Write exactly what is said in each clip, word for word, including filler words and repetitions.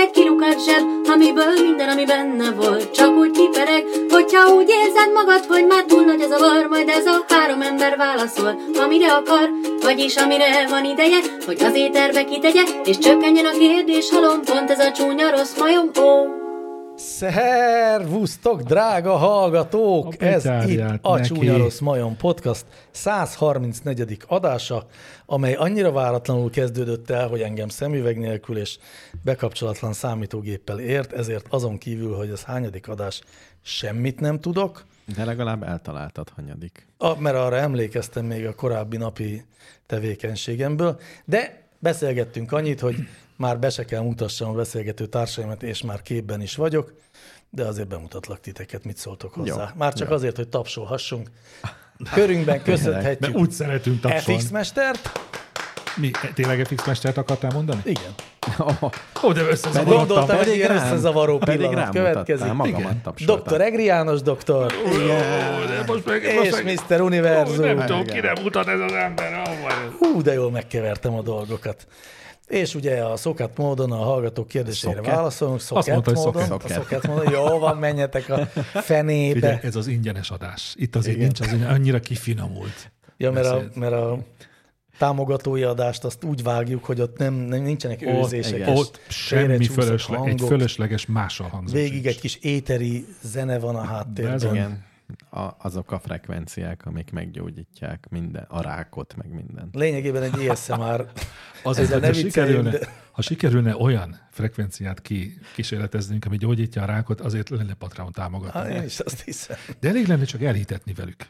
egy kilukat zseb, amiből minden, ami benne volt, csak úgy kipereg. Hogyha úgy érzed magad, hogy már túl nagy a zavar, majd ez a három ember válaszol, amire akar, vagyis amire van ideje, hogy az éterbe kitegye, és csökkenjen a kérdés halom, pont ez a csúnya rossz majom, ó. Szervusztok, drága hallgatók! A Ez itt a neki. Csúnya Rossz Majom Podcast száz harmincnegyedik adása, amely annyira váratlanul kezdődött el, hogy engem szemüveg nélkül és bekapcsolatlan számítógéppel ért, ezért azon kívül, hogy ez hányadik adás, semmit nem tudok. De legalább eltaláltad hanyadik. A, mert arra emlékeztem még a korábbi napi tevékenységemből, de beszélgettünk annyit, hogy már be se kell mutassam a beszélgető társaimat, és már képben is vagyok, de azért bemutatlak titeket, mit szóltok hozzá. Jó, már csak jó. azért, hogy tapsolhassunk. Körünkben köszönhetjük Mert úgy szeretünk tapsolni. ef iksz Mestert. Mi? Tényleg ef iksz Mestert akartál mondani? Igen. Ó, de összezavarodtam. Gondoltam, hogy pedig ilyen rám- összezavaró pedig pillanat rám következik. mutattál, magamat Igen. tapsoltam. doktor Egri János doktor. Ó, de most meg, most És meg... miszter Univerzum. Nem tudom, ki nem mutat ez az ember. Hú, de jól megkevertem a dolgokat. És ugye a szokett módon a hallgatók kérdésére Szokett? válaszolunk. Azt mondta, hogy módon. szokett. A szokett módon. Jó van, menjetek a fenébe. Figyelj, ez az ingyenes adás. Itt azért Igen. nincs az ingyen, annyira kifinomult. Ja, mert a, Beszélt. mert a támogatói adást azt úgy vágjuk, hogy ott nem, nem nincsenek Ott, őzések. igen. és Ott semmi félrecsúszott fölösleg, egy hangok. fölösleges mással hangzó. Végig sincs. egy kis éteri zene van a háttérben. Ez Igen, a, azok a frekvenciák, amik meggyógyítják minden, a rákot, meg minden. Lényegében egy á es em er. Azért, Ezzel ha ne sikerülne, vicceljünk, de- ha sikerülne olyan frekvenciát ki, kísérleteznünk, ami gyógyítja a rákot, azért lenne Patreon támogatni. Hát én is azt hiszem. De elég lenne csak elhitetni velük.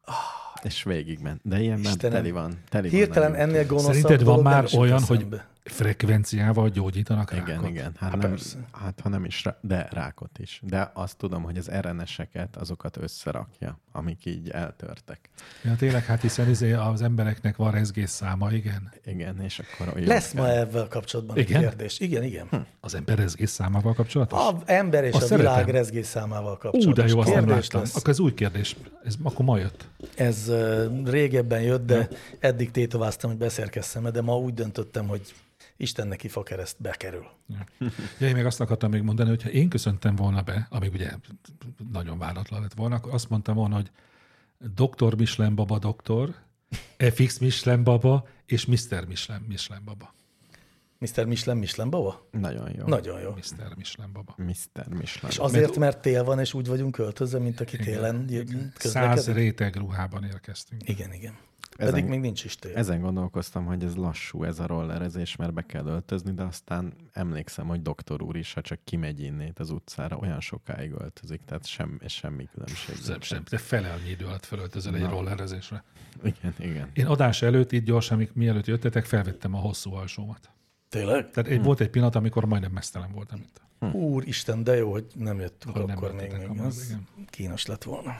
És végigment. De ilyenben Istenem. teli van. Teli van Hirtelen a ennél YouTube. gonoszabb Szerinted van dolog nem már is jut olyan, hogy eszembe. frekvenciával gyógyítanak rákot? Igen, igen. Hát, Hát nem, persze. hát ha nem is, rá- de rákot is. De azt tudom, hogy az er en es-eket, azokat összerakja, amik így eltörtek. Ja, tényleg, hát hiszen izé az embereknek van rezgésszáma, igen. Igen, és akkor olyan Lesz kell. ma ebben kapcsolatban egy Igen? kérdés. Igen, igen. Hm. Az ember rezgésszámával kapcsolatos? A ember és Azt a világ szeretem. rezgésszámával Ú, kapcsolatos de jó, azt nem kérdés láttam. lesz. Akkor ez új kérdés. Ez akkor ma jött. Ez uh, régebben jött, de eddig tétováztam, hogy beszerkesszem, de ma úgy döntöttem, hogy Isten neki fakereszt bekerül. Ja, én még azt akartam még mondani, hogy ha én köszöntem volna be, amíg ugye nagyon váratlan lett volna, akkor azt mondtam volna, hogy doktor Michelin baba doktor, ef iksz Michelin baba és miszter Michelin Michelin baba. miszter Michelin Michelin baba? Nagyon jó. Nagyon jó. miszter Michelin baba. miszter Michelin. És azért, mert tél van, és úgy vagyunk költözve, mint aki télen Száz közlekedik? réteg ruhában érkeztünk. Igen, igen. Ezen- Pedig még nincs is tél. Ezen gondolkoztam, hogy ez lassú, ez a rollerezés, mert be kell öltözni, de aztán emlékszem, hogy doktor úr is, ha csak kimegy innét az utcára, olyan sokáig öltözik, tehát sem, semmi különbség. Sem, nincs. sem, de fele annyi idő alatt felöltözel egy Na. rollerezésre. Igen, igen. Én adás előtt, itt gyorsan, amik mielőtt jöttetek, felvettem a hosszú alsómat. Tényleg? Tehát egy, volt egy pillanat, amikor majdnem mesztelen voltam itt. Úristen, de jó, hogy nem jöttünk Hogy nem akkor még. jöttetek, még az az igen. kínos lett volna.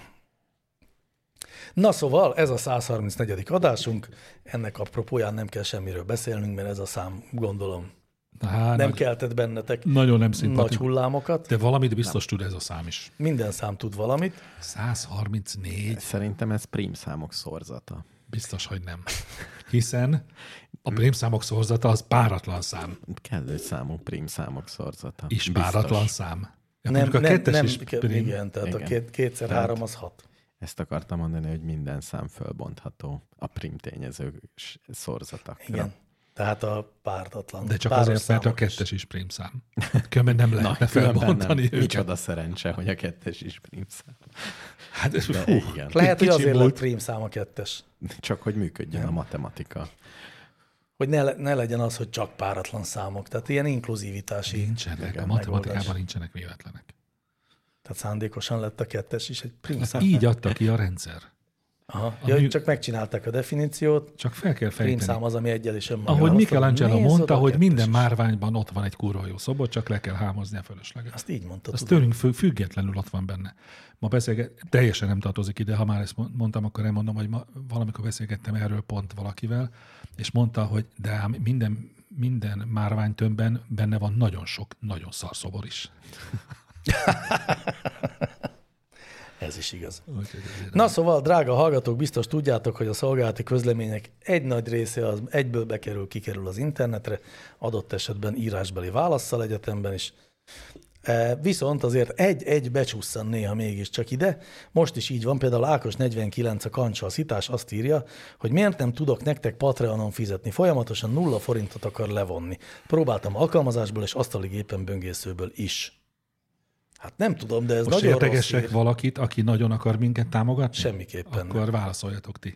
Na szóval, ez a száz harmincnegyedik adásunk. Ennek apropóján nem kell semmiről beszélnünk, mert ez a szám, gondolom, Na, hát, nem nagy, keltett bennetek nagyon nem nagy szimpatikus. hullámokat. De valamit biztos tud ez a szám is. Minden szám tud valamit. száz harmincnégy, Szerintem ez prímszámok szorzata. biztos, hogy nem. Hiszen a prémszámok szorzata az páratlan szám. Kellő számú prímszámok szorzata. Is Biztos. páratlan szám. Ja, Nem, mondjuk a nem, kettes nem, is ke- prím. igen, tehát Igen. a két, kétszer Tehát- három az hat. Ezt akartam mondani, hogy minden szám fölbontható a prim tényező szorzatakra. Igen. Tehát a pártatlan. De csak páros azért, mert a számok is. kettes is prémszám. Különben nem lehetne különben felbontani nem. őket. Micsoda szerencse, hogy a kettes is prímszám. Hát, ez, De fú, igen. Lehet, hogy kicsi azért múlt. lett prímszám a kettes. Csak hogy működjön a matematika. Hogy ne, le- ne legyen az, hogy csak páratlan számok. Tehát ilyen inkluzivitási. nincsenek. Igen, A matematikában megoldás. nincsenek véletlenek. Tehát szándékosan lett a kettes is egy prímszám. Így adta ki a rendszer. Aha. A Ja, mű- csak megcsinálták a definíciót. Csak fel kell fejteni. Prímszám az, ami egyel is önmagában. Ahogy Azt Michelangelo mondom, nézd mondta, oda, hogy kettes minden is. márványban ott van egy kurva jó szobor, csak le kell hámozni a fölösleget. Azt így mondta. Az tudom. tőlünk fü- függetlenül ott van benne. Ma beszélget, teljesen nem tartozik ide, ha már ezt mondtam, akkor elmondom, hogy ma valamikor beszélgettem erről pont valakivel, és mondta, hogy de ám minden, minden márványtömbben benne van nagyon sok, nagyon szar szobor is. Ez Ez is igaz. Na szóval, drága hallgatók, biztos tudjátok, hogy a szolgálati közlemények egy nagy része az egyből bekerül, kikerül az internetre, adott esetben írásbeli válasszal egyetemben is. Viszont azért egy-egy becsúszan néha mégiscsak ide. Most is így van, például Ákos negyvenkilenc a kancsalszitás azt írja, hogy miért nem tudok nektek Patreonon fizetni, folyamatosan nulla forintot akar levonni. Próbáltam alkalmazásból és asztali gépen böngészőből is. Hát nem tudom, de ez most nagyon rossz értegesek ír. valakit, aki nagyon akar minket támogatni? Semmiképpen. Akkor nem. válaszoljatok ti.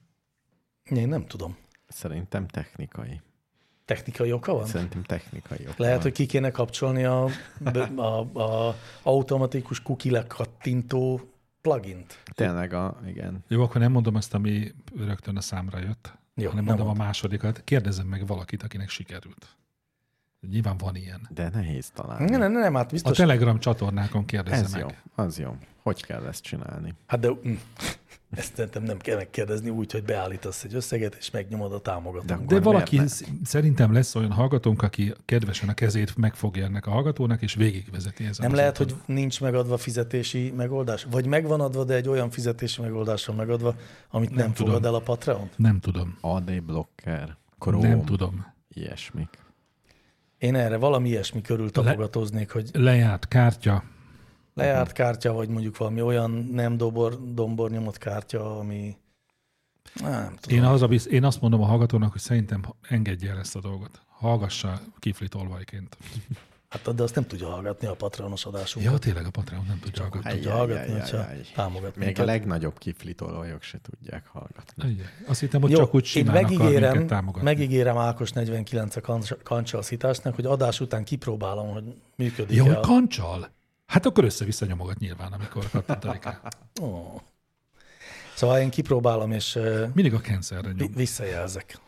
Én nem tudom. Szerintem technikai. Technikai oka van? Szerintem technikai oka Lehet, van. hogy ki kéne kapcsolni a, a, a, a automatikus cookie lekattintó plugint. Tényleg, a, igen. Jó, akkor nem mondom azt, ami rögtön a számra jött, Jó, hanem nem mondom mondd. a másodikat. Kérdezzem meg valakit, akinek sikerült. Nyilván van ilyen. De nehéz találni. Nem, nem, nem, hát A biztos. Telegram csatornákon kérdezze Ez meg. jó, az jó. Hogy kell ezt csinálni? Hát de hm, ezt szerintem nem kell megkérdezni úgy, hogy beállítasz egy összeget, és megnyomod a támogatót. De valaki miért sz- szerintem lesz olyan hallgatónk, aki kedvesen a kezét megfogja ennek a hallgatónak, és végigvezeti ezen. Nem az lehet, úton. hogy nincs megadva fizetési megoldás? Vagy megvan adva, de egy olyan fizetési megoldásra megadva, amit nem, Nem nem tudom. fogad el a Patreon? Nem tudom. á dé blocker, Chrome, Nem tudom. ilyesmik. Én erre valami ilyesmi körül tapogatóznék, hogy Lejárt kártya. lejárt kártya, vagy mondjuk valami olyan nem dobor, dombor nyomott kártya, ami... Nem tudom. Én, az a biz... Én azt mondom a hallgatónak, hogy szerintem engedje el ezt a dolgot. Hallgassa kifli tolvajként. Hát de azt nem tudja hallgatni a Patreonos adásunkat. Ja, tényleg a Patreon nem tudja hallgatni. Tudja hallgatni, hogyha támogat Még minket. a legnagyobb kiflitolvajok se tudják hallgatni. Ugye. Azt hittem, hogy Jó, csak úgy én simán akar megígérem, minket támogatni. megígérem Ákos negyvenkilenc a kancs- kancsalszításnak, hogy adás után kipróbálom, hogy működik Ja, el. hogy kancsal? Hát akkor össze-vissza nyomogat nyilván, amikor kattintani kell. Ó. Szóval én kipróbálom, és uh, Mindig a cancerre vi- nyom. visszajelzek.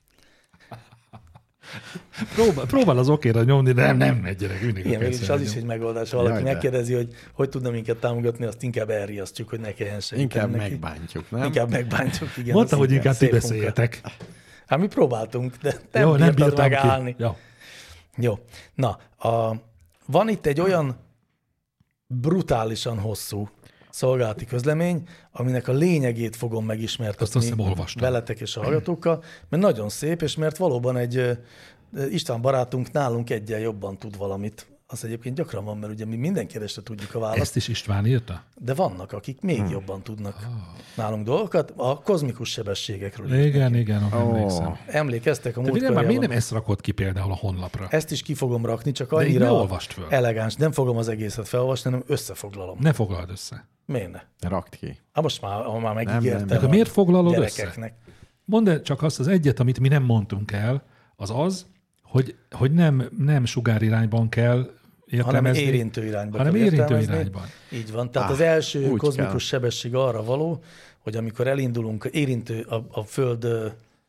Próbál, próbál az okéra nyomni, de nem, nem megy gyerek, mindig Igen, a mégis cancerre az is nyom. egy megoldás. Ha valaki Jaj, de. megkérdezi, hogy hogy tudna minket támogatni, azt inkább elriasztjuk, hogy ne kelljen segíteni Inkább neki. megbántjuk, nem? Inkább megbántjuk, igen. Mondtam, az hogy inkább ti szép munka. beszéljetek. Hát mi próbáltunk, de nem, Jó, nem bírtam megállni. ki. Jó. Jó. Na, a, van itt egy olyan brutálisan hosszú szolgálati közlemény, aminek a lényegét fogom Azt azt megismertetni hiszem, olvastam. veletek és a hallgatókkal, mert nagyon szép, és mert valóban egy ö, István barátunk nálunk egyen jobban tud valamit. Az egyébként gyakran van, mert ugye mi minden kérdésre tudjuk a választ, Ezt is István írta? de vannak, akik még hmm. jobban tudnak nálunk dolgokat. A kozmikus sebességekről. Igen, igen, Ó, oh. emlékszem. Emlékeztek a De múlt figyelj már, miért nem ezt rakod ki például a honlapra? Ezt is ki fogom rakni, csak De így ne annyira olvast föl. elegáns. Nem fogom az egészet felolvasni, hanem összefoglalom. Ne foglald össze. Miért ne? Rakd ki. Hát most már, ha már nem, megígértem nem. De a miért foglalod gyerekeknek. Mondd el csak azt az egyet, amit mi nem mondtunk el, az az, hogy, hogy nem, nem sugárirányban kell Hanem értelmezni, érintő irányba hanem kell érintő értelmezni. irányban. Így van. Tehát Ah, az első úgy kozmikus kell. sebesség arra való, hogy amikor elindulunk érintő, a, a Föld ö,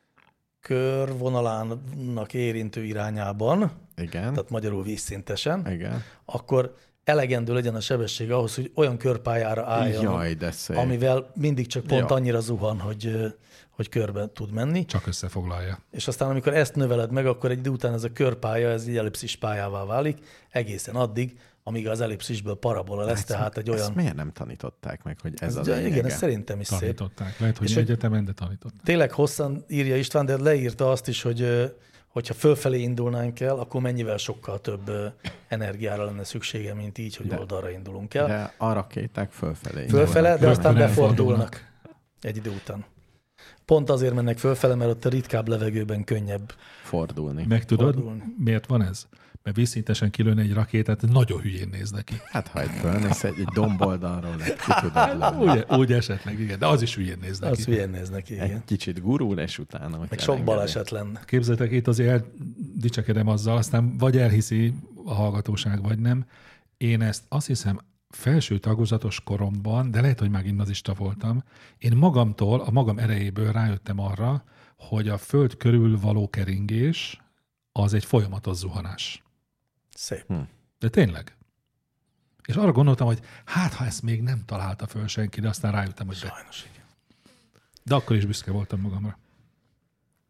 körvonalának érintő irányában, Igen. tehát magyarul vízszintesen, Igen. akkor elegendő legyen a sebesség ahhoz, hogy olyan körpályára álljon, Jaj, de szép. amivel mindig csak pont Ja. annyira zuhan, hogy, ö, hogy körbe tud menni. Csak összefoglalja. És aztán, amikor ezt növeled meg, akkor egy idő után ez a körpálya, ez egy ellipszis pályává válik, egészen addig, amíg az ellipszisből parabola lesz, tehát egy Ezt olyan... miért nem tanították meg, hogy ez, Ez, a lényege? igen, ez szerintem is szép. Tanították. Lehet, hogy És mi hogy- egyetemen, de tanították. Tényleg hosszan írja István, de leírta azt is, hogy ö, hogyha fölfelé indulnánk el, akkor mennyivel sokkal több ö, energiára lenne szüksége, mint így, hogy De- oldalra indulunk el. De a rakéták fölfelé. Fölfele, de Rögtön aztán elfordulnak. befordulnak egy idő után. Pont azért mennek fölfele, mert ott a ritkább levegőben könnyebb. Fordulni. Meg tudod, Fordulni. miért van ez? Mert vízszintesen kilőne egy rakétát, nagyon hülyén néz neki. Hát ha egy fölnéz egy, egy domboldalról, le, ki tudod lőni. Úgy, úgy esetleg, igen, de az is hülyén néz neki. Az hülyén néz neki, igen. Egy kicsit gurul, és utána... hogy Meg sok elengedi. baleset lenne. Képzeljétek, itt azért dicsekedem azzal, aztán vagy elhiszi a hallgatóság, vagy nem. Én ezt azt hiszem felső tagozatos koromban, de lehet, hogy már gimnazista voltam, én magamtól, a magam erejéből rájöttem arra, hogy a föld körül való keringés az egy folyamatos zuhanás. Szép. Hm. De tényleg. És arra gondoltam, hogy hát, ha ezt még nem találta föl senki, de aztán rájöttem, hogy de. Sajnos igen. De akkor is büszke voltam magamra.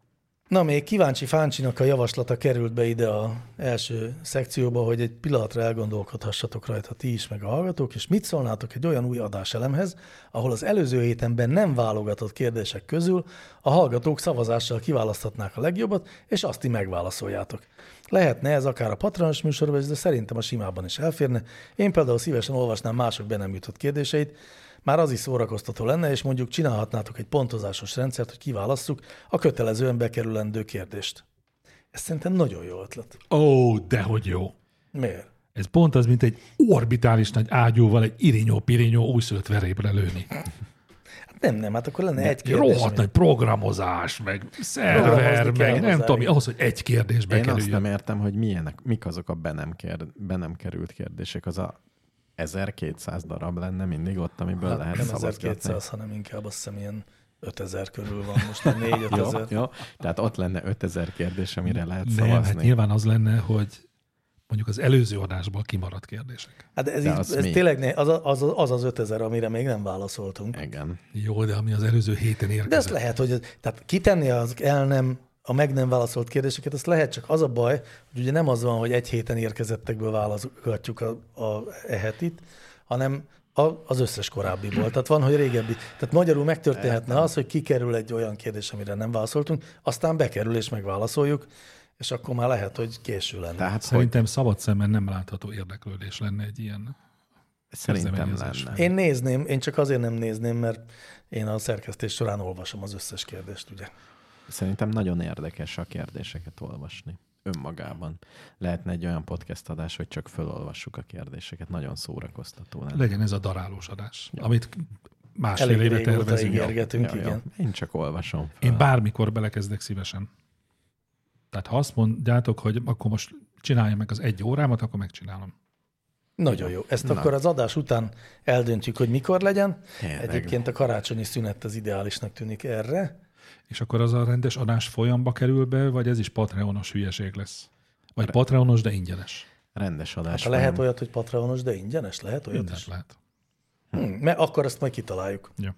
Na, még kíváncsi Fáncsinak a javaslata került be ide az első szekcióba, hogy egy pillanatra elgondolkodhassatok rajta ti is, meg a hallgatók, és mit szólnátok egy olyan új adáselemhez, ahol az előző hétenben nem válogatott kérdések közül a hallgatók szavazással kiválaszthatnák a legjobbat, és azt ti megválaszoljátok. Lehetne ez akár a patronos műsorban is, de szerintem a simában is elférne. Én például szívesen olvasnám mások be nem jutott kérdéseit, már az is szórakoztató lenne, és mondjuk csinálhatnátok egy pontozásos rendszert, hogy kiválasszuk a kötelezően bekerülendő kérdést. Ez szerintem nagyon jó ötlet. Ó, dehogy jó. Miért? Ez pont az, mint egy orbitális nagy ágyúval egy irinyó-pirinyó újszülött verébre lőni. Hát nem, nem, hát akkor lenne egy kérdés. Rohadt nagy programozás, meg szerver, meg nem tudom, mi, ahhoz, hogy egy kérdés bekerüljön. Én azt nem értem, hogy milyenek, mik azok a be nem, kér, be nem került kérdések. Az a ezerkétszáz darab lenne mindig ott, amiből hát lehet szavazgatni. Nem ezerkétszáz, hanem inkább azt hiszem ilyen ötezer körül van most, már négy-ötezer. jó, jó, tehát ott lenne ötezer kérdés, amire lehet nem, szavazni. Hát nyilván az lenne, hogy mondjuk az előző adásból kimaradt kérdések. Hát ez, de így, az ez mi? tényleg ne, az, az, az az ötezer, amire még nem válaszoltunk. Igen. Jó, de ami az előző héten érkezett. De ezt lehet, hogy tehát kitenni az el nem, a meg nem válaszolt kérdéseket, azt lehet, csak az a baj, hogy ugye nem az van, hogy egy héten érkezettekből válaszolgatjuk a, a ehetit, hanem a, az összes korábbiból. Tehát van, hogy régebbi. Tehát magyarul megtörténhetne az, hogy kikerül egy olyan kérdés, amire nem válaszoltunk, aztán bekerül és megválaszoljuk, és akkor már lehet, hogy késő lenne. Tehát Szerintem hogy... szabad szemben nem látható érdeklődés lenne egy ilyen Szerintem lenne. Én nézném, én csak azért nem nézném, mert én a szerkesztés során olvasom az összes kérdést, ugye. Szerintem nagyon érdekes a kérdéseket olvasni önmagában. Lehetne egy olyan podcast adás, hogy csak felolvassuk a kérdéseket. Nagyon szórakoztató lenne. Legyen ez a darálós adás, ja. amit másfél éve tervezünk. Ígérgetünk, ja, igen. Ja. Én csak olvasom fel. Én bármikor belekezdek szívesen. Tehát ha azt mondjátok, hogy akkor most csinálja meg az egy órámat, akkor megcsinálom. Nagyon jó. Ezt Na. akkor az adás után eldöntjük, hogy mikor legyen. Tényleg. Egyébként a karácsonyi szünet az ideálisnak tűnik erre. És akkor az a rendes adás folyamba kerül be, vagy ez is Patreonos hülyeség lesz? Vagy Patreonos, de ingyenes? Rendes adás. Hát lehet olyat, hogy Patreonos, de ingyenes? Lehet olyat Mindent is? lehet. Hmm, mert akkor ezt majd kitaláljuk. Ja.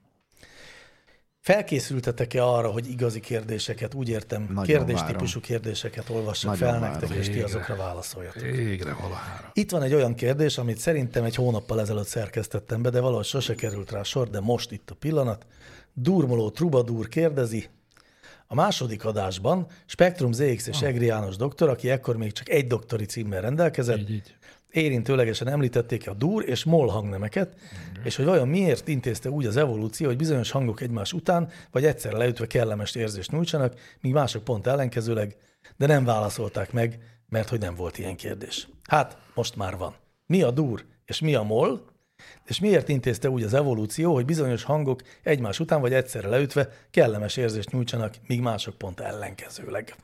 Felkészültetek-e arra, hogy igazi kérdéseket, úgy értem, Nagyon kérdéstípusú várom. kérdéseket olvassak Nagyon fel várom. nektek, és ti Végre. azokra válaszoljatok. Végre valahára. Itt van egy olyan kérdés, amit szerintem egy hónappal ezelőtt szerkesztettem be, de valahogy sose került rá sor, de most itt a pillanat. Durmoló Trubadúr kérdezi, a második adásban Spektrum zé iksz és Egri János doktor, aki ekkor még csak egy doktori címmel rendelkezett, Így, így. érintőlegesen említették a dur és mol hangnemeket, és hogy vajon miért intézte úgy az evolúció, hogy bizonyos hangok egymás után, vagy egyszerre leütve kellemes érzést nyújtsanak, míg mások pont ellenkezőleg, de nem válaszolták meg, mert hogy nem volt ilyen kérdés. Hát, most már van. Mi a dur és mi a mol? És miért intézte úgy az evolúció, hogy bizonyos hangok egymás után, vagy egyszerre leütve kellemes érzést nyújtsanak, míg mások pont ellenkezőleg?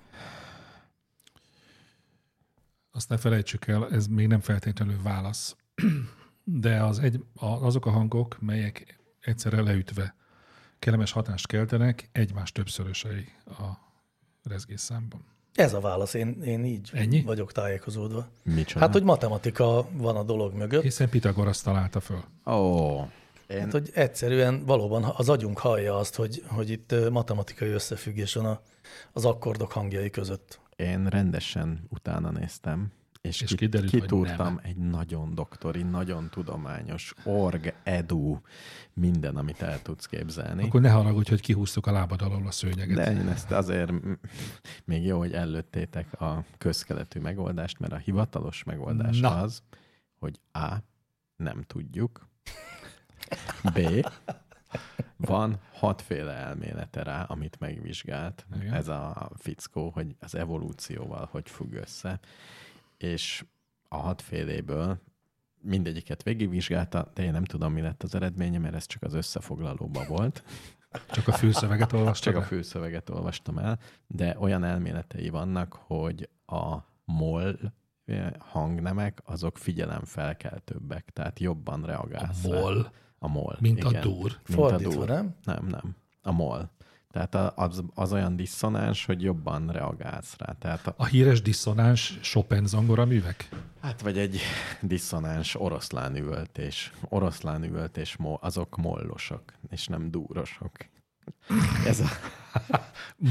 Azt ne felejtsük el, ez még nem feltétlenül válasz. De az egy, azok a hangok, melyek egyszerre leütve kellemes hatást keltenek, egymás többszörösei a rezgésszámban. Ez a válasz, én, én így Ennyi? vagyok tájékozódva. Micsoda? Hát, hogy matematika van a dolog mögött. Hiszen Pitagorasz találta föl. Ó, én... Hát, hogy egyszerűen valóban az agyunk hallja azt, hogy, hogy itt matematikai összefüggés van a, az akkordok hangjai között. Én rendesen utána néztem, és, És ki, kiderült, hogy kitúrtam nem. egy nagyon doktori, nagyon tudományos, org, edu, minden, amit el tudsz képzelni. Akkor ne haragudj, hogy kihúztuk a lábad alól a szőnyeget. De én ezt azért még jó, hogy előttétek a közkeletű megoldást, mert a hivatalos megoldás Na. az, hogy A, nem tudjuk, B, van hatféle elmélete rá, amit megvizsgált. Igen. Ez a fickó, hogy az evolúcióval hogy függ össze, és a hatféléből mindegyiket végigvizsgálta, de én nem tudom, mi lett az eredménye, mert ez csak az összefoglalóban volt. Csak a fülszöveget olvastad? Csak a fülszöveget olvastam el, de olyan elméletei vannak, hogy a mol hangnemek, azok figyelemfelkeltőbbek, tehát jobban reagálsz. A mol? A mol. Mint igen. a dur? Mint Fordítva, a dur. nem? Nem, nem. A mol. Tehát az, az olyan diszonáns, hogy jobban reagálsz rá. Tehát a, A híres diszonáns Chopin zongora művek? hát vagy egy diszonáns oroszlán üvöltés. Oroszlán üvöltés, mol, azok mollosok, és nem dúrosok. Ez a...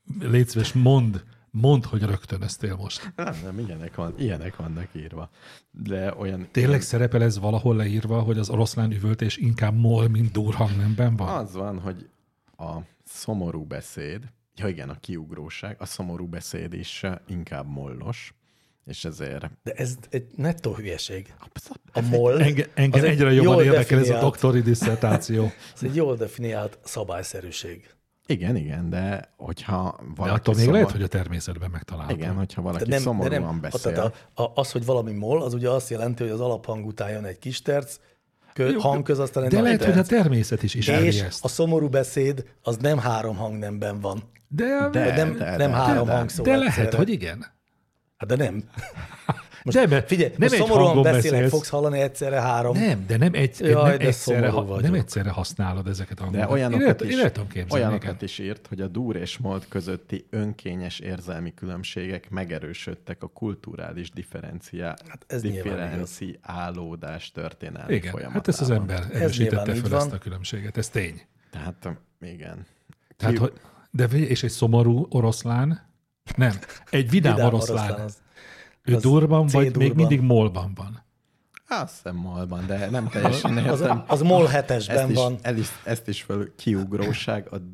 légy szíves, mondd, mondd, hogy rögtönöztél most. Nem, nem, ilyenek, van, ilyenek vannak írva. De olyan... Tényleg ilyen... szerepel ez valahol leírva, hogy az oroszlán üvöltés inkább moll, mint dur hangnemben van? Az van, hogy a szomorú beszéd, ja igen, a kiugróság, a szomorú beszéd is inkább mollos, és ezért... De ez egy nettó hülyeség. A moll... Enge, engem az egyre egy jobban jól érdekel ez a definiált- doktori diszertáció. Ez egy jól definiált szabályszerűség. Igen, igen, de hogyha De valaki attól még szomor... lehet, hogy a természetben megtalálható. Igen, hogyha valaki De nem, de szomorúan nem, beszél. tehát a, a, az, hogy valami moll, az ugye azt jelenti, hogy az alaphang után jön egy kis terc, kö, Jó, hang köz, aztán egy De nagy lehet, terc. hogy a természet is ismeri És ezt. a szomorú beszéd az nem három hangnemben van. De, De- de, nem, de- nem de- három de- hangszó de lehet, egyszerre. hogy igen. Hát de nem. Most De, mert figyelj, nem most egy szomorúan hangon beszélek, beszélsz. fogsz hallani egyszerre három. Nem, de nem, egy, Jaj, nem, de egyszerre, szomorú ha, vagyok. nem egyszerre használod ezeket a De hangokat. olyanokat, én el, is, én el tudom képzelni. olyanokat igen. is írt, hogy a dur és mold közötti önkényes érzelmi különbségek megerősödtek a kulturális differenciá... Hát ez nyilván differenciálódás történelmi Igen, folyamatában. hát ezt az ember erősítette nyilván így fel van. ezt a különbséget. Ez tény. Tehát igen. Tehát, Ki- hogy, de figyelj, és egy szomorú oroszlán? Nem. Egy vidám, Vidám oroszlán. oroszlán az. Ő az durban, vagy C-durban. még mindig molban van? Azt hiszem malban, de nem teljesen Az, értem. az MOL Ezt hetesben is, van. el is, ezt is fel kiugróság a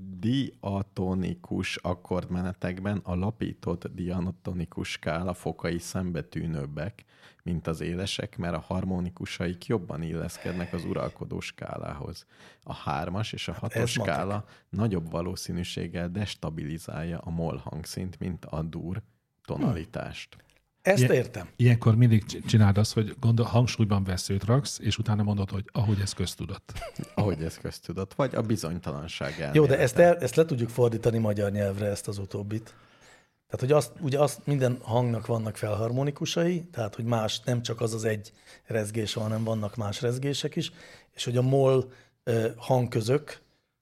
diatonikus akkordmenetekben a lapított diatonikus skála fokai szembetűnőbbek, mint az élesek, mert a harmonikusaik jobban illeszkednek az uralkodó skálához. A hármas és a hatos ez matek. skála nagyobb valószínűséggel destabilizálja a moll hangszint, mint a dur tonalitást. Ezt Ilyen- értem. Ilyenkor mindig c- csináld azt, hogy gondol, hangsúlyban veszőt raksz, és utána mondod, hogy ahogy ez köztudat. Ahogy ez köztudott, vagy a bizonytalanság elmélete. Jó, de ezt, el, ezt le tudjuk fordítani magyar nyelvre, ezt az utóbbit. Tehát, hogy azt, ugye azt minden hangnak vannak felharmonikusai, tehát, hogy más, nem csak az az egy rezgés, hanem vannak más rezgések is, és hogy a moll ö, hangközök,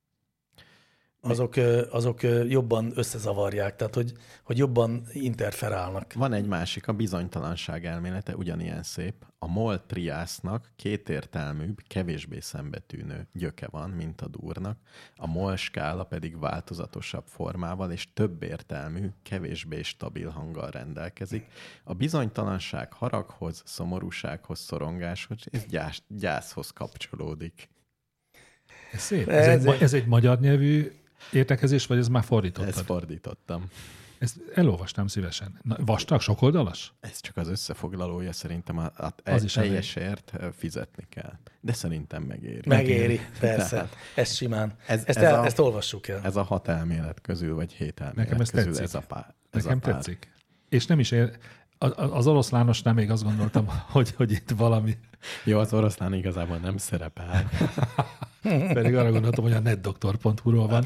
azok, ö, azok ö, jobban összezavarják, tehát, hogy, hogy jobban interferálnak. Van egy másik, a bizonytalanság elmélete, ugyanilyen szép. A moll triásznak kétértelműbb, kevésbé szembetűnő gyöke van, mint a durnak, a moll skála pedig változatosabb formával és több értelmű, kevésbé stabil hanggal rendelkezik. A bizonytalanság haraghoz, szomorúsághoz, szorongáshoz és gyász, gyászhoz kapcsolódik. Ez szép. Ez Ez, egy, egy- ma- ez egy magyar nyelvű értekezés, vagy ez már fordítottad? Ezt fordítottam. Ezt elolvastam szívesen. Na, vastag, sokoldalas? Ez csak az összefoglalója, szerintem a, a Az is elég. teljesért fizetni kell. De szerintem megéri. Megéri, persze. Tehát Ez simán. ez- ezt, ez el, a- ezt olvassuk el. Ez a hat elmélet közül, vagy hét elmélet Nekem ez közül tetszik. ez a pár. Ez Nekem a pár. tetszik. És nem is ér... a- a- Az oroszlánosnál még azt gondoltam, hogy, hogy itt valami... Jó, az oroszlán igazából nem szerepel. Pedig arra gondoltam, hogy a netdoktor pont hu-ról van.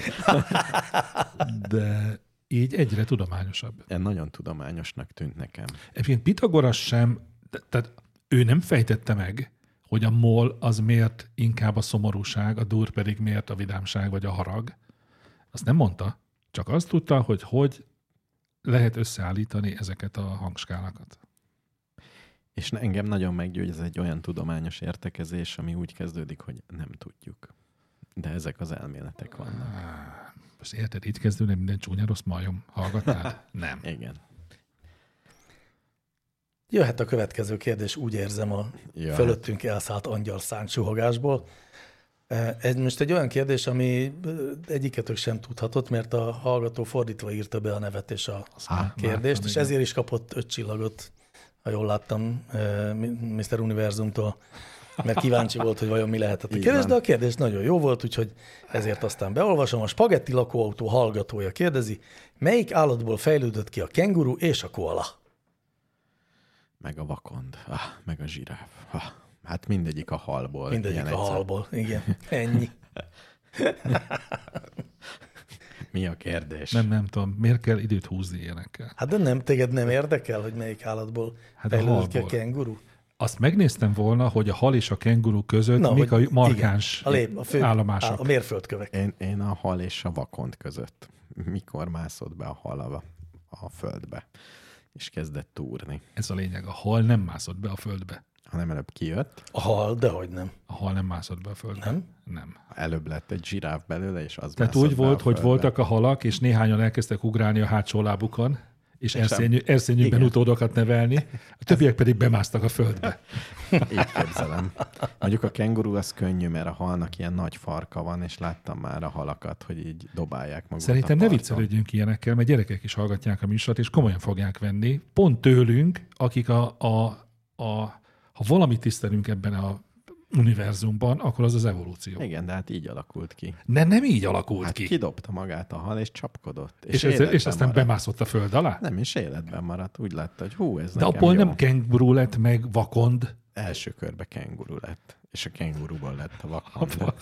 De így egyre tudományosabb. Ez nagyon tudományosnak tűnt nekem. Egyébként Pitagoras sem, te- tehát ő nem fejtette meg, hogy a moll az miért inkább a szomorúság, a dur pedig miért a vidámság vagy a harag. Azt nem mondta, csak azt tudta, hogy hogy lehet összeállítani ezeket a hangskálakat. És engem nagyon meggyőz, ez egy olyan tudományos értekezés, ami úgy kezdődik, hogy nem tudjuk. De ezek az elméletek vannak. Most érted, így kezdődne minden csúnya rossz majom. Hallgattál? Nem. Igen. Jöhet a következő kérdés, úgy érzem a Jöhet. fölöttünk elszállt angyal szánksuhogásból. Ez most egy olyan kérdés, ami egyiketök sem tudhatott, mert a hallgató fordítva írta be a nevet és a Á, kérdést, láttam, és igen. ezért is kapott öt csillagot, ha jól láttam, miszter Univerzumtól, mert kíváncsi volt, hogy vajon mi lehetett a Így kérdés, van. de a kérdés nagyon jó volt, úgyhogy ezért aztán beolvasom. A Spagetti lakóautó hallgatója kérdezi, melyik állatból fejlődött ki a kenguru és a koala? Meg a vakond, ah, meg a zsiráf. Ah, hát mindegyik a halból. Mindegyik Ilyen a egyszer. halból, igen. Ennyi. Mi a kérdés? Nem, nem tudom. Miért kell időt húzni ilyenekkel? Hát de nem, téged nem érdekel, hogy melyik állatból Hát a fejlődött ki a halból. kenguru? Azt megnéztem volna, hogy a hal és a kenguru között Na, mik a hogy markáns igen, a, lép, a fő, állomások. A mérföldkövek. Én, én a hal és a vakond között. Mikor mászott be a hal a, a földbe, és kezdett túrni. Ez a lényeg. A hal nem mászott be a földbe. Hanem előbb kijött, A hal, dehogy nem. A hal nem mászott be a földbe. Nem? Nem. Előbb lett egy zsiráf belőle, és az Tehát mászott úgy be volt, a hogy földbe. voltak a halak, és néhányan elkezdtek ugrálni a hátsó lábukon, és, És erszényű, erszényűben igen. utódokat nevelni, a többiek pedig bemásztak a földbe. Így képzelem. Mondjuk a kenguru az könnyű, mert a halnak ilyen nagy farka van, és láttam már a halakat, hogy így dobálják magukat. Szerintem a ne parton. viccelődjünk ilyenekkel, mert gyerekek is hallgatják a műsort, és komolyan fogják venni. Pont tőlünk, akik a, a, a ha valamit tisztelünk ebben a univerzumban, akkor az az evolúció. Igen, de hát így alakult ki. Ne, nem így alakult Hát ki. kidobta magát a hal, és csapkodott. És, és, életben és aztán maradt. bemászott a föld alá? Nem is életben maradt. Úgy lett, hogy hú, ez De nekem abból jó. nem kenguru lett meg vakond. Első körbe kenguru lett. És a kenguruból lett a vakond.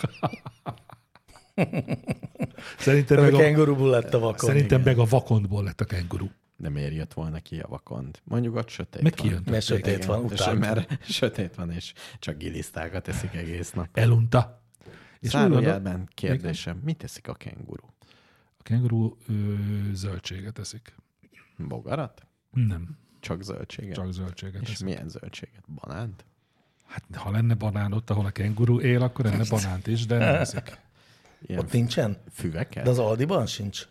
Szerintem, A meg a, kenguruból lett a vakon. szerintem igen. meg a vakondból lett a kenguru. De miért jött volna ki a vakond? Mondjuk ott sötét Meg van. kijön. Mert sötét Igen, van, és utána. mert sötét van, és csak gilisztákat eszik egész nap. Elunta. És úgy gondolom, Zárójelben kérdésem, mit teszik a kenguru? a kenguru ö, zöldséget eszik. Bogarat? Nem, Csak zöldséget? csak zöldséget És eszik. milyen zöldséget? Banánt? Hát ha lenne banán ott, ahol a kenguru él, akkor lenne banánt is, de nem eszik. Ilyen Ott nincsen? füveket? De az Aldiban sincs?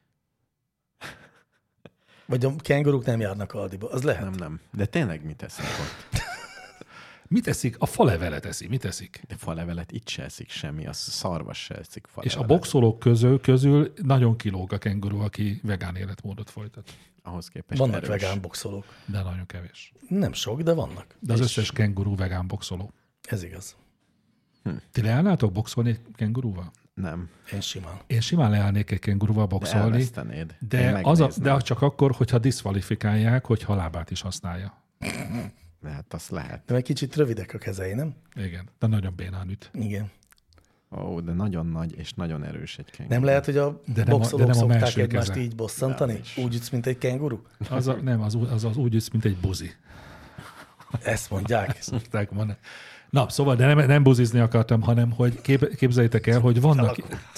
Vagy a kenguruk nem járnak Aldiba? Az lehet. Nem, nem. De tényleg mit eszik ott? Mit eszik? A falevelet eszi. Mit eszik? De falevelet itt se eszik semmi, az szarvas se eszik És falevelet. a boxolók közül, közül nagyon kilóg a kenguru, aki vegán életmódot folytat. Ahhoz képest Vannak erős. vegán boxolók. De nagyon kevés. Nem sok, de vannak. De az És- összes kenguru vegán boxoló. Ez igaz. Ti leállnátok boxolni egy kenguruval? Nem. Én simán. Én simán leállnék egy kenguruval De boxolni, elvesztenéd. Én de, az a, megnézném. de csak akkor, hogyha diszkvalifikálják, hogyha a lábát is használja. De hát azt lehet. De meg kicsit rövidek a kezei, nem? Igen, de nagyon bénán üt. Igen. Ó, de nagyon nagy és nagyon erős egy kenguru. Nem lehet, hogy a De nem a- boxolók de nem a szokták melső egymást keze. így bosszantani? De az is. Úgy ütsz, mint egy kenguru? Az, a, nem, az, az, az úgy üsz, mint egy buzi. Ezt mondják. Szokták mondani. Na, szóval, de nem, nem buzizni akartam, hanem hogy kép, képzeljétek el, hogy vannak,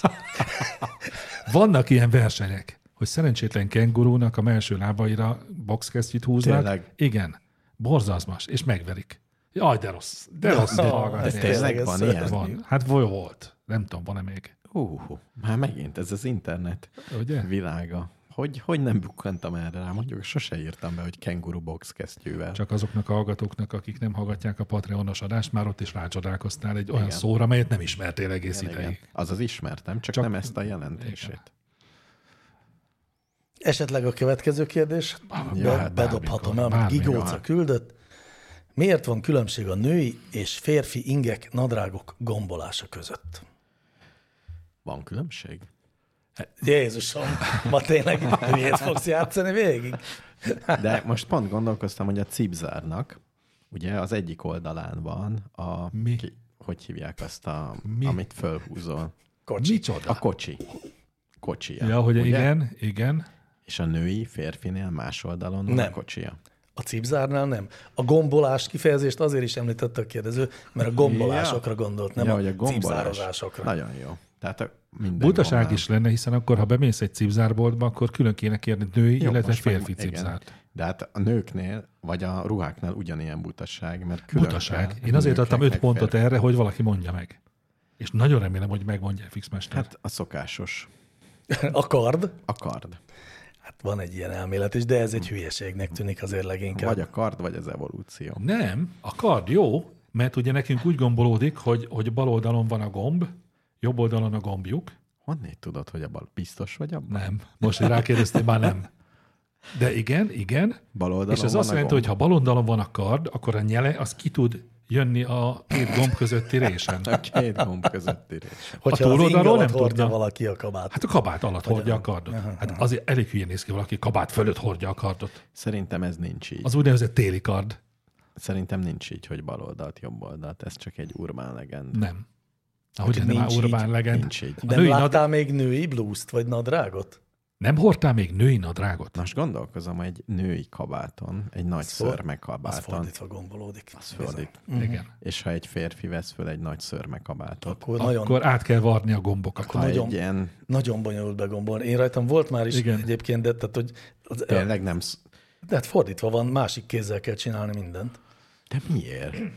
vannak ilyen versenyek, hogy szerencsétlen kengurúnak a melső lábaira boxkesztyűt húznak. Tényleg? Igen. Borzalmas, és megverik. Jaj, de rossz. De rossz de- hallgatni. De tényleg ez van szörnyű. ilyen? Van. Hát volt volt. Nem tudom, van-e még. Hú, hú, már megint ez az internet Ugye? világa. Hogy, hogy nem bukkantam erre rá? Mondjuk sose írtam be, hogy kenguru box kesztyűvel. Csak azoknak a hallgatóknak, akik nem hallgatják a Patreonos adást, már ott is rácsodálkoztál egy olyan Igen. szóra, amelyet nem ismertél egész Igen, igen. ideig. Az az ismertem, csak, Csak- nem ezt a jelentését. Igen. Esetleg a következő kérdés, Ja, be, hát bedobhatom bármikor, el, amit bármikor. Gigóca küldött. Miért van különbség a női és férfi ingek, nadrágok gombolása között? Van különbség? Jézusom, ma tényleg hülyét fogsz játszani végig? De most pont gondolkoztam, hogy a cipzárnak ugye az egyik oldalán van a... Mi? Ki, hogy hívják azt, a, Mi? amit fölhúzol? Kocsi. Micsoda? A kocsi. Kocsia. Ja, hogy ugye? igen, igen. És a női férfinél más oldalon van Nem. a kocsia. A cipzárnál nem. A gombolás kifejezést azért is említette a kérdező, mert a gombolásokra gondolt, nem ja, a, hogy a gombolás. cipzározásokra. Nagyon jó. Tehát a minden Butaság gombán. is lenne, hiszen akkor, ha bemész egy cipzárboltba, akkor külön kéne kérni női, Jó, illetve most meg- férfi igen. cipzárt. De hát a nőknél, vagy a ruháknál ugyanilyen butaság, mert külön Butaság. kell Én azért nőknek, adtam öt meg pontot férfi- erre, hogy valaki mondja meg. És nagyon remélem, hogy megmondja Fixmester. Hát a szokásos. A kard? A kard. Hát van egy ilyen elmélet is, de ez egy hülyeségnek tűnik azért leginkább. Vagy a kard, vagy az evolúció. Nem, a kard jó, mert ugye nekünk úgy gombolódik, hogy, hogy bal oldalon van a gomb, jobb oldalon a gombjuk. Honnét tudod, hogy abban biztos vagy abban? Nem. Most, hogy rákérdeztél, már nem. De igen, igen. Bal oldalon És ez van azt a jelenti, gomb. hogy ha bal oldalon van a kard, akkor a nyele az ki tud jönni a két gomb közötti résen. A két gomb közötti rész. Hogyha a az túloldalról ing alatt nem hordja tudna. valaki a kabát. Hát a kabát alatt hordja a kardot. Hát azért elég hülyén néz ki, valaki kabát fölött hordja a kardot. Szerintem ez nincs így. Az úgynevezett téli kard. Szerintem nincs így, hogy bal oldalt, jobb oldalt. Ez csak egy urban legend. Nem. Ahogy Hogy nem már nincs urbán így. legend. Nincs így. A De női láttál még női blúzt vagy nadrágot? Nem hordtál még női nadrágot? Most gondolkozom egy női kabáton, egy nagy szor- szörme Az kabáton. fordítva gombolódik. Az fordít. Igen. És ha egy férfi vesz föl egy nagy szörme kabátot, Akkor nagyon, Akkor át kell varni a gombokat. Akkor ha nagyon- egy ilyen, nagyon bonyolult begombolni. Én rajtam volt már is Igen. egyébként, de, tehát, hogy az, tényleg nem... sz- de hát fordítva van, másik kézzel kell csinálni mindent. De miért?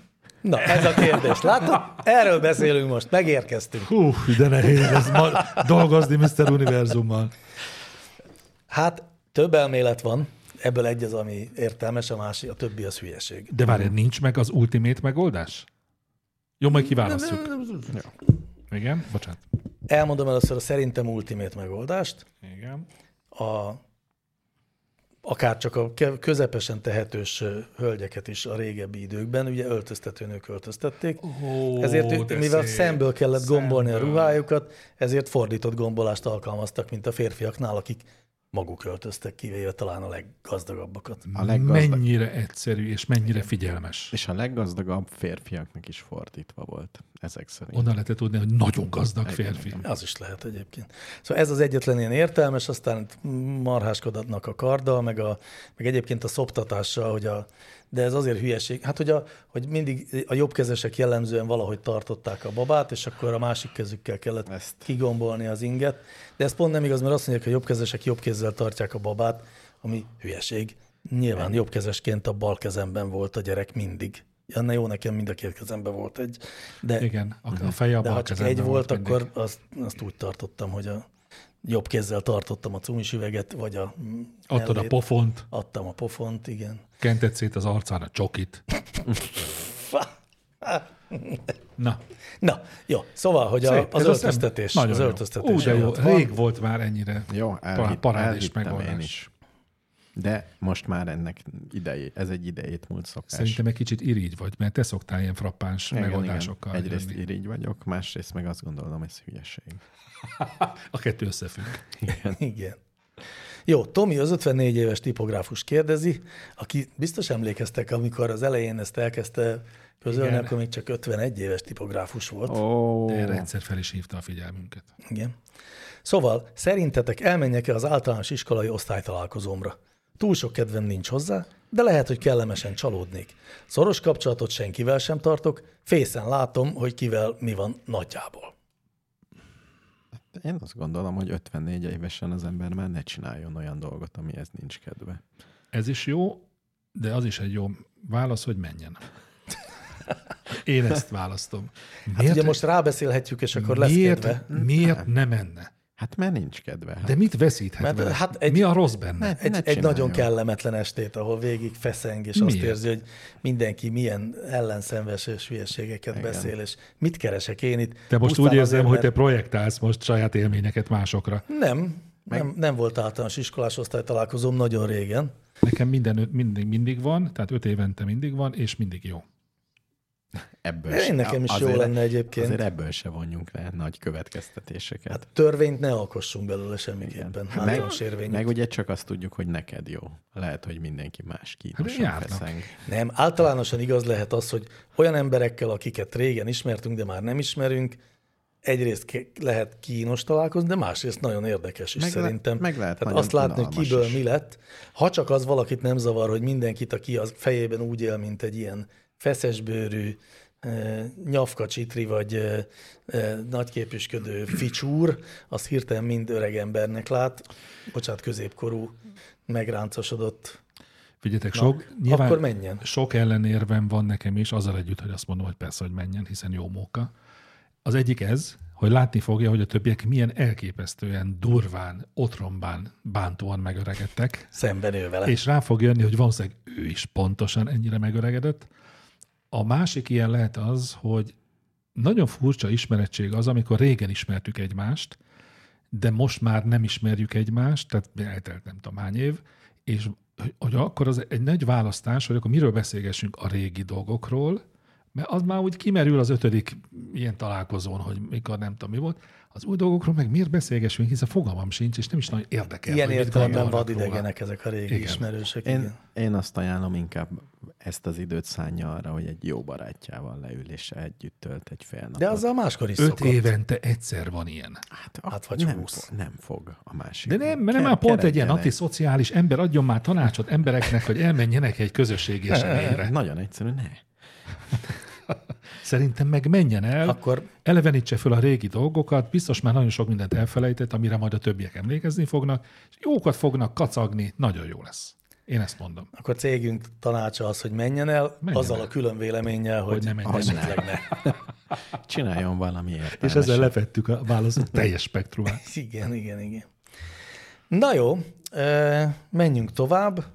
Na, ez a kérdés. Látod? Erről beszélünk most. Megérkeztünk. Hú, de nehéz ez ma dolgozni miszter Univerzummal. Hát több elmélet van. Ebből egy az, ami értelmes, a másik, a többi az hülyeség. De várj, nincs meg az ultimate megoldás? Jó, majd kiválasztjuk. Igen, bocsánat. Elmondom először a szerintem ultimate megoldást. Igen. A, akár csak a közepesen tehetős hölgyeket is a régebbi időkben, ugye öltöztetőnők öltöztették. Ó, ezért, mivel szép. szemből kellett Szemből. gombolni a ruhájukat, ezért fordított gombolást alkalmaztak, mint a férfiaknál, akik maguk öltöztek, kivéve talán a leggazdagabbakat. A leggazdag... Mennyire egyszerű és mennyire figyelmes. És a leggazdagabb férfiaknak is fordítva volt, ezek szerint. Onnan lehetett tudni, hogy nagyon gazdag férfi. Igen, Az is lehet egyébként. Szóval ez az egyetlen ilyen értelmes, aztán marháskodatnak a karddal, meg, a, meg egyébként a szoptatással, hogy a, de ez azért hülyeség. Hát, hogy, a, hogy mindig a jobbkezesek jellemzően valahogy tartották a babát, és akkor a másik kezükkel kellett Ezt. kigombolni az inget. De ez pont nem igaz, mert azt mondják, hogy a jobbkezesek jobb kézzel tartják a babát, ami hülyeség. Nyilván jobbkezesként a bal kezemben volt a gyerek mindig. Ja, jó, nekem mind a két kezemben volt egy. De, Igen, a feje a de bal ha csak kezemben egy volt, mindig. akkor azt, azt úgy tartottam, hogy a jobb kézzel tartottam a cumis üveget, vagy a Adtad a mellét. pofont, Adtam a pofont, igen. kented szét az arcán a csokit. Na, Na, jó, szóval, hogy a, szép. az Ez azt öltöztetés. nagyon Az jó. öltöztetés. Úgy, de jó. alatt van. Rég volt már ennyire Jó, elhitt, parádés elhittem megoldás. én is. De most már ennek idejé, ez egy idejét múlt szokás. Szerintem egy kicsit irigy vagy, mert te szoktál ilyen frappáns Igen, megoldásokkal. igen. Egyrészt jönni. irigy vagyok, másrészt meg azt gondolom, ez hülyeség. A kettő összefügg. Igen. Jó, Tomi az ötvennégy éves tipográfus kérdezi, aki biztos emlékeztek, amikor az elején ezt elkezdte közölni, Igen. akkor még csak ötvenegy éves tipográfus volt. Ó, De erre egyszer fel is hívta a figyelmünket. Igen. Szóval, szerintetek elmenjek-e az általános iskolai osztálytalálkozómra? Túl sok kedvem nincs hozzá, de lehet, hogy kellemesen csalódnék. Szoros kapcsolatot senkivel sem tartok, fészen látom, hogy kivel mi van nagyjából. én azt gondolom, hogy ötvennégy évesen az ember már ne csináljon olyan dolgot, amihez nincs kedve. Ez is jó, de az is egy jó válasz, hogy menjen. Én ezt választom. Hát ugye most rábeszélhetjük, és akkor lesz miért, kedve. Miért ne menne? Hát mert nincs kedve. Hát De mit veszíthet Mert vele? hát egy- Mi a rossz benne? Ne- Egy, ne egy csináljon. nagyon kellemetlen estét, ahol végig feszeng, és azt Miért? érzi, hogy mindenki milyen ellenszenves és hülyeségeket Igen. beszél, és mit keresek én itt? Te most Pusztán úgy érzem, azért, hogy te mert- projektálsz most saját élményeket másokra. Nem, nem, nem volt általános iskolás osztálytalálkozóm nagyon régen. Nekem minden, mindig, mindig van, tehát öt évente mindig van, és mindig jó. Ebből Én nekem is jó lenne egyébként. Azért ebből se vonjunk le nagy következtetéseket. Hát törvényt ne alkossunk belőle semmiképpen. Hát meg, Általános érvényű. meg ugye csak azt tudjuk, hogy neked jó. Lehet, hogy mindenki más kínosan járnak. feszeng. Nem, általánosan igaz lehet az, hogy olyan emberekkel, akiket régen ismertünk, de már nem ismerünk, egyrészt ke- lehet kínos találkozni, de másrészt nagyon érdekes is Meg le- szerintem. meg lehet Tehát nagyon azt látni, hogy unalmas kiből is. mi lett. Ha csak az valakit nem zavar, hogy mindenkit, aki az fejében úgy él, mint egy ilyen feszesbőrű, eh, nyafka csitri, vagy eh, eh, nagyképüsködő ficsúr, az hirtelen mind öreg embernek lát. Bocsánat, középkorú, megráncosodott. Figyeljetek, Na, sok, nyilván akkor menjen. sok ellenérvem van nekem is, azzal együtt, hogy azt mondom, hogy persze, hogy menjen, hiszen jó móka. Az egyik ez, hogy látni fogja, hogy a többiek milyen elképesztően durván, otrombán, bántóan megöregedtek, Szemben ő vele. és rá fog jönni, hogy valószínűleg ő is pontosan ennyire megöregedett. A másik ilyen lehet az, hogy nagyon furcsa ismerettség az, amikor régen ismertük egymást, de most már nem ismerjük egymást, tehát eltelt nem tudom hány év, és hogy akkor az egy nagy választás, hogy akkor miről beszélgessünk a régi dolgokról, mert az már úgy kimerül az ötödik ilyen találkozón, hogy mikor nem tudom mi volt. Az új dolgokról meg miért beszélgessünk, hiszen fogalmam sincs, és nem is nagyon érdekel. Ilyen hogy mit értelemben gondolnak róla. vadidegenek ezek a régi Igen. ismerősök. Én, Igen. én azt ajánlom inkább ezt az időt szánja arra, hogy egy jó barátjával leül, és együtt tölt egy fél napot. De azzal máskor is Öt szokott. évente egyszer van ilyen. Hát, Hát vagy nem, húsz. fog, nem fog a másik. De nem, mert nem Ke- már pont egy ilyen kerekjenek. antiszociális ember adjon már tanácsot embereknek, hogy elmenjenek egy közösségi eseményre. Nagyon egyszerű, ne. Szerintem meg menjen el, Akkor elevenítse föl a régi dolgokat, biztos már nagyon sok mindent elfelejtett, amire majd a többiek emlékezni fognak, és jókat fognak kacagni, nagyon jó lesz. Én ezt mondom. Akkor cégünk tanácsa az, hogy menjen el, Menjen azzal el. a külön véleménnyel, hogy, Hogy ne menjen esetleg ne. Csináljon valami értelmeset. És ezzel lefettük a válaszok teljes spektrumát. Igen, igen, igen. Na jó, menjünk tovább.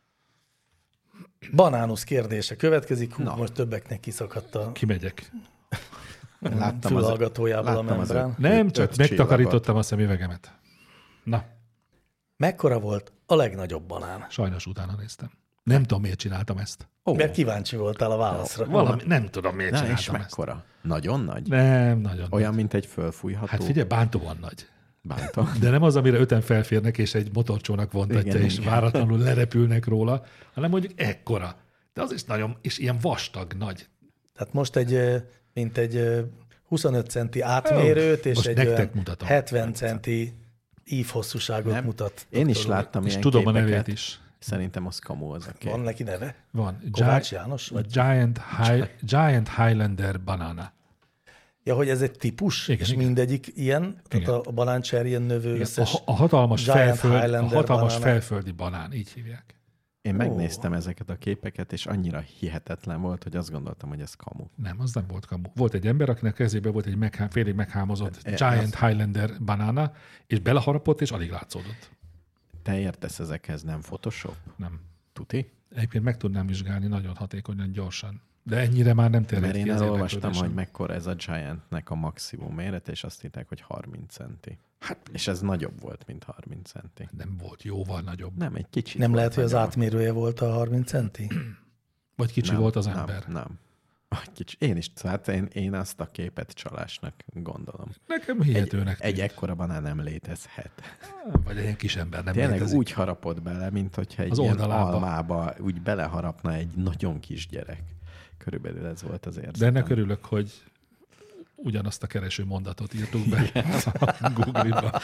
Banánusz kérdése következik. Hú, Na. most többeknek kiszakadt a Kimegyek. Láttam az, fülhallgatójából a láttam az membrán. öt- Nem, öt csak csillagot. megtakarítottam a szemüvegemet. Na, Mekkora volt a legnagyobb banán? sajnos utána néztem. Nem tudom, miért csináltam ezt. Ó, Mert kíváncsi voltál a válaszra. Valami, nem tudom, miért na, és csináltam ezt. mekkora? Nagyon nagy? Nem, nagyon. Olyan, mint egy fölfújható Hát figyelj, bántóan nagy. bántó. De nem az, amire öten felférnek, és egy motorcsónak vontatja, Igen, és igen. váratlanul lerepülnek róla, hanem mondjuk ekkora. De az is nagyon, és ilyen vastag, nagy. Tehát most egy, ö, mint egy ö, huszonöt centi átmérőt, és most egy nektek olyan mutatom. hetven centi ívhosszúságot Nem. mutat. Én is doktor úr. láttam És ilyen tudom a képeket. nevét is. Szerintem az kamu az a kép. Van neki neve? Van. Kovács Gi- János? Vagy? Giant, High, Giant Highlander banana. Ja, hogy ez egy típus, Igen, és igen. mindegyik ilyen, tehát Igen. a banáncserjen növő Igen, összes... a, a hatalmas, Giant felföld, a Highlander hatalmas banana. felföldi banán, így hívják. Én megnéztem ezeket a képeket, és annyira hihetetlen volt, hogy azt gondoltam, hogy ez kamu. Nem, az nem volt kamu. Volt egy ember, akinek kezében volt egy meghá, félig meghámozott E- Giant az- Highlander banana, és beleharapott, és alig látszódott. Te értesz ezekhez, nem Photoshop? Nem. Tuti? Egyébként meg tudnám vizsgálni nagyon hatékonyan, gyorsan. De ennyire már nem terjed Mert ki én az elolvastam, érdeklődésem. hogy mekkora ez a Giantnek a maximum mérete, és azt hitták, hogy harminc centi. Hát, és ez nagyobb volt, mint harminc centi. Nem volt jóval nagyobb. Nem, egy kicsit Nem volt lehet, hogy az nagyobb. átmérője volt a harminc centi? Vagy kicsi Nem, volt az nem, ember. Nem, Egy Kicsi. Én is, hát én, én azt a képet csalásnak gondolom. Nekem Egy, hihetőnek egy tűnt. ekkora banán nem létezhet. Vagy egy ilyen kis ember nem Tényleg létezik. úgy harapott bele, mint hogyha egy Az ilyen oldalába. almába úgy beleharapna egy nagyon kis gyerek. Körülbelül ez volt az érzet. De ennek örülök, hogy ugyanazt a kereső mondatot írtuk be a Google-ba.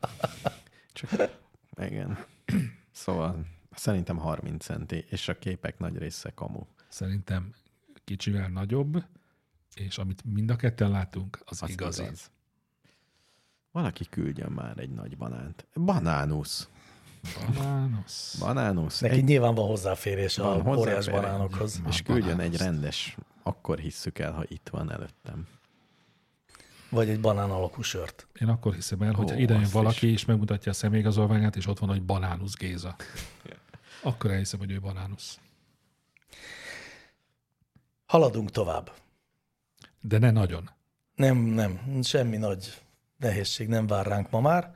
Csak, igen. Szóval szerintem harminc centi, és a képek nagy része kamu. Szerintem kicsivel nagyobb, és amit mind a ketten látunk, az, Az igazi. igaz. Valaki küldjön már egy nagy banánt. Banánusz. Banánusz. Banánusz. Neki Egy, nyilván van hozzáférés Van a hozzáférés. óriás banánokhoz. és A küldjön egy banánuszt. rendes, akkor hisszük el, ha itt van előttem. Vagy egy banán alakú sört. Én akkor hiszem el, hogy Ó, ide jön azt valaki, és megmutatja a személyigazolványát, és ott van, hogy Banánusz Géza. Akkor elhiszem, hogy ő Banánusz. Haladunk tovább. De ne nagyon. Nem, nem, semmi nagy nehézség nem vár ránk ma már.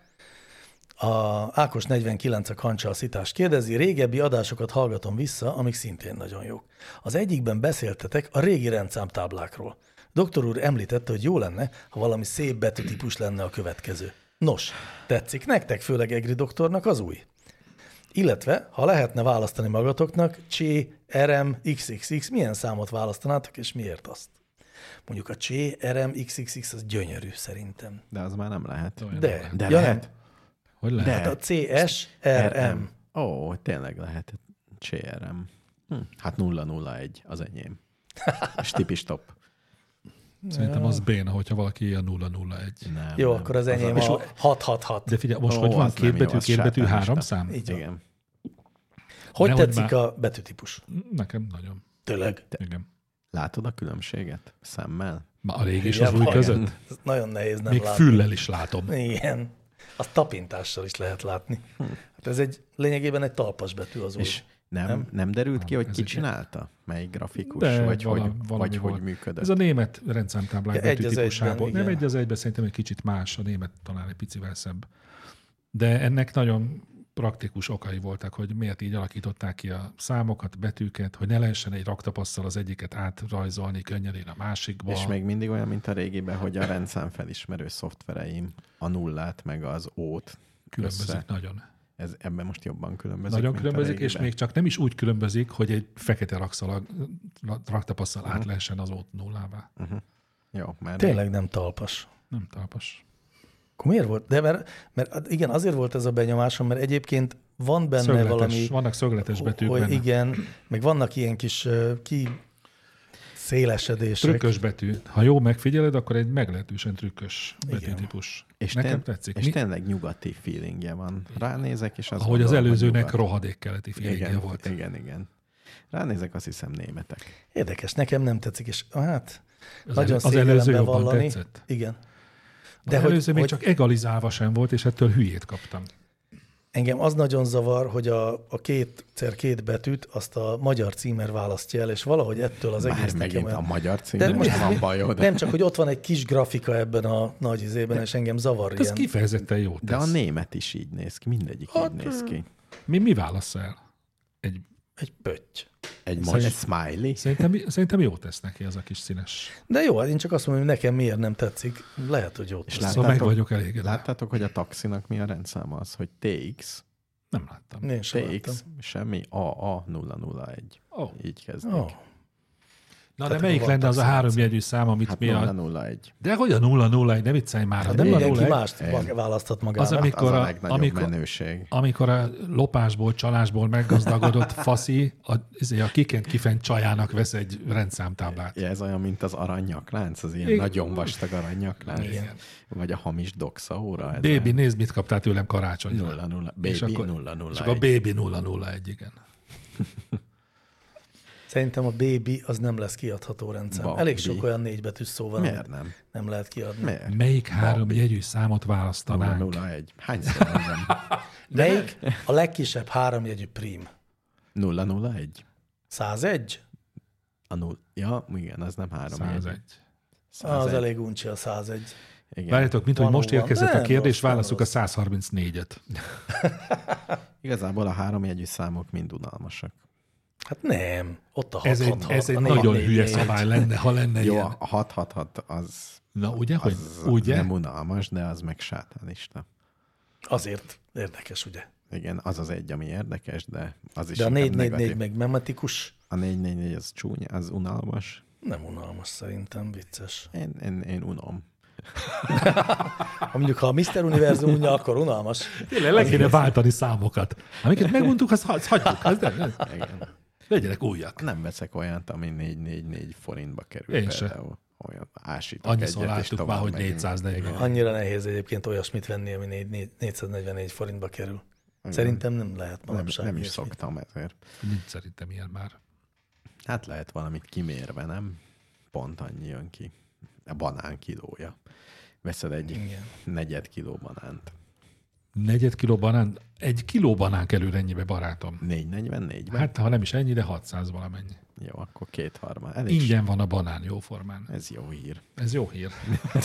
A Ákos negyvenkilenc a Kancsa a Szitás kérdezi, régebbi adásokat hallgatom vissza, amik szintén nagyon jók. Az egyikben beszéltetek a régi rendszámtáblákról. Doktor úr említette, hogy jó lenne, ha valami szép betűtípus lenne a következő. Nos, tetszik nektek, főleg Egri doktornak az új? Illetve, ha lehetne választani magatoknak, C, R M, X X X, milyen számot választanátok, és miért azt? Mondjuk a C, R M, X X X az gyönyörű szerintem. De az már nem lehet. Olyan De, nem lehet. De ja, lehet. nem. Hogy lehet? De. Hát a C S R M. Ó, tényleg lehet. C R M. Hm. Hát nulla nulla egy az enyém. És tipis top. Szerintem az béna, hogyha valaki ilyen nulla nulla egy. Nem, Jó, nem. akkor az enyém És a hat hat hat. De figyelj, most Ó, hogy van az két nem jó, betű, az két betű, sátánista. három szám? Így van. Igen. Hogy Nehogy tetszik már- a betűtípus? Nekem nagyon. Tényleg? Igen. Látod a különbséget szemmel? Ma a régi és Igen, az új van. között? Ez nagyon nehéz nem Még látni. füllel is látom. Igen. A tapintással is lehet látni. Hát ez egy lényegében egy talpas betű az új. És nem, Nem? nem, nem derült ki, hogy ez ki egy- csinálta? Melyik grafikus? De vagy vala- hogy, valami vagy volt. hogy működött? Ez a német rendszámtáblák Ja, egy az betűtípusából. egyben, Nem igen. egy az egyben, szerintem egy kicsit más, a német talán egy picivel szebb. De ennek nagyon praktikus okai voltak, hogy miért így alakították ki a számokat, betűket, hogy ne lehessen egy raktapasszal az egyiket átrajzolni könnyedén a másikba. És még mindig olyan, mint a régiben, hogy a rendszám felismerő szoftvereim a nullát meg az ót különbözik össze. nagyon. Ez, ebben most jobban különbözik. Nagyon mint a különbözik, és régiben. még csak nem is úgy különbözik, hogy egy fekete rakszal, raktapasszal Mhm. át lehessen az ót nullává. Uh-huh. Jó, mert Tényleg nem talpas. Nem talpas. Akkor miért volt? De mert, mert igen, azért volt ez a benyomásom, mert egyébként van benne Szögletes, valami, vannak szögletes betűk hogy benne. igen, meg vannak ilyen kis uh, ki szélesedések. Trükkös betű. Ha jó megfigyeled, akkor egy meglehetősen trükkös Igen. betűtípus. És, Nekem ten, tetszik. és Mi, tényleg nyugati feelingje van. Ránézek, és azt ahogy az gondolom, hogy előzőnek nyugat. rohadék keleti feelingje igen, volt. Igen, igen. Ránézek, azt hiszem németek. Érdekes, nekem nem tetszik, és hát Az, nagyon elő, az előző szégyellem jobban bevallani. tetszett. Igen. De az előző még csak egalizálva sem volt, és ettől hülyét kaptam. Engem az nagyon zavar, hogy a, a kétszer két betűt azt a magyar címer választja el, és valahogy ettől az Már egész megint nekem a olyan... magyar De címben most van bajod. Nem csak, hogy ott van egy kis grafika ebben a nagy izében, és engem zavar Ez ilyen. kifejezetten jó De a tesz. német is így néz ki, mindegyik Hát, így néz ki. Mi, mi válasz el? Egy, Egy pötty. Egy, Szerint- most egy smiley. szerintem, szerintem jó tesz neki ez a kis színes. De jó, hát én csak azt mondom, hogy nekem miért nem tetszik. Lehet, hogy jó. És tesz. Szóval meg Láttátok- vagyok elégedve. Láttátok, hogy a taxinak mi a rendszáma az, hogy té iksz, Nem láttam. Én sem té iksz, láttam. semmi, á á nulla nulla egy. Ó. Így kezdik. Oh. Na de Tehát melyik van lenne az a taxi három rendszer. jegyű szám, amit Hát mi nulla a... nulla egy. De hogy a nulla nulla egy, ne viccelj már. Hát A de nulla mindenki nulla egy, mást egy. választhat magának. Az, amikor az a a- legnagyobb amikor- menőség. amikor a lopásból, csalásból meggazdagodott faszi a, izé, a kikent kifent csajának vesz egy rendszámtáblát. Ja, ez olyan, mint az aranyaklánc, az ilyen Igen. nagyon vastag aranyaklánc. Igen. Vagy a hamis doxa-óra. Baby, nézd, mit kaptál tőlem karácsonyra. nulla nulla. És Baby akkor- nulla nulla És akkor a Baby nulla nulla egy, igen. Szerintem a baby az nem lesz kiadható rendszer. Baby. Elég sok olyan négybetűs szó van, Miért amit nem? nem lehet kiadni. Miért? Melyik három Babi. jegyű számot nulla választanánk? nulla egy. Hányszor mondom? Melyik a legkisebb háromjegyű prim? nulla nulla egy. százegy? A null. Ja, igen, az nem három jegy. százegy. Az elég uncsi a százegy. Igen. Várjátok, mint hogy Van, most van. érkezett a Nem kérdés, rossz, nem válaszuk a rossz. száz harmincnégyet. Igazából a három jegyű számok mind unalmasak. Hát nem. Ott a hat Ez egy, hat hat, ez egy a négy nagyon négy hülye négy. szabály lenne, ha lenne Jó, ilyen. a hat hat hat az, Na ugye, hogy az ugye? nem unalmas, de az meg sátánista. Azért érdekes, ugye? Igen, az az egy, ami érdekes, de az is De a inkább négy négy négy negatív. meg memetikus A négy négy négy az csúnya, az unalmas. nem unalmas szerintem, vicces. Én, én, én unom. Ha mondjuk, ha a miszter Univerzum unja, akkor unalmas. Tényleg le kéne váltani számokat. Amiket megmondtuk, azt, azt hagyjuk. Az nem, nem. Igen. Legyenek újak. Nem veszek olyat, ami négy négy négy forintba kerül. Én se. például. Olyan ásítok Annyiszor egyet, és láttuk tovább már, hogy megyünk. négyszáznegyven. Igen. Annyira nehéz egyébként olyasmit venni, ami négy- négy- négyszáznegyvenegy forintba kerül. Szerintem nem lehet Nem, manapság. nem is ilyesmi. szoktam ezért. Nincs szerintem ilyen már. Hát lehet valamit kimérve, nem? Pont annyi jön ki. A banán kilója. Veszed egy Igen. negyed kiló banánt. Negyed kiló banán, egy kiló banán kerül ennyibe, barátom. négy negyvennégyben? Hát, ha nem is ennyi, de hatszáz valamennyi. Jó, akkor kétharmad. Elég Ingyen van a banán jóformán. Ez jó hír. Ez jó hír.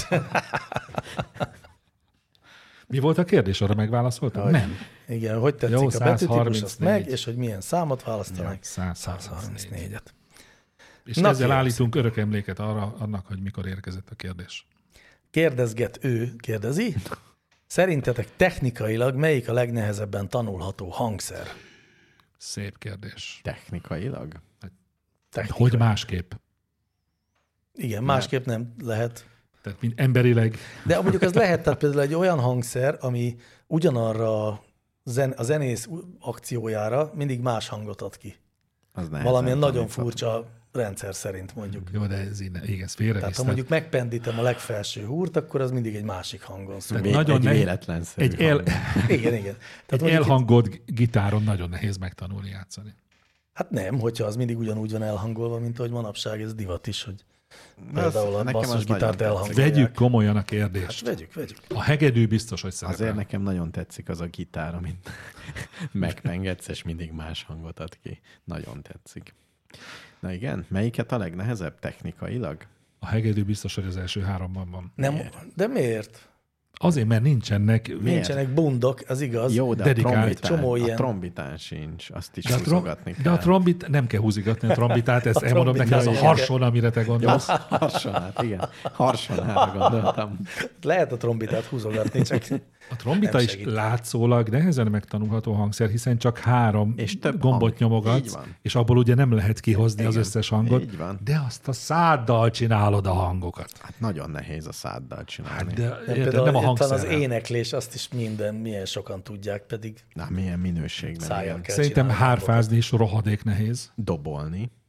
Mi volt a kérdés? Arra megválaszoltam? Hogy- Nem. Igen, hogy tetszik Jó, a betűtípus, azt százharmincnégy. meg, és hogy milyen számot választanak. száz száz harmincnégyet. És Na, ezzel kérlek állítunk örök emléket arra, annak, hogy mikor érkezett a kérdés. Kérdezget ő, kérdezi. Szerintetek technikailag melyik a legnehezebben tanulható hangszer? Szép kérdés. Technikailag? Technikai. Hogy másképp? Igen, másképp nem lehet. Tehát mint emberileg. De mondjuk az lehet, tehát például egy olyan hangszer, ami ugyanarra a, zen, a zenész akciójára mindig más hangot ad ki. Az nehezen Valamilyen nagyon tanítható. furcsa rendszer szerint mondjuk. Jó, de ez így, igen, ez Tehát félrevisz. ha mondjuk megpendítem a legfelső húrt, akkor az mindig egy másik hangon szól. Vé- nagyon egy nehéz- véletlenszerű egy el- hang. Igen, igen. Tehát Egy mondjuk itt- elhangolt gitáron nagyon nehéz megtanulni játszani. Hát nem, hogyha az mindig ugyanúgy van elhangolva, mint ahogy manapság ez divat is, hogy Az- például a nekem az basszusgitárt nagyon tetszik. elhangolják. Vegyük komolyan a Hát kérdést. vegyük, vegyük. A hegedű biztos, hogy szerepel. Azért nekem nagyon tetszik az a gitár, amit megpengetsz, és mindig más hangot ad ki. Nagyon tetszik. Na igen, melyiket a legnehezebb technikailag? A hegedű biztos, hogy az első háromban van. Nem, Miért? de miért? Azért, mert nincsenek... Miért? Nincsenek bundok, az igaz. Jó, de dedikált. a trombitán, Csomó a ilyen. trombitán sincs. Azt is De a, trom- húzogatni de a kell. trombit nem kell húzigatni a trombitát, ezt A elmondom neked, az a trombitán harson, amire te gondolsz. Harsonát, igen. Harsonára gondoltam. Lehet a trombitát húzogatni, csak A trombita Nem is segít. látszólag nehezen megtanulható hangszer, hiszen csak három És több gombot hang. Így nyomogatsz, van. és abból ugye nem lehet kihozni az Igen, összes hangot, így van. de azt a száddal csinálod a hangokat. Hát nagyon nehéz a száddal csinálni. Hát de nem, érted, például nem a itt van az hangszerrel. éneklés, azt is minden, milyen sokan tudják, pedig Na, milyen minőségben Szájjal ilyen. kell Szerintem csinálni hárfázni is rohadék nehéz. Dobolni.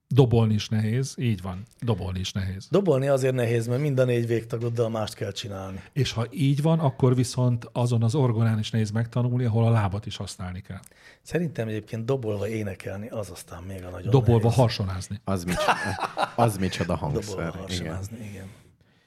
Dobolni is nehéz, így van. Dobolni is nehéz. Dobolni azért nehéz, mert mind a négy végtagoddal mást kell csinálni. És ha így van, akkor viszont azon az orgonán is nehéz megtanulni, ahol a lábat is használni kell. Szerintem egyébként dobolva énekelni, az aztán még a nagyon Dobolva nehéz. harsonázni. Az micsoda, az micsoda hangszer. Dobolva Igen. harsonázni, igen. igen.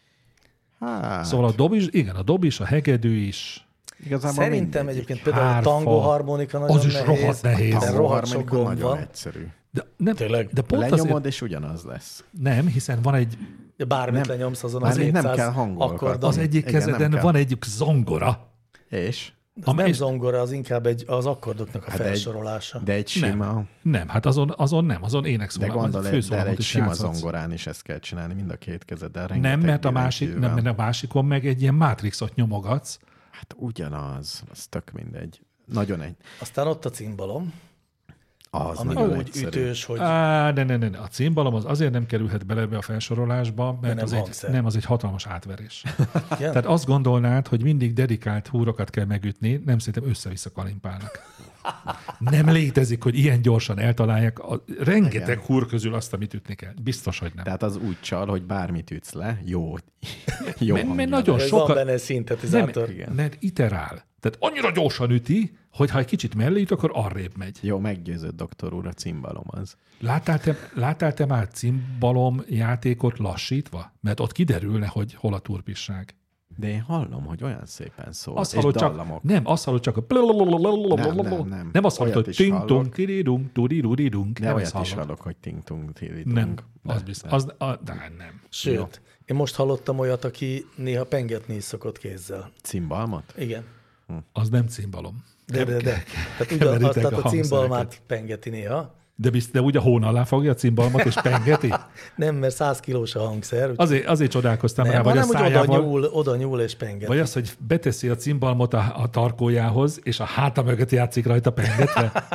Hát, Szóval a dob is, igen, a dob is, a hegedű is. igazából Szerintem mindegyik. egyébként például a Hárfa, tango harmonika nagyon az is nehéz. rohadt nehéz. De Tangó rohadt sok harmonika gomb nagyon van. egyszerű. De, nem, Tényleg? de pont Lenyomod, azért, és ugyanaz lesz. nem, hiszen van egy, De bármit Nem. lenyomsz azon Már az még nem négyszáz kell hangolgatni. akkordon. az egyik Igen, nem kezeden kell. van egy zongora. És? Az nem és- zongora, az inkább egy, az akkordoknak a Hát de egy- felsorolása. De egy sima... Nem, nem, hát azon, azon nem, azon De énekszólal, gondolj, de főszólamot egy is sima játszhatsz. zongorán is ezt kell csinálni, mind a két kezeddel. Nem, rengeteg mert a másik, nem, billentyűvel. mert a másikon meg egy ilyen mátrixot nyomogatsz. Hát ugyanaz, az tök mindegy. Nagyon egy. Aztán ott a cimbalom, Az ami nagyon úgy egyszerű. ütős, hogy Á, ne, ne, ne, ne. A cimbalom az azért nem kerülhet bele ebbe a felsorolásba, mert nem az egy, hangszer. nem, az egy hatalmas átverés. igen? Tehát azt gondolnád, hogy mindig dedikált húrokat kell megütni, nem szerintem össze-vissza kalimpálnak. Nem létezik, hogy ilyen gyorsan eltalálják a rengeteg Igen. húr közül azt, amit ütni kell. Biztos, hogy nem. Tehát az úgy csal, hogy bármit ütsz le, jó, jó Mert- mert hangja nagyon lesz. Van sokat- benne szintetizátor. nem, igen. mert iterál. Tehát annyira gyorsan üti, hogy ha egy kicsit mellé üt, akkor arrébb megy. Jó, meggyőzött doktor úr, a cimbalom az. Láttál te, láttál te már cimbalom játékot lassítva? Mert ott kiderülne, hogy hol a turpisság. De én hallom, hogy olyan szépen szól. Azt és hallod csak, dallamok. nem, azt hallod csak a Nem, nem, nem. nem azt hallod, Olyat hogy is ting hallok. tung tiridung turidudidung. De Nem olyat ezt is hallod. hallok, hogy ting-tung, tiridung. Nem, az De- biztos. de- Az, a, de nem. Sőt, én most hallottam olyat, aki néha pengetni is szokott kézzel. Cimbalmot? Igen. Az nem cimbalom. De, de, de. Tehát, ugyan, Keveritek tehát a a cimbalmát hangszereket. pengeti néha. De, bizt, de ugye a hón alá fogja a cimbalmat és pengeti? Nem, mert száz kilós a hangszer. Azért, azért csodálkoztam nem, rá, vagy a hanem, hogy oda szájával, nyúl, oda nyúl és pengeti. vagy az, hogy beteszi a cimbalmot a, a tarkójához, és a háta mögött játszik rajta pengetve.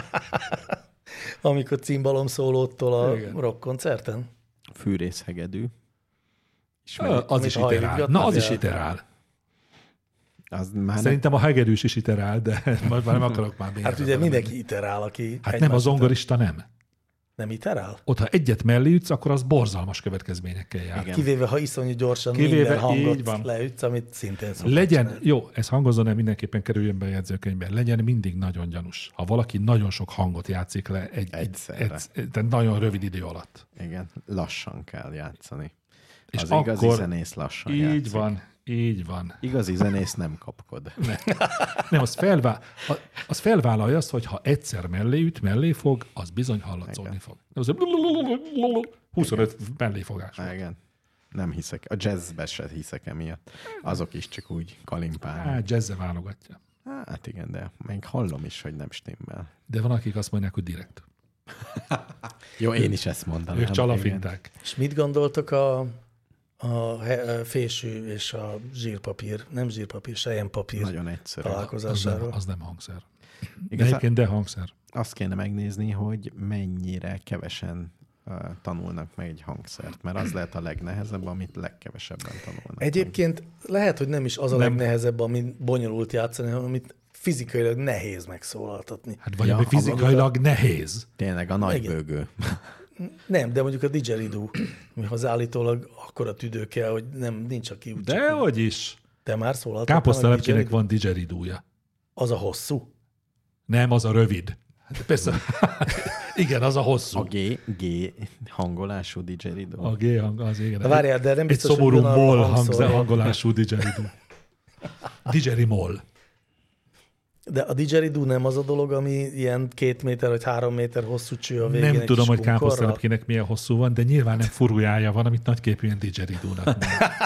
Amikor cimbalom szólóttól a Igen. rockkoncerten. Fűrészhegedű. Az amit is iterál. hajlítgatnak Na, az el. is iterál. Az már nem, Szerintem a hegedűs is iterál, de most már nem akarok már még. Hát ugye mindenki iterál, aki Hát nem, egymás a zongorista nem. után- Nem iterál? Ott, ha egyet mellé ütsz, akkor az borzalmas következményekkel jár. Igen. Kivéve, ha iszonyú gyorsan Kivéve, minden így hangot van. leütsz, amit szintén szokott Legyen, csinálni. jó, ez hangozzon el, mindenképpen kerüljön be a jegyzőkönyvben, legyen mindig nagyon gyanús. Ha valaki nagyon sok hangot játszik le egy, egy, Egyszerre. egy, egy nagyon rövid idő alatt. Igen, lassan kell játszani. És Az igazi akkor zenész lassan így játszik. van, így van. Igazi zenész nem kapkod. Nem, az, felvá, a- az felvállalja azt, hogy ha egyszer mellé üt, mellé fog, az bizony hallatszódni Igen. fog. Az a huszonöt melléfogás. Há, igen. Nem hiszek. A jazzbe se hiszek emiatt. Azok is csak úgy kalimpálnak. Hát jazzze válogatja. Hát igen, de még hallom is, hogy nem stimmel. De van, akik azt mondják, hogy direkt. Jó, én is ezt mondanám. Ők csalafinták. És mit gondoltok a, a he- fésű és a zsírpapír, nem zsírpapír, selyempapír Nagyon egyszerű. Az nem, találkozásáról? az nem hangszer. De Igazán egyébként de hangszer. azt kéne megnézni, hogy mennyire kevesen uh, tanulnak meg egy hangszert, mert az lehet a legnehezebb, amit legkevesebben tanulnak. Egyébként lehet, hogy nem is az a Nem. legnehezebb, amit bonyolult játszani, hanem amit fizikailag nehéz megszólaltatni. Hát vagy Ja, ami fizikailag nehéz. Tényleg a nagybőgő. Nem, de mondjuk a didgeridoo, amihoz állítólag akkora tüdő kell, hogy nem, nincs aki úgy. csak úgy- Dehogy is. Te már szóláltál? Káposztalepkének van didgeridója. Az a hosszú. Nem, az a rövid. Hát persze. Igen, az a hosszú. A G, G hangolású didgeridoo. A G hang, az igen. De várjál, de nem Egy biztos, hogy szomorú ugyanarra moll hangszórva. hangzó hangolású didgeridoo. Didgerimol. De a didgeridoo nem az a dolog, ami ilyen két méter vagy három méter hosszú cső a végén. Nem egy tudom, kis hogy kunkorral? káposztalepkének milyen hosszú van, de nyilván nem furujája van, amit nagyképűen didgeridónak mond.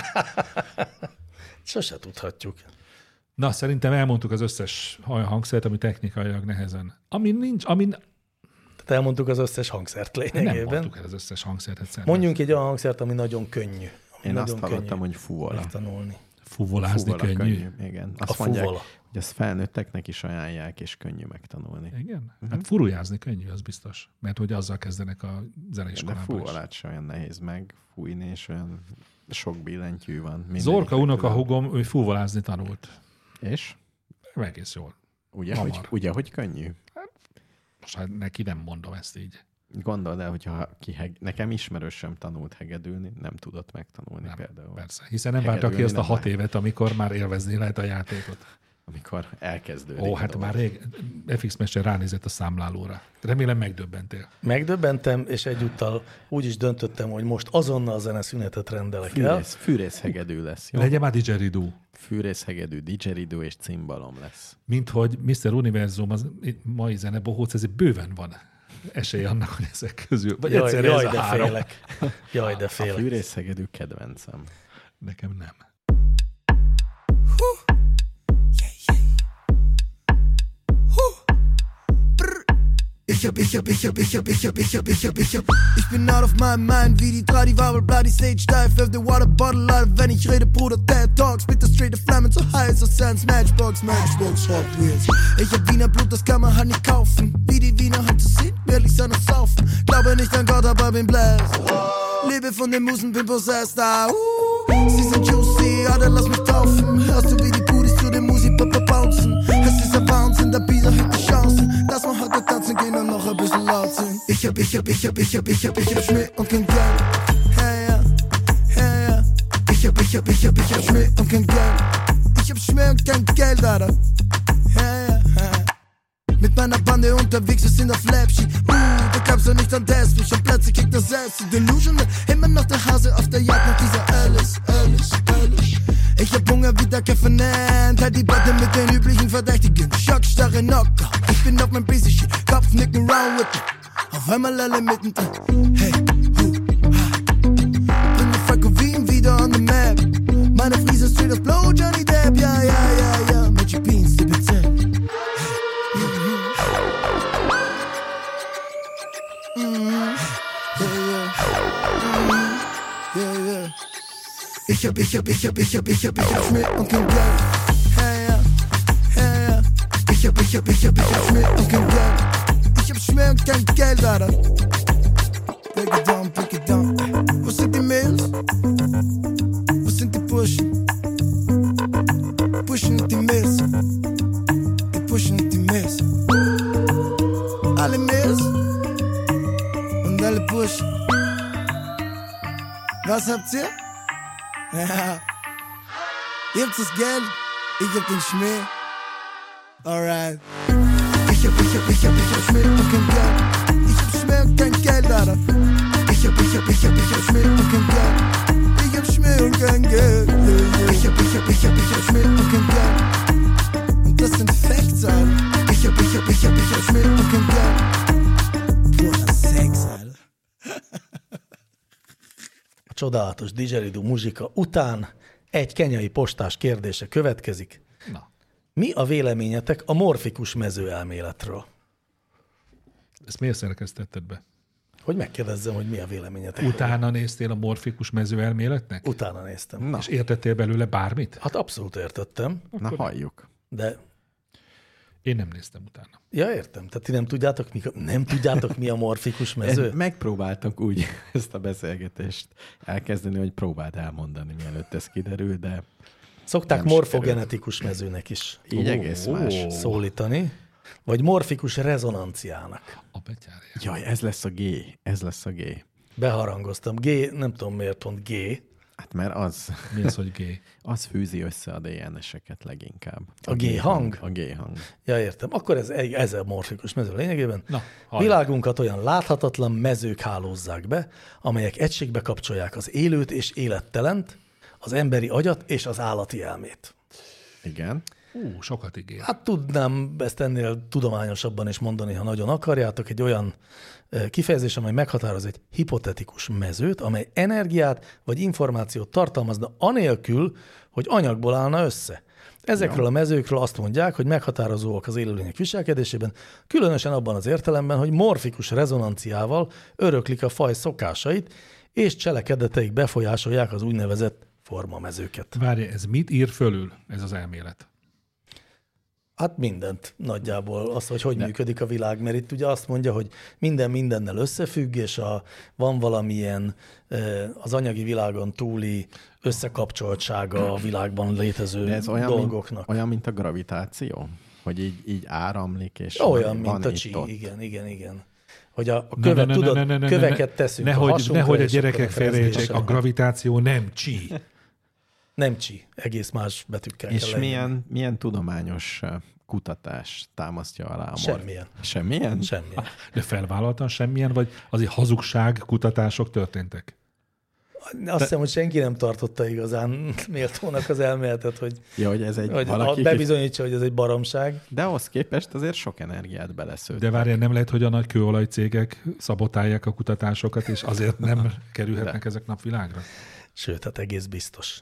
Sose tudhatjuk. Na, szerintem elmondtuk az összes olyan hangszert, ami technikailag nehezen. Ami nincs, ami Tehát elmondtuk az összes hangszert nem lényegében. mondtuk el az összes hangszert egyszerűen. Mondjunk egy olyan hangszert, ami nagyon könnyű. Ami Én nagyon azt hallottam, könnyű hogy fuvola. megtanulni. Fuvolázni Fuvola könnyű. Igen. A Azt mondják, fuvola. hogy ezt felnőtteknek is ajánlják, és könnyű megtanulni. Igen? Mhm. Hát furujázni könnyű, az biztos. Mert hogy azzal kezdenek a De zeneiskolában is. fuvolát se olyan nehéz megfújni, és olyan sok billentyű van. Mindegyiknek Zorka unoka külön. hugom, ő fuvolázni tanult. És? Egész jól. Ugye, Hamar. hogy, ugye, hogy könnyű? Most hát neki nem mondom ezt így. Gondold el, hogyha ki heg... nekem ismerősöm tanult hegedülni, nem tudott megtanulni nem, például. Persze, hiszen nem vártak ki azt a hat évet, amikor már élvezni lehet a játékot. Amikor elkezdődik. Ó, hát már rég ef iksz Mester ránézett a számlálóra. Remélem megdöbbentél. Megdöbbentem, és egyúttal úgy is döntöttem, hogy most azonnal zeneszünetet rendelek Fűrész, el. fűrészhegedű lesz, jó? Legyen már didgeridoo. Fűrészhegedű, didgeridoo és cimbalom lesz. Mint hogy miszter Univerzum, az mai zene bohóc, ezért bőven van esély annak, hogy ezek közül. Vagy Jaj, egyszerre jaj ez de a három. félek. Jaj, de A félek. fűrészhegedű kedvencem. Nekem nem. Ich hab, ich hab, ich hab, ich hab, ich hab, ich hab, ich hab, ich hab. Ich bin out of my mind, wie die drei, die Wabel, bloody stage dive, öff the water bottle live. Wenn ich rede, Bruder, Ted Talks, bitte straight the Flammen zu heiß, so Sans Matchbox, Matchbox, Hot Wheels. Ich hab Wiener Blut, das kann man halt nicht kaufen. Wie die Wiener Hand zu sehen, will ich seine saufen. Glaube nicht an Gott, aber bin blessed. Lebe von den Musen, bin possessed, ah, uh. Sie sind juicy, Alter, lass mich taufen. Hörst du, wie die Pudis zu den Musik bouncen? Es ist ein Wahnsinn, der Bisa hat die Chancen. Lass mal heute tanzen gehen und noch ein bisschen laut sind. Ich hab, ich hab, ich hab, ich hab, ich hab, ich hab Schmier und kein Geld. Hey, ja, hey, ja. Ich hab, ich hab, ich hab, ich hab Schmier und kein Geld. Ich hab Schmier und kein Geld, Alter. Hey, ja, hey. Mit meiner Bande unterwegs, wir sind auf Lapschi. Uh, da gab's doch nicht an Deswich. Und plötzlich kriegt er selbst die Delusion. Immer noch der Hase auf der Jagd nach dieser Alice, Alice, Alice. Ich hab Hunger wie der Kevin Ant. Halt die Bette mit den üblichen Verdächtigen. Schockstarre Knocker. Ich bin auf mein busy shit. Kopfnicken round with it. Auf einmal alle mittendrin. Hey, hu, ha. Bring die Falco Wien wieder on the map. Meine Friese straight as Blow, Johnny Depp. Ja, ja, ja, ja. Magic Beans, die bezahlt. Ich hab, ich hab, ich hab, ich hab, ich hab, ich hab Schmier und kein Geld. Hey, ja, hey, ja. Ich hab, ich hab, ich hab, ich hab Schmier und kein Geld. Ich hab Schmier und kein Geld, Alter. Pick it down, pick it down. Wo sind die Mädels? Wo sind die Burschen? Burschen und die Mädels. Die Burschen und die Mädels. Alle Mädels und alle Burschen. Was habt ihr? Ja. Ihr habt das Geld, ich hab den Schmier. Alright. Ich hab, ich hab, ich hab, ich hab Schmier und kein Geld. Ich hab Schmier und kein Geld, Alter. Ich hab, ich hab, ich hab, ich hab Schmier und kein Geld. Ich hab Schmier und kein Geld. Ich hab, ich hab, ich hab, ich hab Schmier und kein Geld. Und das sind Facts, Alter. Ich hab, ich hab, ich hab, ich hab Schmier und kein Geld. Purer Sex, Alter. Csodálatos didgeridoo muzsika után egy kenyai postás kérdése következik. Na, Mi a véleményetek a morfikus mezőelméletről? ezt miért szerkesztetted be? Hogy megkérdezzem, hogy mi a véleményetek? Utána néztél a morfikus mezőelméletnek? Utána néztem. Na, És értettél belőle bármit? Hát abszolút értettem, na halljuk. de Én nem néztem utána. ja, értem. Tehát ti nem tudjátok, mi, nem tudjátok, mi a morfikus mező? Megpróbáltak úgy ezt a beszélgetést elkezdeni, hogy próbáld elmondani, mielőtt ez kiderül, de Szokták nem morfogenetikus mezőnek is így egész más. szólítani, vagy morfikus rezonanciának. A betyárja. Jaj, ez lesz a G, ez lesz a G. Beharangoztam. G, nem tudom miért pont G. Hát mert az, Mi az, hogy gay? az fűzi össze a dé en es-eket leginkább. A G hang? A G hang. Ja, értem. Akkor ez, ez a morfikus mező lényegében. Na, halljuk. Világunkat olyan láthatatlan mezők hálózzák be, amelyek egységbe kapcsolják az élőt és élettelent, az emberi agyat és az állati elmét. Igen. Ú, sokat ígér. Hát tudnám ezt ennél tudományosabban is mondani, ha nagyon akarjátok, egy olyan eh, kifejezés, amely meghatároz egy hipotetikus mezőt, amely energiát vagy információt tartalmazna anélkül, hogy anyagból állna össze. Ezekről ja. a mezőkről azt mondják, hogy meghatározóak az élőlények viselkedésében, különösen abban az értelemben, hogy morfikus rezonanciával öröklik a faj szokásait, és cselekedeteik befolyásolják az úgynevezett formamezőket. Várj, ez mit ír fölül, ez az elmélet? Hát mindent nagyjából, azt, hogy hogy De. működik a világ, mert itt ugye azt mondja, hogy minden mindennel összefügg, és a, van valamilyen az anyagi világon túli összekapcsoltsága a világban létező De ez olyan, dolgoknak. Mint, olyan, mint a gravitáció? Hogy így, így áramlik, és olyan, van mint a itt csí, ott. igen, igen, igen. hogy a, a követ, tudod, köveket teszünk nehogy, a hasunkra, nehogy a és gyerekek akkor a félrejtsék, a frezgésen. gravitáció nem csí. Nem csi, egész más betűkkel És kell legyen. milyen, milyen tudományos uh, kutatás támasztja alá a mor- Semmilyen. Semmilyen? Semmilyen. De felvállaltan semmilyen, vagy azért hazugság kutatások történtek? Azt hiszem, hogy senki nem tartotta igazán méltónak az elméletet, hogy, Ja, hogy ez egy hogy valaki... bebizonyítsa, hogy ez egy baromság. De ahhoz képest azért sok energiát beleszőtt. De várjál, nem lehet, hogy a nagy kőolajcégek szabotálják a kutatásokat, és azért nem kerülhetnek De. ezek napvilágra? Sőt, hát egész biztos.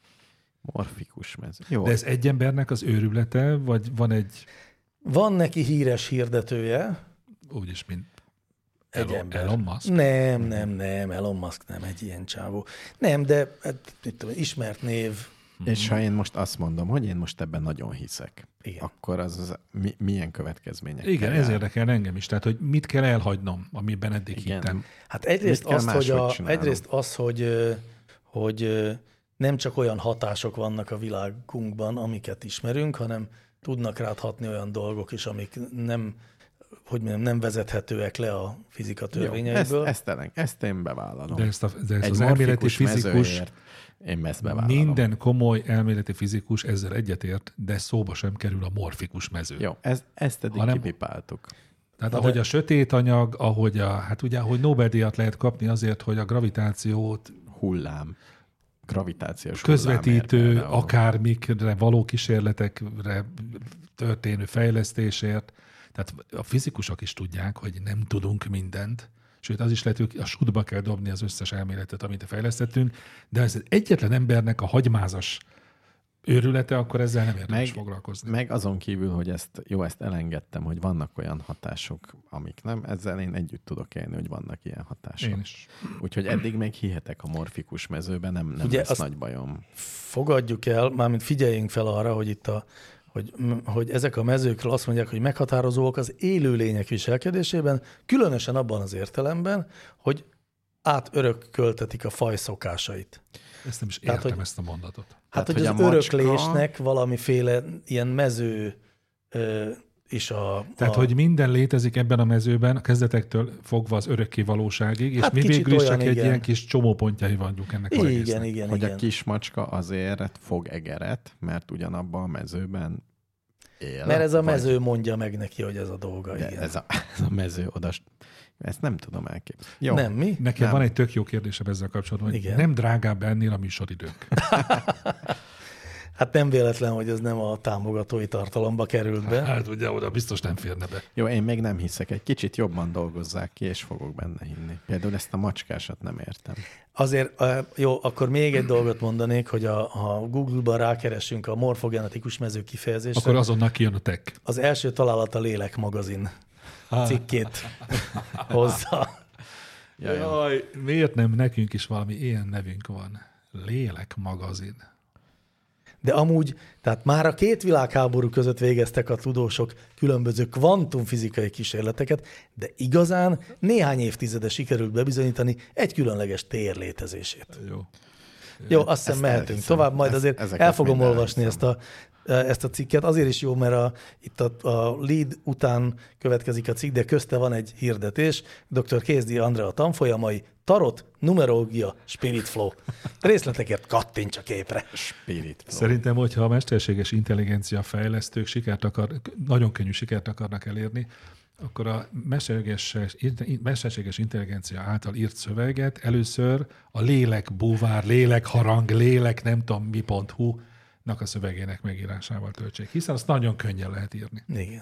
Morfikus mező. Jó. De ez egy embernek az őrülete, vagy van egy, Van neki híres hirdetője, úgyis, mint egy Elon, ember. Elon Musk? Nem, nem, nem, Elon Musk nem egy ilyen csávó. Nem, de hát, mit tudom, ismert név. És ha én most azt mondom, hogy én most ebben nagyon hiszek, Igen. akkor az, az mi, milyen következmények? Igen, ez érdekel engem is. Tehát, hogy mit kell elhagynom, amiben eddig Igen. hittem. Hát egyrészt Mit kell azt, hogy, máshogy a, csinálnom? egyrészt az, hogy, ö, hogy ö, nem csak olyan hatások vannak a világunkban, amiket ismerünk, hanem tudnak rád hatni olyan dolgok is, amik nem, hogy mondjam, nem vezethetőek le a fizika Jó, ezt, törvényeiből. ezt, ellen, ezt én bevállalom. De ezt, a, de ezt Egy az elméleti morfikus fizikus, mezőért én ezt bevállalom. minden komoly elméleti fizikus ezzel egyetért, de szóba sem kerül a morfikus mező. Jó, ez, ezt eddig Hanem- kipipáltuk. Tehát Na ahogy de- a sötét anyag, ahogy a, hát ugye, ahogy Nobel-díjat lehet kapni azért, hogy a gravitációt Hullám. Gravitációs közvetítő, hullámért például. akármikre való kísérletekre történő fejlesztésért. Tehát a fizikusok is tudják, hogy nem tudunk mindent, sőt az is lehet, hogy a sudba kell dobni az összes elméletet, amit fejlesztettünk, de ez egyetlen embernek a hagymázas őrülete, akkor ezzel nem érdemes Meg, foglalkozni. meg azon kívül, hogy ezt, jó, ezt elengedtem, hogy vannak olyan hatások, amik nem, ezzel én együtt tudok élni, hogy vannak ilyen hatások. Én is. Úgyhogy eddig még hihetek a morfikus mezőben, nem, nem Ugye lesz azt- nagy bajom. Fogadjuk el, mármint figyeljünk fel arra, hogy itt a hogy, hogy ezek a mezőkről azt mondják, hogy meghatározóak az élőlények viselkedésében, különösen abban az értelemben, hogy átörökköltetik a faj szokásait. Ezt nem is Tehát, értem, hogy- ezt a mondatot. Hát, Tehát, hogy, hogy az a macska- öröklésnek valamiféle ilyen mező ö, is a... Tehát, a, hogy minden létezik ebben a mezőben, a kezdetektől fogva az örökké valóságig, és Hát mi kicsit végül is csak olyan, egy igen. ilyen kis csomópontjai vagyunk ennek a igen, egésznek. igen, Hogy igen. a kismacska azért fog egeret, mert ugyanabban a mezőben él. Mert ez a vagy- mező mondja meg neki, hogy ez a dolga. De Igen. ez, a, ez a mező oda... Ezt nem tudom elképzelni. Jó. Nem, mi? Nekem Nem. van egy tök jó kérdésem ezzel kapcsolatban, hogy Igen. nem drágább ennél a műsoridőnk. Hát nem véletlen, hogy ez nem a támogatói tartalomba került be. Hát ugye oda biztos nem férne be. Jó, én még nem hiszek. Egy kicsit jobban dolgozzák ki, és fogok benne hinni. Például ezt a macskásat nem értem. Azért, eh, jó, akkor még egy dolgot mondanék, hogy a, ha Google-ban rákeresünk a morfogenetikus mező kifejezésre, Akkor azonnal kijön a tech. az első találat a Lélek magazin cikkét hozza. Ja, jó. Jaj, miért nem nekünk is valami ilyen nevünk van? Lélek magazin. De amúgy, tehát már a két világháború között végeztek a tudósok különböző kvantumfizikai kísérleteket, de igazán néhány évtizede sikerült bebizonyítani egy különleges tér létezését. Jó. Jó, azt hiszem Ezt mehetünk elhiszem. tovább, majd Ezt- azért ezeket el fogom mind olvasni ezt a, ezt a cikket. Azért is jó, mert a, itt a, a lead után következik a cikk, de közte van egy hirdetés. dr. Kézdi Andrea tanfolyamai, tarot, numerológia, spirit flow. Részletekért kattints a képre. Spirit flow. Szerintem, hogyha a mesterséges intelligencia fejlesztők sikert akar, nagyon könnyű sikert akarnak elérni, akkor a mesterséges, mesterséges intelligencia által írt szöveget először a lélek búvár, lélek harang, lélek nem tudom mi pont hu nak a szövegének megírásával töltsék, hiszen azt nagyon könnyen lehet írni. Igen.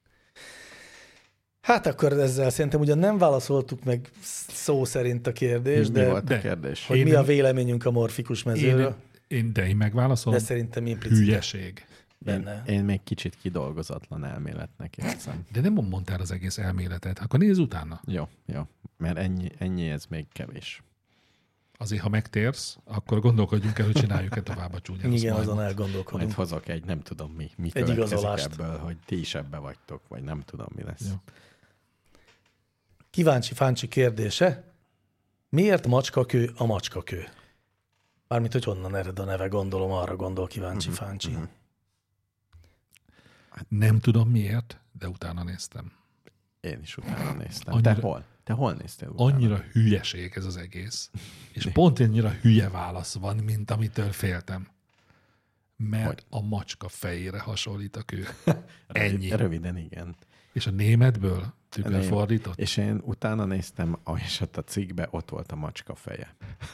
Hát akkor ezzel szerintem ugyan nem válaszoltuk meg szó szerint a kérdést, Mi de volt a de- kérdés? hogy Én mi nem- a véleményünk a morfikus mezőről, Én, én, de én megválaszolom. de szerintem implicit Hülyeség. benne. Én, én még kicsit kidolgozatlan elméletnek érzem. De nem mondtál az egész elméletet, akkor nézz utána. Jó, jó. Mert ennyi, ennyi ez még kevés. Azért, ha megtérsz, akkor gondolkodjunk el, hogy csináljuk-e tovább a csúnyán. Igen, azon Majd elgondolkodunk. hozok egy, nem tudom mi, mi Egy következik igazolást. ebből, hogy ti is ebbe vagytok, vagy nem tudom mi lesz. Jó. Kíváncsi-fáncsi kérdése. Miért macskakő a macskakő? Mármint, hogy honnan ered a neve, gondolom, arra gondol kíváncsi-fáncsi. Nem tudom miért, de utána néztem. Én is utána néztem. Annyira- Te hol? Te hol néztél utána? Annyira hülyeség ez az egész. És pont annyira hülye válasz van, mint amitől féltem. Mert Hogy? a macska fejére hasonlít a kő. Rövid- Ennyi. Röviden igen. És a németből tükörfordított? És én utána néztem, és ott a cikkbe ott volt a macska feje.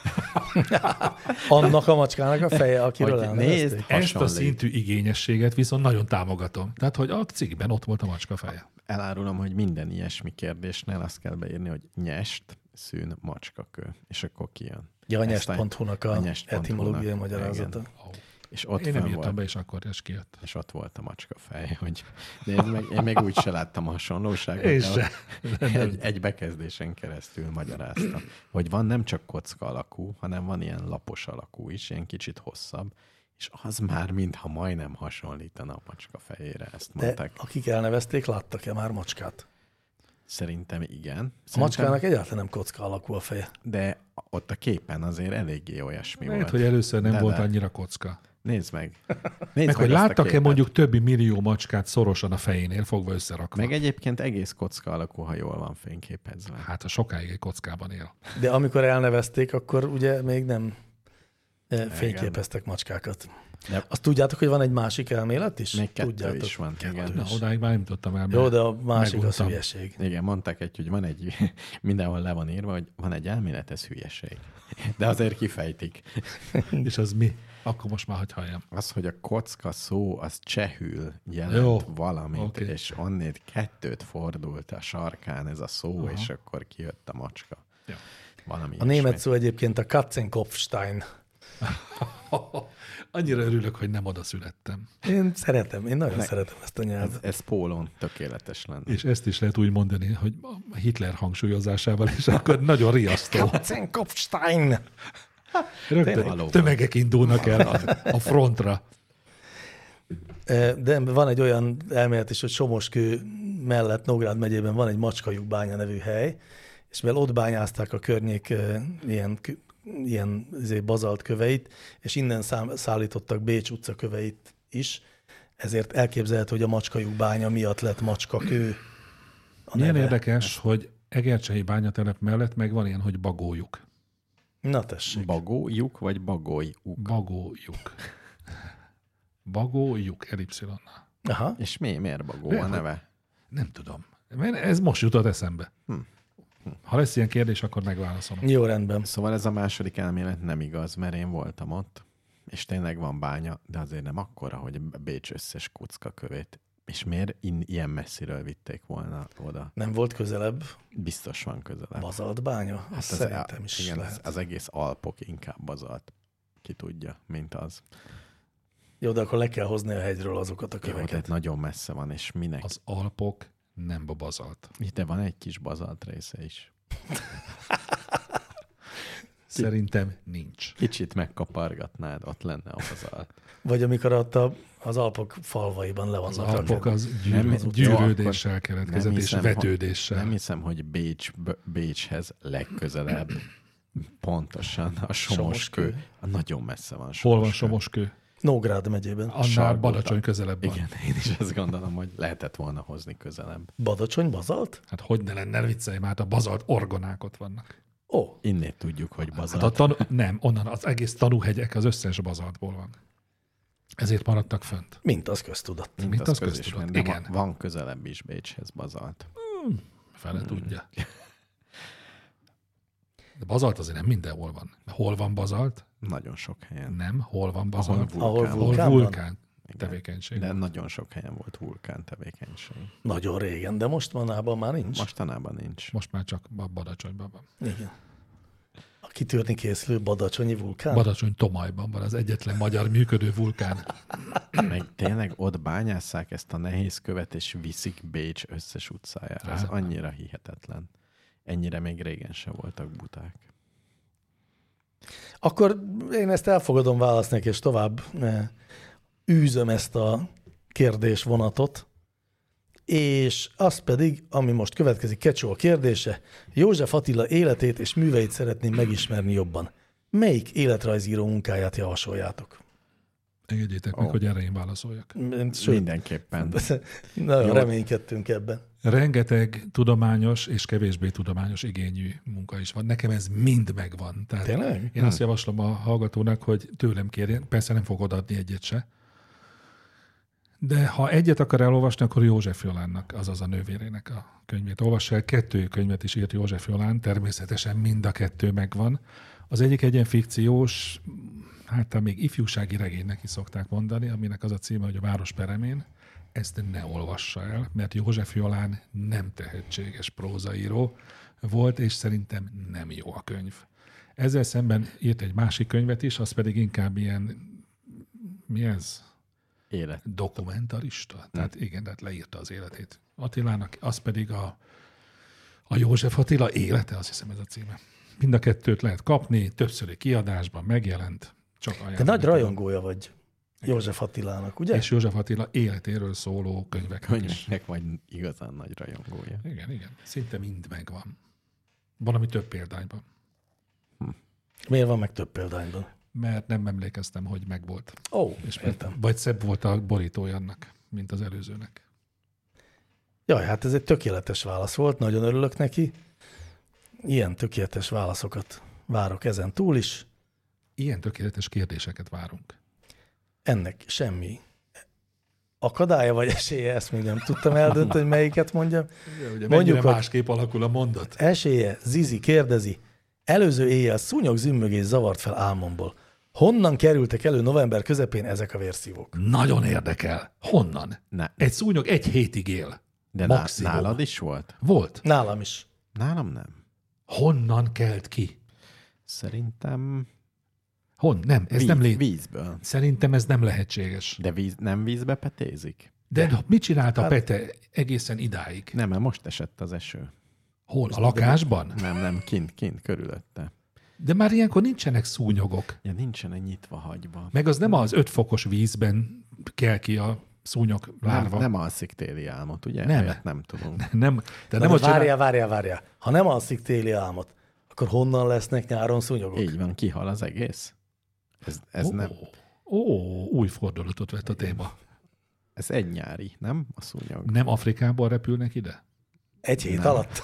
Annak a macskának a feje, akiről Hogy elnevezték. nézd, Ezt a hasonlít. szintű igényességet viszont nagyon támogatom. Tehát, hogy a cikkben ott volt a macska feje. Elárulom, hogy minden ilyesmi kérdésnél azt kell beírni, hogy nyest, szűn, macskakő. És akkor kijön. Ja, a Ezt nyest pont hu-nak a, a nyest pont etimológiai hu-nak, magyarázata. igen. És ott Én nem fenn írtam volt, be, és akkor is kijött. és ott volt a macska fej, hogy nézd meg, én még úgy se láttam a hasonlóságot, Én de se. ott egy, egy bekezdésen keresztül magyaráztam, hogy van nem csak kocka alakú, hanem van ilyen lapos alakú is, ilyen kicsit hosszabb, és az már mintha majdnem hasonlítana a macska fejére, ezt De mondták. akik elnevezték, láttak-e már macskát? Szerintem igen. A Szerintem, macskának egyáltalán nem kocka alakú a feje. de ott a képen azért eléggé olyasmi Lehet, volt. hogy először nem De, volt de. annyira kocka. Nézd meg. Nézd Meg, hogy azt a láttak-e képet. mondjuk többi millió macskát szorosan a fejénél fogva összerakva? Meg egyébként egész kocka alakú, ha jól van fényképezve. Hát a sokáig egy kockában él. De amikor elnevezték, akkor ugye még nem eh, fényképeztek macskákat. De Azt tudjátok, hogy van egy másik elmélet is? még kettő Tudjátok? is van. Igen. Na, odáig már nem tudtam el. Jó, mert de a másik az meguntam. hülyeség. Igen, mondták egy, hogy van egy, mindenhol le van írva, hogy van egy elmélet, ez hülyeség. De azért kifejtik. És az mi? Akkor most már hagy halljam. Az, hogy a kocka szó, az csehül jelent Jó, valamit, oké. és onnét kettőt fordult a sarkán ez a szó, Aha. és akkor kijött a macska. Ja. Valami A német szó egyébként a Katzenkopfstein. Annyira örülök, hogy nem oda születtem. Én szeretem, én nagyon Ne. szeretem ezt a Ez, nyelvet. ez pólón tökéletes lenne. És ezt is lehet úgy mondani, hogy a Hitler hangsúlyozásával, és akkor nagyon riasztó. Katzenkopfstein! Rögtön valóban. tömegek indulnak el a, a frontra. De van egy olyan elmélet is, hogy Somoskő mellett Nógrád megyében van egy Macskajuk bánya nevű hely, és mivel ott bányázták a környék eh, ilyen, kö- ilyen izé, bazalt köveit, és innen szám, szállítottak Bécs utca köveit is, ezért elképzelhető, hogy a Macskajuk bánya miatt lett Macskakő. a Milyen neve. érdekes, hogy Egercsehi bányatelep mellett meg van ilyen, hogy bagójuk. Na tessék. Bagójuk, vagy bagolyuk? Bagójuk. Bagójuk, elipszilonnal. Aha. És mi, miért bagó De, a hogy- neve? Nem tudom. Mert ez most jutott eszembe. Hm. Ha lesz ilyen kérdés, akkor megválaszolom. Jó, rendben. Szóval ez a második elmélet nem igaz, mert én voltam ott, és tényleg van bánya, de azért nem akkora, hogy Bécs összes kocka kövét. És miért in, ilyen messziről vitték volna oda? Nem volt közelebb Biztos van közelebb. bazalt bánya? Azt Hát az, szerintem is igen, az, lehet. az egész Alpok inkább bazalt. Ki tudja, mint az. Jó, de akkor le kell hozni a hegyről azokat a Jó, köveket. tehát nagyon messze van, és minek? Az Alpok nem babazalt. De van egy kis bazalt része is. Szerintem nincs. Kicsit megkapargatnád, ott lenne a bazalt. Vagy amikor ott a, az Alpok falvaiban le Az vannak Alpok rakva. az Nem, gyűrű, jó, gyűrődéssel akkor keletkezett, nem és hiszem, vetődéssel. Nem hiszem, hogy Bécs, B- Bécshez legközelebb pontosan a Somoskő. Somoskő. Nagyon messze van Hol van Somoskő. Somoskő? Nógrád megyében. Annál Sargóta. Badacsony közelebb van. Igen, én is azt gondolom, hogy lehetett volna hozni közelebb. Badacsony, bazalt? Hát hogy ne lenne, ne viccelj, már hát a bazalt orgonák ott vannak. Ó, Innét tudjuk, hogy Hát bazalt. a tanu, nem, onnan az egész tanúhegyek az összes bazaltból van. Ezért maradtak fönt. mint az köztudat. mint, mint az, az közismert, köztudott. de Igen. van, van közelebb is Bécshez bazalt. Fele tudja. De bazalt azért nem mindenhol van. Hol van bazalt? Nagyon sok helyen. Nem. Hol van Ahol bazalt? vulkán. Ahol Hol vulkán vulkán Igen. tevékenység. De nagyon sok helyen volt vulkán tevékenység. Nagyon régen, de most manában már nincs. Mostanában nincs. Most már csak a Badacsonyban van. Igen. A kitörni készülő badacsonyi vulkán. Badacsony Tomajban van az egyetlen magyar működő vulkán. Meg tényleg ott bányásszák ezt a nehéz követ, és viszik Bécs összes utcájára. Ez Hát. annyira hihetetlen. Ennyire még régen se voltak buták. Akkor én ezt elfogadom válasznak, és tovább eh, űzöm ezt a kérdésvonatot, és az pedig, ami most következik, Kecsó a kérdése, József Attila életét és műveit szeretném megismerni jobban. Melyik életrajzíró munkáját javasoljátok? Engedjétek Ó. meg, hogy erre én válaszoljak. Sőt, Mindenképpen. nagyon Jó. reménykedtünk ebben. Rengeteg tudományos és kevésbé tudományos igényű munka is van. Nekem ez mind megvan. Tehát Tényleg? én azt javaslom a hallgatónak, hogy tőlem kérjen. Persze nem fog odaadni egyet se. De ha egyet akar elolvasni, akkor József Jolánnak, azaz a nővérének a könyvét olvassa el. Kettő könyvet is írt József Jolán, természetesen mind a kettő megvan. Az egyik egy ilyen fikciós, hát még ifjúsági regénynek is szokták mondani, aminek az a címe, hogy a Város peremén. Ezt ne olvassa el, mert József Jolán nem tehetséges prózaíró volt, és szerintem nem jó a könyv. Ezzel szemben írt egy másik könyvet is, az pedig inkább ilyen, mi ez? Élet. Dokumentarista. Hmm. Tehát igen, tehát leírta az életét Attilának, az pedig a, a József Attila élete, azt hiszem ez a címe. Mind a kettőt lehet kapni, többszöri kiadásban megjelent. Csak Te nagy rajongója vagy József Attilának, ugye? És József Attila életéről szóló könyveknek is. Könyveknek vagy igazán nagy rajongója. Igen, igen. Szinte mind megvan. Valami több példányban. Hm. Miért van meg több példányban? Mert nem emlékeztem, hogy megvolt. Ó, oh, és értem. Vagy szebb volt a borítója annak, mint az előzőnek. Jaj, hát ez egy tökéletes válasz volt, nagyon örülök neki. Ilyen tökéletes válaszokat várok ezen túl is. Ilyen tökéletes kérdéseket várunk. Ennek semmi akadálya vagy esélye, ezt még nem tudtam eldönteni, hogy melyiket mondjam. Ugye, mondjuk, hogy másképp alakul a mondat. Esélye, Zizi kérdezi, előző éjjel szúnyog zümmögés zavart fel álmomból. Honnan kerültek elő november közepén ezek a vérszívók? Nagyon érdekel. Honnan? Ne. Egy szúnyog egy hétig él. De maximum. Nálad is volt? Volt. Nálam is. Nálam nem. Honnan kelt ki? Szerintem... Hon? Nem, ez Víz, nem lé... vízből. Szerintem ez nem lehetséges. De víz, nem vízbe petézik? De, De mit csinálta hát... Pete egészen idáig? Nem, mert most esett az eső. Hol? A lakásban? Nem, nem, kint, kint, körülötte. De már ilyenkor nincsenek szúnyogok. Ja, nincsenek nyitva hagyva. Meg az nem az öt fokos vízben kell ki a szúnyog lárva. Nem, nem alszik téli álmot, ugye? Nem. Olyat nem tudunk. Nem, de Na nem de várjál, csinál... várjál, várjál. Ha nem alszik téli álmot, akkor honnan lesznek nyáron szúnyogok? Így van, kihal az egész. Ez, ez Ó, nem... Ó, új fordulatot vett a téma. Ez egy nyári, nem? A szúnyog. Nem Afrikából repülnek ide? Egy hét Nem. alatt?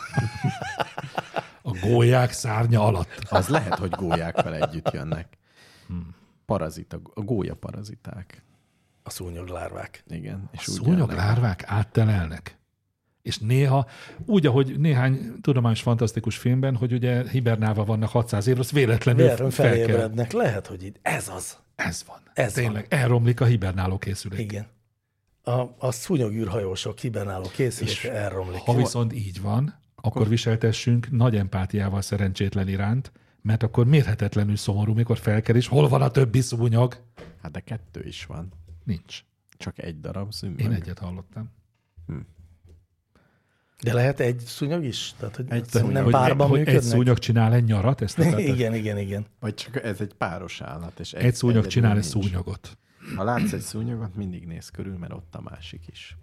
A gólyák szárnya alatt. Az lehet, hogy gólyákkal együtt jönnek. Hmm. Parazita, a gólya paraziták. A szúnyoglárvák. Igen. És A úgy szúnyoglárvák áttelelnek. És néha, úgy, ahogy néhány tudományos fantasztikus filmben, hogy ugye hibernálva vannak hatszáz évre, az véletlenül, Véletlenül fel kell. felébrednek. Lehet, hogy itt. Ez az. Ez van. Ez Tényleg, van. Elromlik a hibernáló készülék. Igen. A, a szúnyogűrhajósok hibernáló készüléke elromlik. Ha viszont így van, akkor viseltessünk nagy empátiával szerencsétlen iránt, mert akkor mérhetetlenül szomorú, mikor felkel, és hol van a többi szúnyog? Hát de kettő is van. Nincs. Csak egy darab szümmög. Én egyet hallottam. Hm. De lehet egy szúnyog is? Tehát, hogy Egy nem szúnyog. Hogy, párban hogy működnek? egy szúnyog csinál egy nyarat? Ezt igen, igen, igen. Vagy csak ez egy páros állat. És egy, egy szúnyog egyedül csinál egy nincs. szúnyogot. Ha látsz egy szúnyogot, mindig néz körül, mert ott a másik is.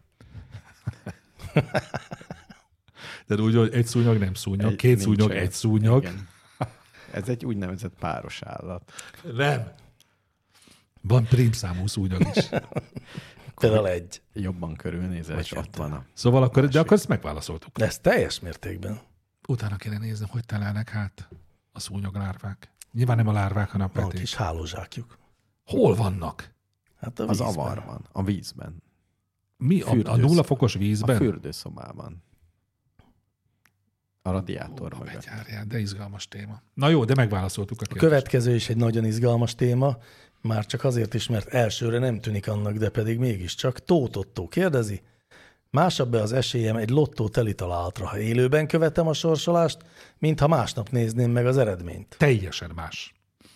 De úgy, hogy egy szúnyog nem szúnyog, Egy- két nincs szúnyog, olyan. egy szúnyog. Igen. Ez egy úgynevezett páros állat. Nem. Van prímszámú szúnyog is. Például egy. Jobban körülnézel, és ott van a... Szóval akkor, de akkor ezt megválaszoltuk. De ez teljes mértékben. Utána kéne néznem, hogy telelnek hát a szúnyoglárvák. Nyilván nem a lárvák, hanem a Van peték. kis hálózsákjuk. Hol vannak? Hát a Az vízben. avarban, a vízben. Mi? A, a Fürdősz- nulla fokos A vízben? fürdőszobában. A radiátor Ó, mögött. begyárjál, de izgalmas téma. Na jó, de megválaszoltuk a A kérdést. következő is egy nagyon izgalmas téma, már csak azért is, mert elsőre nem tűnik annak, de pedig mégiscsak. Tóth Ottó kérdezi, másabb-e az esélyem egy lottó teli találatra, ha élőben követem a sorsolást, mint ha másnap nézném meg az eredményt? Teljesen más.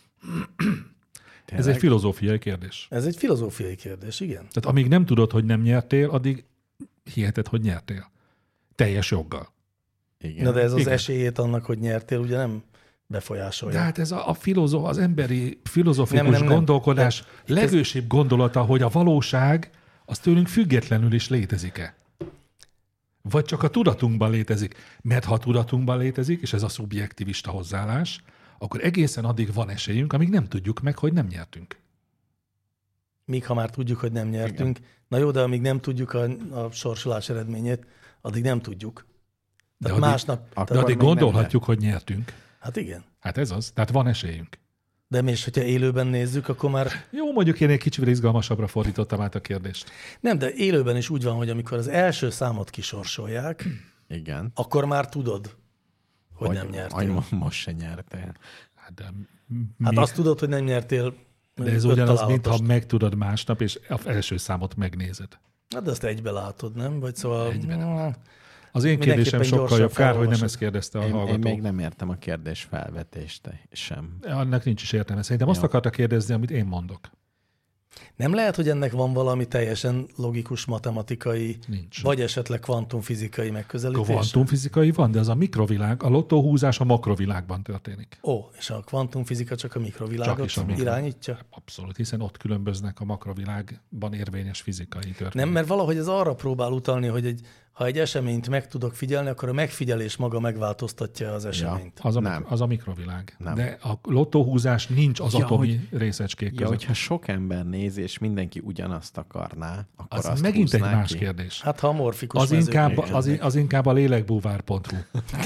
Ez Tényleg? egy filozófiai kérdés. Ez egy filozófiai kérdés, igen. Tehát amíg nem tudod, hogy nem nyertél, addig hiheted, hogy nyertél. Teljes joggal. Igen. Na de ez az Igen. esélyét annak, hogy nyertél, ugye nem befolyásolja. De hát ez a, a, filozó, az emberi filozofikus Nem, nem, nem. gondolkodás De- legősibb gondolata, hogy a valóság az tőlünk függetlenül is létezik-e? Vagy csak a tudatunkban létezik? Mert ha a tudatunkban létezik, és ez a szubjektivista hozzáállás, akkor egészen addig van esélyünk, amíg nem tudjuk meg, hogy nem nyertünk. Míg ha már tudjuk, hogy nem nyertünk. Igen. Na jó, de amíg nem tudjuk a, a sorsolás eredményét, addig nem tudjuk. De Tehát addig, másnap... de addig gondolhatjuk, hogy nyertünk. Hát igen. Hát ez az. Tehát van esélyünk. De és hogyha élőben nézzük, akkor már... Jó, mondjuk én egy kicsit izgalmasabbra fordítottam át a kérdést. Nem, de élőben is úgy van, hogy amikor az első számot kisorsolják, Igen. akkor már tudod, hogy, hogy nem nyertél. Hogy most se nyertél. Hát, de Hát mi... azt tudod, hogy nem nyertél. De ez ugyanaz, mintha megtudod másnap, és az első számot megnézed. Hát de azt egybe látod, nem? Vagy szóval... Egyben. Az én kérdésem sokkal jobb. Kár, hogy nem ezt kérdezte a én, hallgató. Én még nem értem a kérdés felvetést sem. Annak nincs is értelme. Szerintem azt Jó. akarta kérdezni, amit én mondok. Nem lehet, hogy ennek van valami teljesen logikus matematikai, Nincs. vagy esetleg kvantumfizikai megközelítés? Kvantumfizikai van, de az a mikrovilág, a lottóhúzás a makrovilágban történik. Ó, és a kvantumfizika csak a mikrovilágot Csak is a mikro- irányítja? Abszolút, hiszen ott különböznek a makrovilágban érvényes fizikai történetek. Nem, mert valahogy ez arra próbál utalni, hogy egy, ha egy eseményt meg tudok figyelni, akkor a megfigyelés maga megváltoztatja az eseményt. Az a, Nem. az a mikrovilág. Nem. De a lottóhúzás nincs az Ja, atomi hogy- részecskék Ja, között. hogyha sok ember néz, és mindenki ugyanazt akarná, akkor Az azt megint egy húzná más ki. kérdés. Hát ha a morfikus Az mezők inkább, működnek. az, az inkább a lélekbúvár pont hu.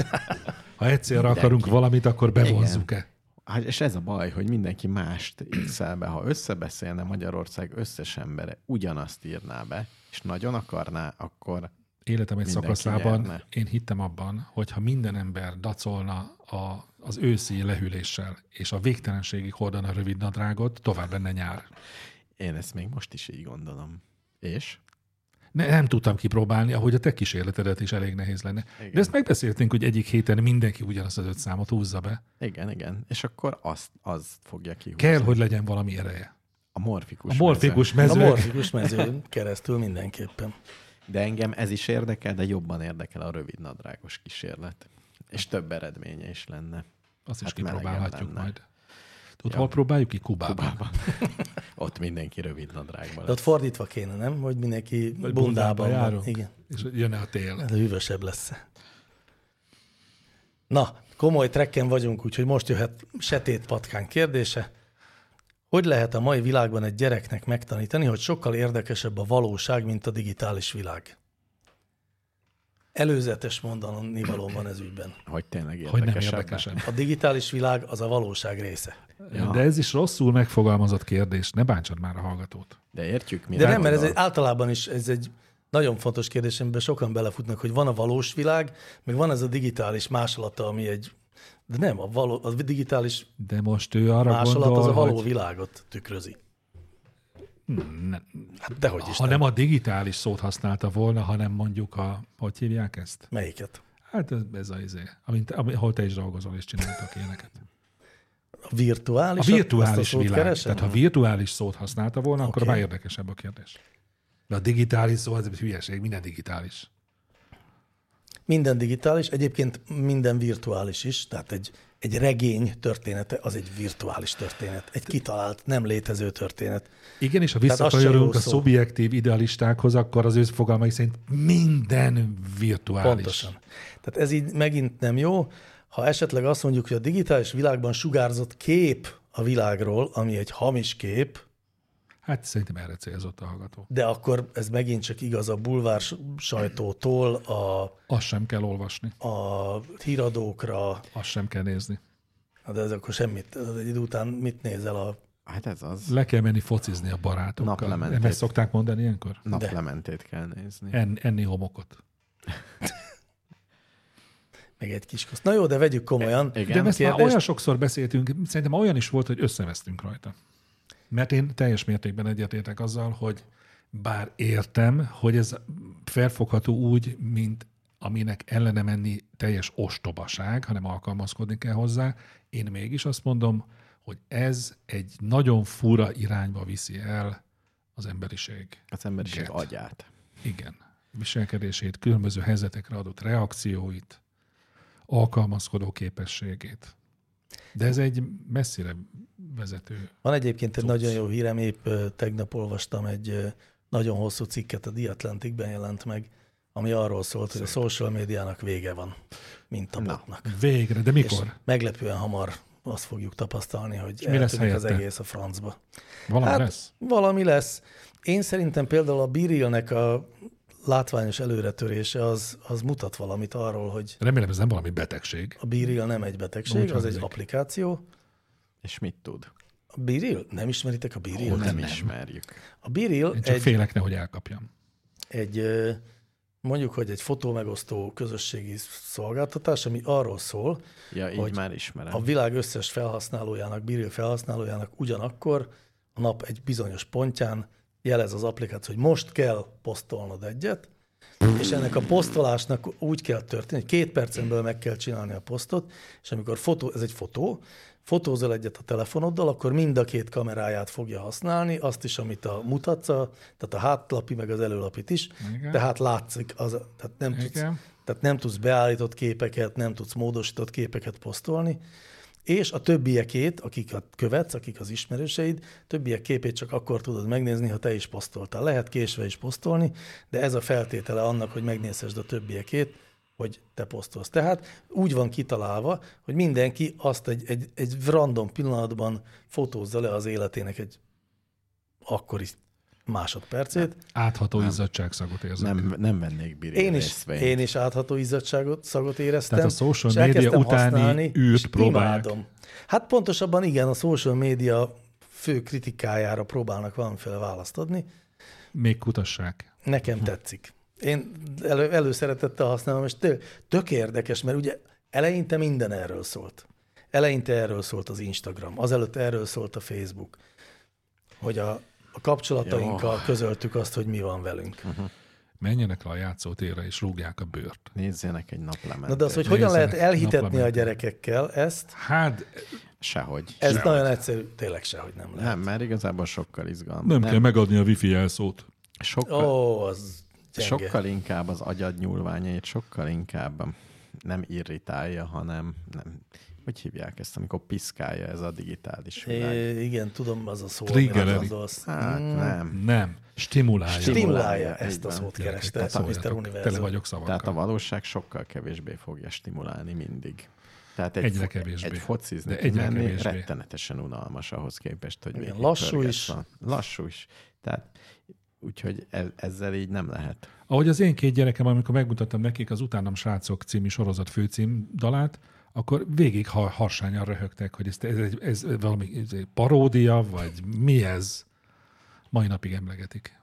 Ha egyszerre Mindenki. akarunk valamit, akkor bevonzzuk-e? Hát, és ez a baj, hogy mindenki mást x be. Ha összebeszélne Magyarország összes embere, ugyanazt írná be, és nagyon akarná, akkor Életem egy Mindenki szakaszában nyerne. én hittem abban, hogy ha minden ember dacolna a, az őszi lehűléssel, és a végtelenségig hordana a rövid nadrágot, tovább lenne nyár. én ezt még most is így gondolom. És? Ne, nem tudtam kipróbálni, ahogy a te kísérletedet is elég nehéz lenne. Igen. De ezt megbeszéltünk, hogy egyik héten mindenki ugyanazt az öt számot húzza be. Igen, igen. És akkor azt, az fogja kihúzni. Kell, hogy legyen valami ereje. A morfikus A morfikus A mező. morfikus mezőn keresztül mindenképpen. De engem ez is érdekel, de jobban érdekel a rövid nadrágos kísérlet. És több eredménye is lenne. Azt is Hát kipróbálhatjuk melegebb lenne. majd. Tudod, Ja. hol próbáljuk ki? Kubában. Kubában. Ott mindenki rövid nadrágban De ott lesz. fordítva kéne, nem? Hogy mindenki Vagy bundában bundába van. járunk. Igen. És jön-e a tél. Ez hűvösebb lesz. Na, komoly trekken vagyunk, úgyhogy most jöhet Setét Patkán kérdése. Hogy lehet a mai világban egy gyereknek megtanítani, hogy sokkal érdekesebb a valóság, mint a digitális világ? Előzetes mondani való van ez ügyben. Hogy tényleg Hogy nem érdekesebb. érdekesebb. A digitális világ az a valóság része. Ja. De ez is rosszul megfogalmazott kérdés. Ne bántsad már a hallgatót. De értjük, mi De nem, mert ez egy, általában is ez egy nagyon fontos kérdés, amiben sokan belefutnak, hogy van a valós világ, meg van ez a digitális másolata, ami egy... De nem, a, való, a digitális De most ő arra másolat gondol, az a való hogy... világot tükrözi. Ne, Hát dehogy is ha nem. nem a digitális szót használta volna, hanem mondjuk a... Hogy hívják ezt? Melyiket? Hát ez, ez az izé, amint, ahol te is dolgozol és csináltak ilyeneket. A virtuális? A virtuális szót világ. keresem? Tehát ha virtuális szót használta volna, okay. akkor Oké. már érdekesebb a kérdés. De a digitális szó az egy hülyeség, minden digitális. Minden digitális, egyébként minden virtuális is, tehát egy, egy regény története az egy virtuális történet. Egy kitalált, nem létező történet. Igen, és ha Tehát az se visszakanyarulunk jó a szó. szubjektív idealistákhoz, akkor az ő fogalmai szerint minden virtuális. Pontosan. Tehát ez így megint nem jó. Ha esetleg azt mondjuk, hogy a digitális világban sugárzott kép a világról, ami egy hamis kép, Hát szerintem erre célzott a hallgató. de akkor ez megint csak igaz a bulvár sajtótól a, Azt sem kell olvasni, a híradókra, azt sem kell nézni. de ez akkor semmit. Ez egy idő után mit nézel a... Hát ez az. Le kell menni focizni a barátokkal. Naplementét. Nem ezt szokták mondani ilyenkor? Naplementét kell nézni. En, enni homokot. meg egy kis kosz. Na jó, de vegyük komolyan. Igen. De ezt már kérdést- olyan sokszor beszéltünk, szerintem olyan is volt, hogy összevesztünk rajta. Mert én teljes mértékben egyetértek azzal, hogy bár értem, hogy ez felfogható úgy, mint aminek ellene menni teljes ostobaság, hanem alkalmazkodni kell hozzá, én mégis azt mondom, hogy ez egy nagyon fura irányba viszi el az emberiség. Az emberiség Get. agyát. Igen. Viselkedését, különböző helyzetekre adott reakcióit, alkalmazkodó képességét. De ez egy messzire vezető. Van egyébként egy Cucc. nagyon jó hírem, épp ö, tegnap olvastam egy ö, nagyon hosszú cikket, a The Atlanticben jelent meg, ami arról szólt, hogy a social médiának vége van, mint a Na. botnak. Végre, de És mikor? meglepően hamar azt fogjuk tapasztalni, hogy mi lesz eltűnik az helyette? egész a francba. Valami Hát, lesz? Valami lesz. Én szerintem például a BeReal-nek a látványos előretörése az, az mutat valamit arról, hogy Remélem, ez nem valami betegség. a BeReal nem egy betegség, Úgy az egy hangzik. applikáció. És mit tud? A BeReal? Nem ismeritek a BeReal? Nem, nem. ismerjük. A BeReal Én csak egy, félek, nehogy elkapjam. egy, ö, mondjuk, hogy egy fotómegosztó közösségi szolgáltatás, ami arról szól, Ja, így hogy már ismerem. a világ összes felhasználójának, BeReal felhasználójának ugyanakkor a nap egy bizonyos pontján jelez az applikáció, hogy most kell posztolnod egyet, és ennek a posztolásnak úgy kell történni, hogy két percen belül meg kell csinálni a posztot, és amikor fotó, ez egy fotó, fotózol egyet a telefonoddal, akkor mind a két kameráját fogja használni, azt is, amit a mutatsz, a, tehát a hátlapi, meg az előlapit is, Igen. tehát látszik, az, tehát, nem tudsz, Igen. tehát nem tudsz beállított képeket, nem tudsz módosított képeket posztolni, és a többiekét, akiket követsz, akik az ismerőseid, többiek képét csak akkor tudod megnézni, ha te is posztoltál. Lehet késve is posztolni, de ez a feltétele annak, hogy megnézhessd a többiekét, hogy te posztolsz. Tehát úgy van kitalálva, hogy mindenki azt egy, egy, egy random pillanatban fotózza le az életének egy akkori másodpercét. Átható izzadságszagot érzek. Nem, nem vennék BeReal Én is, részvényt. én is átható izzadságot szagot éreztem. Tehát a social és media elkezdtem utáni használni, űrt és próbálják. imádom. Hát pontosabban igen, a social media fő kritikájára próbálnak valamiféle választ adni. Még kutassák. Nekem tetszik. Én elő, előszeretettel használom, és tök, tök érdekes, mert ugye eleinte minden erről szólt. Eleinte erről szólt az Instagram, azelőtt erről szólt a Facebook, hogy a, a kapcsolatainkkal Jó. közöltük azt, hogy mi van velünk. Uh-huh. Menjenek le a játszótérre, és rúgják a bőrt. Nézzenek egy naplementét. Na de az, hogy hogyan Nézzenek lehet elhitetni a naplementet. gyerekekkel ezt, Hát Sehogy. ez Sehogy. nagyon egyszerű, tényleg sehogy nem lehet. Nem, mert igazából sokkal izgalmas. nem, nem kell megadni a wifi jelszót. Sokkal, Ó, az gyenge. sokkal inkább az agyad nyúlványait, sokkal inkább nem irritálja, hanem nem, hogy hívják ezt, amikor piszkálja ez a digitális világ. É, igen, tudom, az a szó, Triggereli. amire gondolsz. Hát Mm, nem. Nem. Stimulálja. Stimulálja, Így ezt a van. szót Gyerekek, kereste, a szóljatok. miszter Tele Univerzum. vagyok szavakkal. Tehát a valóság sokkal kevésbé fogja stimulálni mindig. Tehát egy, Egyre fo- kevésbé. egy focizni De egyre menni kevésbé. rettenetesen unalmas ahhoz képest, hogy Igen, végig lassú pörgetsz is. a- Lassú is. Tehát úgyhogy e- ezzel így nem lehet. Ahogy az én két gyerekem, amikor megmutattam nekik az Utánam srácok című sorozat főcím dalát, akkor végig ha- harsányan röhögtek, hogy ez, ez, ez, ez valami ez egy paródia, vagy mi ez? Mai napig emlegetik.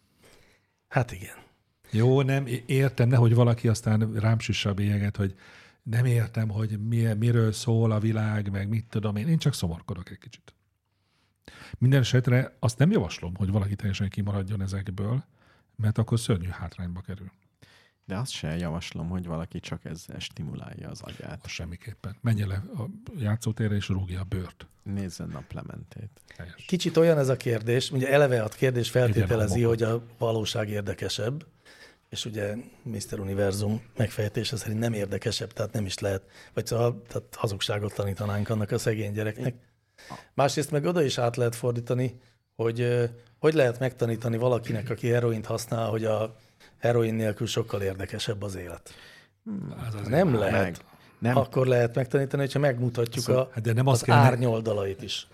Hát igen. Jó, nem értem, nehogy valaki aztán rám süsse a bélyeget, hogy nem értem, hogy mi, miről szól a világ, meg mit tudom én. Én csak szomorkodok egy kicsit. Minden esetre azt nem javaslom, hogy valaki teljesen kimaradjon ezekből, mert akkor szörnyű hátrányba kerül. De azt sem javaslom, hogy valaki csak ezzel stimulálja az agyát. Az semmiképpen. Menjen le a játszótérre és rúgja a bőrt. Nézzen naplementét. Helyes. Kicsit olyan ez a kérdés, ugye eleve a kérdés feltételezi, Egyen hogy a valóság érdekesebb, és ugye miszter Univerzum megfejtése szerint nem érdekesebb, tehát nem is lehet, vagy szóval tehát hazugságot tanítanánk annak a szegény gyereknek. Másrészt meg oda is át lehet fordítani, hogy ö, hogy lehet megtanítani valakinek, aki heroint használ, hogy a heroin nélkül sokkal érdekesebb az élet. Az az Nem én- lehet. Meg. Nem, Akkor lehet megtanítani, hogyha megmutatjuk Szóval, a, hát de nem az azt kellene- árnyoldalait is.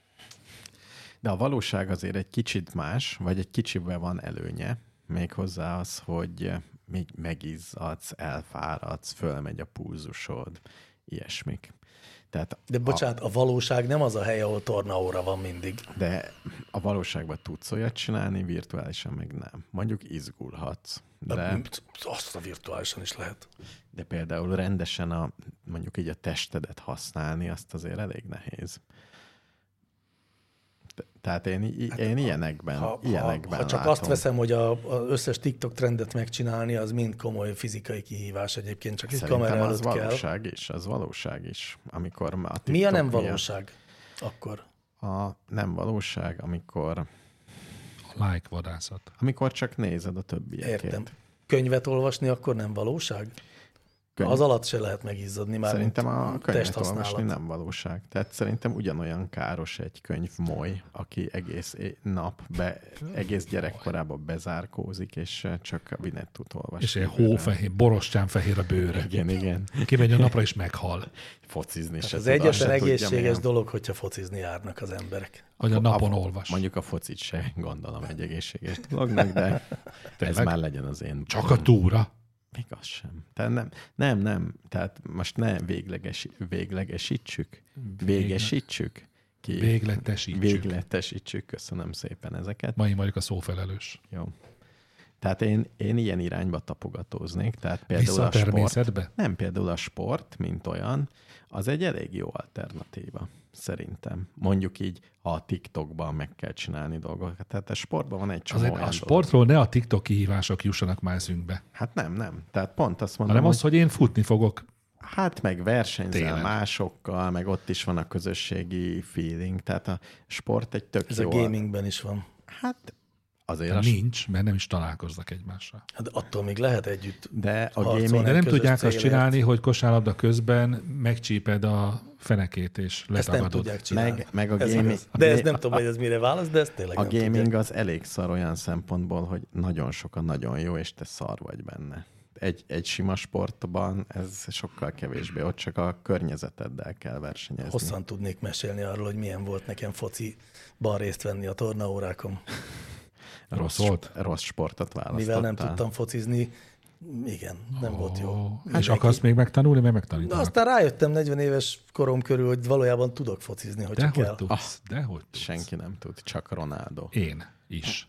de a valóság azért egy kicsit más, vagy egy kicsivel van előnye, méghozzá az, hogy még megizzadsz, elfáradsz, fölmegy a pulzusod, ilyesmik. Tehát De bocsánat, a valóság nem az a hely, ahol tornaóra van mindig. A, de a valóságban tudsz olyat csinálni, virtuálisan meg nem. Mondjuk izgulhatsz, de, De... Azt a virtuálisan is lehet. de például rendesen a, mondjuk így a testedet használni, azt azért elég nehéz. Te- Tehát én, i- én ilyenekben, Ha, ilyenekben ha, ha csak látom. azt veszem, hogy a, az összes TikTok trendet megcsinálni, az mind komoly fizikai kihívás egyébként, csak egy Szerintem kamera az előtt kell. valóság is, az valóság is. Amikor a TikTok Mi a nem miatt- valóság akkor? A nem valóság, amikor, A like vadászat. amikor csak nézed a többieket. Értem. Könyvet olvasni akkor nem valóság? könyv... Az alatt se lehet megizzadni már. Szerintem a könyvet testhasználat. olvasni nem valóság. Tehát szerintem ugyanolyan káros egy könyv moly, aki egész nap, be, egész gyerekkorában bezárkózik, és csak a Vinettut olvas. És ilyen hófehér, borostyán fehér a bőre. Igen, igen. Kimegy a napra, és meghal. Focizni se Az tud, azt egyetlen se tudja, egészséges milyen. dolog, hogyha focizni járnak az emberek. Vagy a napon A- olvas. Mondjuk a focit se gondolom egy egészséges dolognak, de ez Tényleg? már legyen az én. Csak a túra. Még az sem. Tehát nem, nem, nem. Tehát most ne végleges, véglegesítsük. Végesítsük. Ki. Végletesítsük. Végletesítsük. Köszönöm szépen ezeket. Ma én vagyok a szófelelős. Jó. Tehát én, én ilyen irányba tapogatóznék. Tehát például Vissza a a sport. természetbe? Nem, például a sport, mint olyan, az egy elég jó alternatíva, szerintem. Mondjuk így, ha a TikTokban meg kell csinálni dolgokat. Tehát a sportban van egy csomó Azért olyan a dolog. sportról ne a TikTok kihívások jussanak már eszünkbe, Hát nem, nem. Tehát pont azt mondom, hanem hogy az, hogy én futni fogok. hát meg versenyzel Tényleg. másokkal, meg ott is van a közösségi feeling. Tehát a sport egy tök Ez jó... a gamingben is van. Hát azért a... Hát nincs, mert nem is találkoznak egymással. Hát attól még lehet együtt. De a Harcolni. gaming... De nem közös tudják azt célért. csinálni, hogy kosárlabda közben megcsíped a fenekét és Ezt nem letagadod. tudják csinálni. Meg, meg a Ez gaming... igaz. De ez nem tudom, hogy ez mire válasz, de ez tényleg A nem gaming tudják. az elég szar olyan szempontból, hogy nagyon sokan nagyon jó, és te szar vagy benne. Egy, egy sima sportban ez sokkal kevésbé, ott csak a környezeteddel kell versenyezni. Hosszan tudnék mesélni arról, hogy milyen volt nekem fociban részt venni a tornaórákon. Rossz volt? Rossz sportot választottál. Mivel nem tudtam focizni, igen, nem volt jó. Ó, Hát és neki- akarsz még megtanulni, mert De megtanítanak. aztán rájöttem negyven éves korom körül, hogy valójában tudok focizni, hogyha Dehogy kell. tudsz, dehogy tudsz. Senki nem tud, csak Ronaldo. Én is.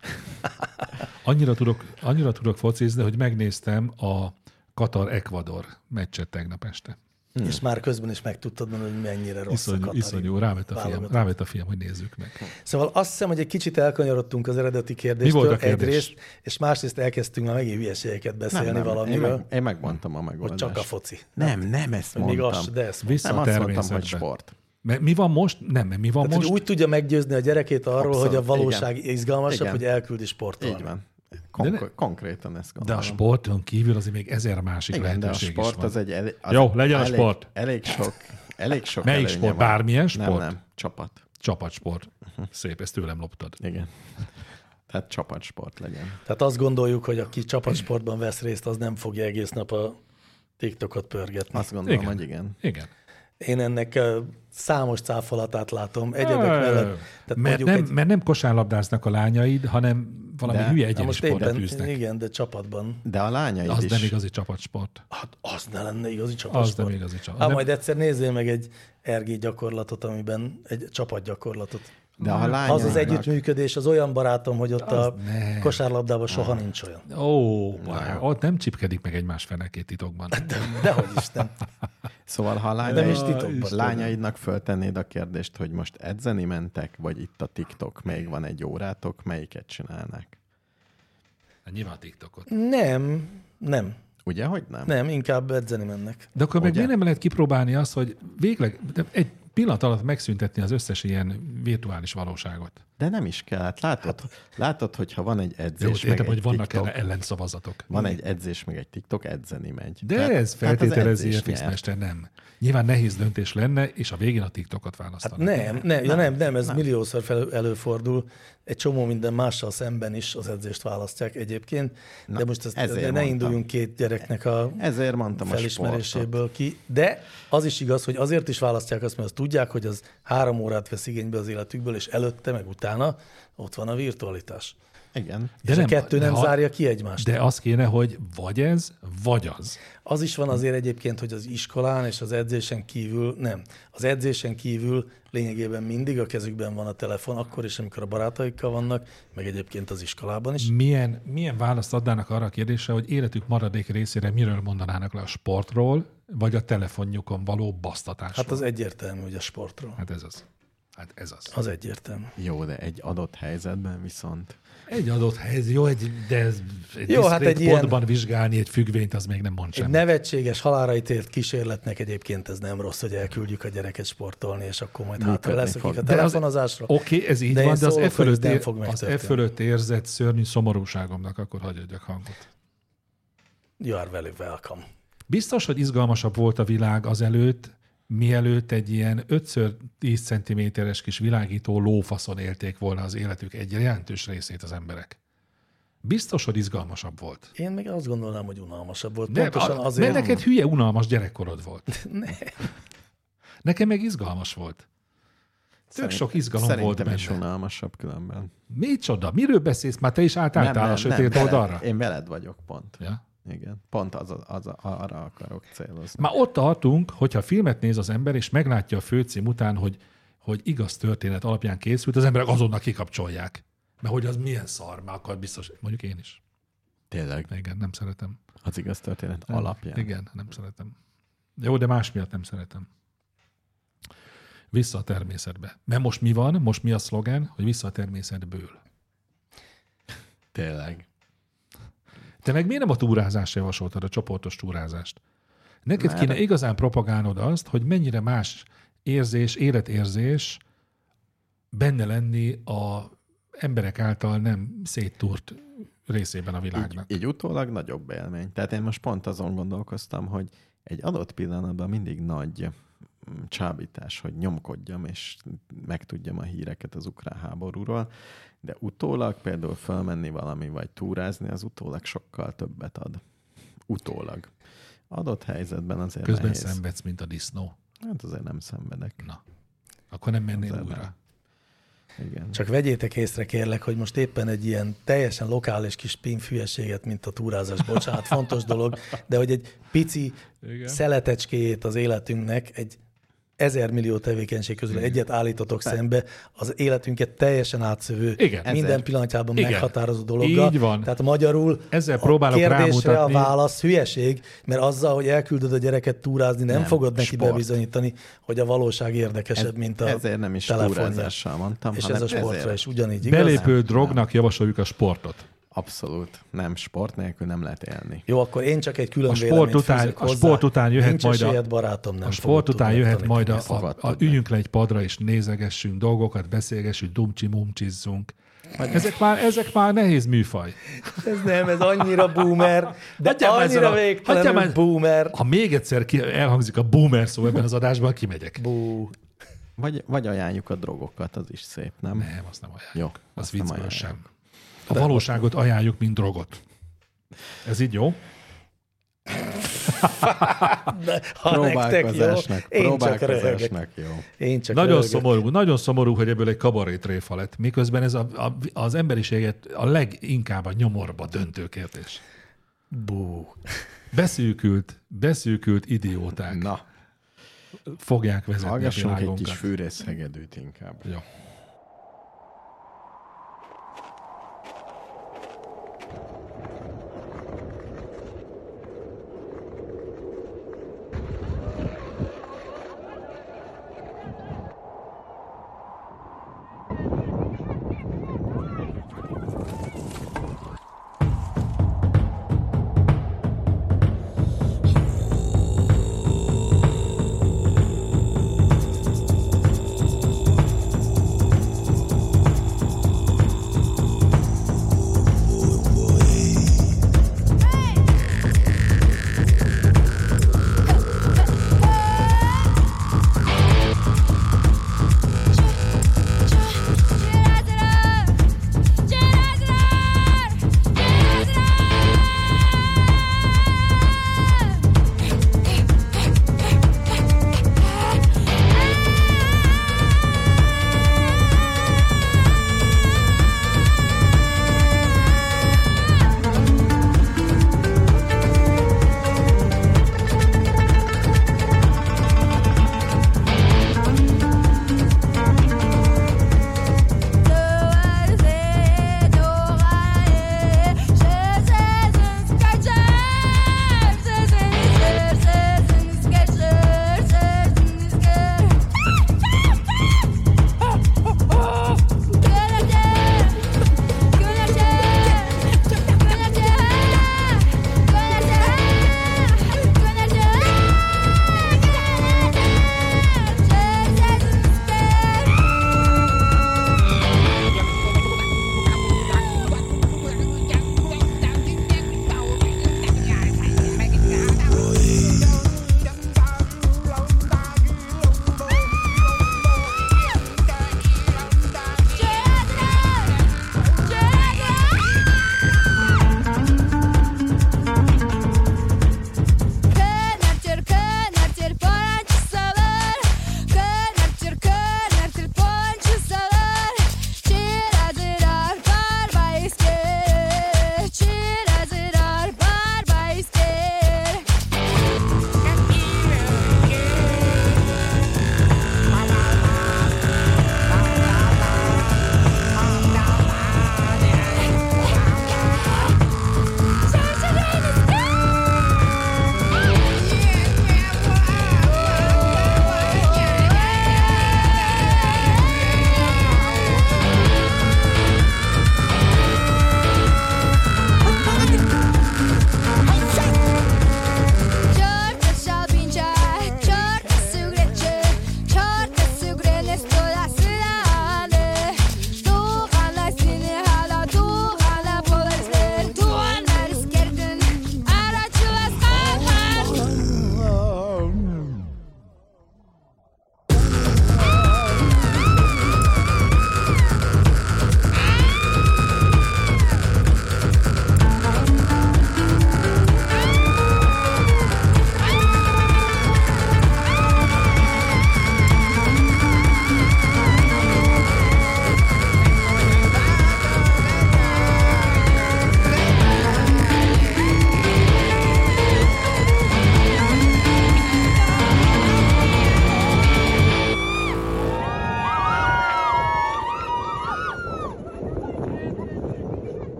Annyira tudok, annyira tudok focizni, hogy megnéztem a Katar-Ecuador meccset tegnap este. Hmm. És már közben is meg tudtad mondani, hogy mennyire rossz a Iszonyú, katari iszonyú, rávet a fiam, válogatott. rávet a fiam, hogy nézzük meg. Szóval azt hiszem, hogy egy kicsit elkanyarodtunk az eredeti kérdéstől Mi volt a kérdés? egyrészt, és másrészt elkezdtünk már megint hülyeségeket beszélni nem, nem, én, valamiről, meg, én megmondtam a hogy megoldást. csak a foci. Nem, nem ezt Még mondtam. az, de ezt Vissza Nem a azt mondtam, hogy természetbe. sport. Mert mi van most? Nem, mert mi van Tehát, most? hogy úgy tudja meggyőzni a gyerekét arról, Abszolút, hogy a valóság igen. izgalmasabb, Igen. hogy elküldi sportolni. Így van. Kon- De ne- konkrétan ezt De gondolom. a sporton kívül azért még ezer másik Igen, de a lehetőség sport is van. az egy... Elég, az Jó, legyen a elég, sport. Elég sok, elég sok Melyik előnye sport? van. Bármilyen sport? Nem, nem. Csapat. Csapatsport. Szép, ezt tőlem loptad. Igen. Tehát csapatsport legyen. Tehát azt gondoljuk, hogy aki csapatsportban vesz részt, az nem fogja egész nap a TikTokot pörgetni. Azt gondolom, Igen. hogy igen. Igen. Én ennek ö, számos cáfolatát látom egyebek Ö, mellett. Tehát mert, mondjuk nem, egy, mert nem kosárlabdáznak a lányaid, hanem valami De- hülye na egyéni most sportot éppen, űznek. igen, de csapatban. De a lányaid Az is... nem igazi csapatsport. Hát az ne lenne igazi Az csapatsport. nem igazi csapat. Hát Nem- majd egyszer nézzél meg egy er gé gyakorlatot, amiben egy csapatgyakorlatot. De a Az lányaidnak... az együttműködés, az olyan barátom, hogy ott Az a ne. kosárlabdában soha nincs olyan. Ó, már, ott nem csipkedik meg egymás fenekét titokban. Dehogy is nem. Szóval ha a Nem lányaid, is titokban. lányaidnak föltennéd a kérdést, hogy most edzeni mentek, vagy itt a TikTok, még van egy órátok, melyiket csinálnák? Hát nyilván a TikTokot. Nem, nem, Ugye, hogy nem? nem, inkább edzeni mennek. De akkor meg Ugye? miért nem lehet kipróbálni azt, hogy végleg de egy pillanat alatt megszüntetni az összes ilyen virtuális valóságot. De nem is kell. Hát látod, látod hogyha van egy Jó, edzés, meg értem, egy hogy vannak TikTok, erre ellenszavazatok. van egy edzés, meg egy TikTok, edzeni megy. De Tehát- ez hát az feltételezi edzés a fix nyer. mester, nem. Nyilván nehéz döntés lenne, és a végén a TikTokot Hát választanak. nem, nem, ja nem, nem, ez nem. milliószor fel, előfordul. Egy csomó minden mással szemben is az edzést választják egyébként. Na, de most ezt, ezért de ne mondtam. induljunk két gyereknek a Ezért mondtam a sportot. felismeréséből ki. De az is igaz, hogy azért is választják azt, mert azt tudják, hogy az három órát vesz igénybe az életükből, és előtte, meg utána ott van a virtualitás. Igen. De és nem, a kettő de nem ha- zárja ki egymást. De az kéne, hogy vagy ez, vagy az. Az is van azért egyébként, hogy az iskolán és az edzésen kívül, nem. Az edzésen kívül lényegében mindig a kezükben van a telefon, akkor is, amikor a barátaikkal vannak, meg egyébként az iskolában is. Milyen, milyen választ adnának arra a kérdésre, hogy életük maradék részére miről mondanának le a sportról, vagy a telefonjukon való basztatásról? Hát az egyértelmű, hogy a sportról. Hát ez az. Hát ez az. Az egyértelmű. Jó, de egy adott helyzetben viszont... Egy adott helyzet, jó, egy, de ez, egy Jó, hát egy ilyen- pontban vizsgálni egy függvényt, az még nem mond Egy semmit. nevetséges, halálra ítélt kísérletnek egyébként ez nem rossz, hogy elküldjük a gyereket sportolni, és akkor majd hátra Működni leszokik fog. a De az- telefonozásra. Oké, okay, ez így De én van, de az e szólok, hogy ez fölött, nem ér, fog az e megtörténni. fölött érzett szörnyű szomorúságomnak akkor hagyj adjak hangot. You are very welcome. Biztos, hogy izgalmasabb volt a világ azelőtt, mielőtt egy ilyen ötször tíz centiméteres kis világító lófaszon élték volna az életük egy jelentős részét az emberek. Biztos, hogy izgalmasabb volt. Én meg azt gondolnám, hogy unalmasabb volt. De, Pontosan a, azért... Mert neked hülye, unalmas gyerekkorod volt. Ne. Nekem meg izgalmas volt. Tök sok izgalom volt Szerintem benne. is unalmasabb különben. Micsoda? Miről beszélsz? Már te is álltál a sötét veled, oldalra? Én veled vagyok pont. Ja. Igen. Pont az, az, az, arra akarok célozni. Már ott tartunk, hogyha filmet néz az ember, és meglátja a főcím után, hogy, hogy igaz történet alapján készült, az emberek azonnal kikapcsolják. Mert hogy az milyen szar, már akar biztos, mondjuk én is. Tényleg. Igen, nem szeretem. Az igaz történet Nem, alapján. Igen, nem szeretem. Jó, de más miatt nem szeretem. Vissza a természetbe. Mert most mi van? Most mi a szlogen? Hogy vissza a természetből. Tényleg. Te meg miért nem a túrázásra javasoltad, a csoportos túrázást? Neked Már... kéne igazán propagálnod azt, hogy mennyire más érzés, életérzés benne lenni a emberek által nem széttúrt részében a világnak. Így, így utólag nagyobb élmény. Tehát én most pont azon gondolkoztam, hogy egy adott pillanatban mindig nagy csábítás, hogy nyomkodjam, és megtudjam a híreket az ukrán háborúról, de utólag például fölmenni valami, vagy túrázni, az utólag sokkal többet ad. Utólag. Adott helyzetben azért Közben nehéz. szenvedsz, mint a disznó. Hát azért nem szenvedek. Na, akkor nem mennél Azért újra. nem. Igen. Csak vegyétek észre, kérlek, hogy most éppen egy ilyen teljesen lokális kis pimp hülyeséget, mint a túrázás, bocsánat, fontos dolog, de hogy egy pici Igen. szeletecskéjét az életünknek, egy ezer millió tevékenység közül Igen. egyet állítotok szembe, az életünket teljesen átszövő, Igen. minden Ezer. pillanatában Igen. meghatározó dologgal. Így van. Tehát magyarul Ezzel a próbálok kérdésre rámutatni. a válasz hülyeség, mert azzal, hogy elküldöd a gyereket túrázni, nem, Nem, fogod neki sport. bebizonyítani, hogy a valóság érdekesebb, Ez, mint a ezért nem is telefonja. túrázással mondtam, És hanem ez a sportra ezért. is ugyanígy, igaz? Belépő Nem, drognak javasoljuk a sportot. Abszolút. Nem, sport nélkül nem lehet élni. Jó, akkor én csak egy külön A sport véleményt után- fűzök a hozzá. sport után jöhet Nincs majd a- esélyed, barátom, nem A fogod sport után tudni jöhet tanítani. majd a, Ezt a, fogadtad a meg. üljünk le egy padra, és nézegessünk dolgokat, beszélgessünk, dumcsi-mumcsizzunk. Ezek már, ezek már nehéz műfaj. Ez nem, ez annyira boomer, de Hagyjál már ezzel annyira a- hagyjál végtelenül már- boomer. Ha még egyszer ki, elhangzik a boomer szó ebben az adásban, kimegyek. Bú. Vagy, vagy ajánljuk a drogokat, az is szép, nem? Nem, azt nem ajánljuk. Jó, Az azt nem viccből ajánljuk. sem. A valóságot ajánljuk, mint drogot. Ez így jó? De, ha nektek jó, Próbálkozásnak, én csak röhögök. próbálkozásnak jó. Én csak Nagyon röhögök. szomorú, nagyon szomorú, hogy ebből egy kabarétréfa lett. Miközben ez a, a, az emberiséget a leginkább a nyomorba döntő kérdés. Bú. Beszűkült, beszűkült idióták Na, fogják vezetni a hallgassunk egy világunkat. kis fűrészhegedűt inkább. Jó.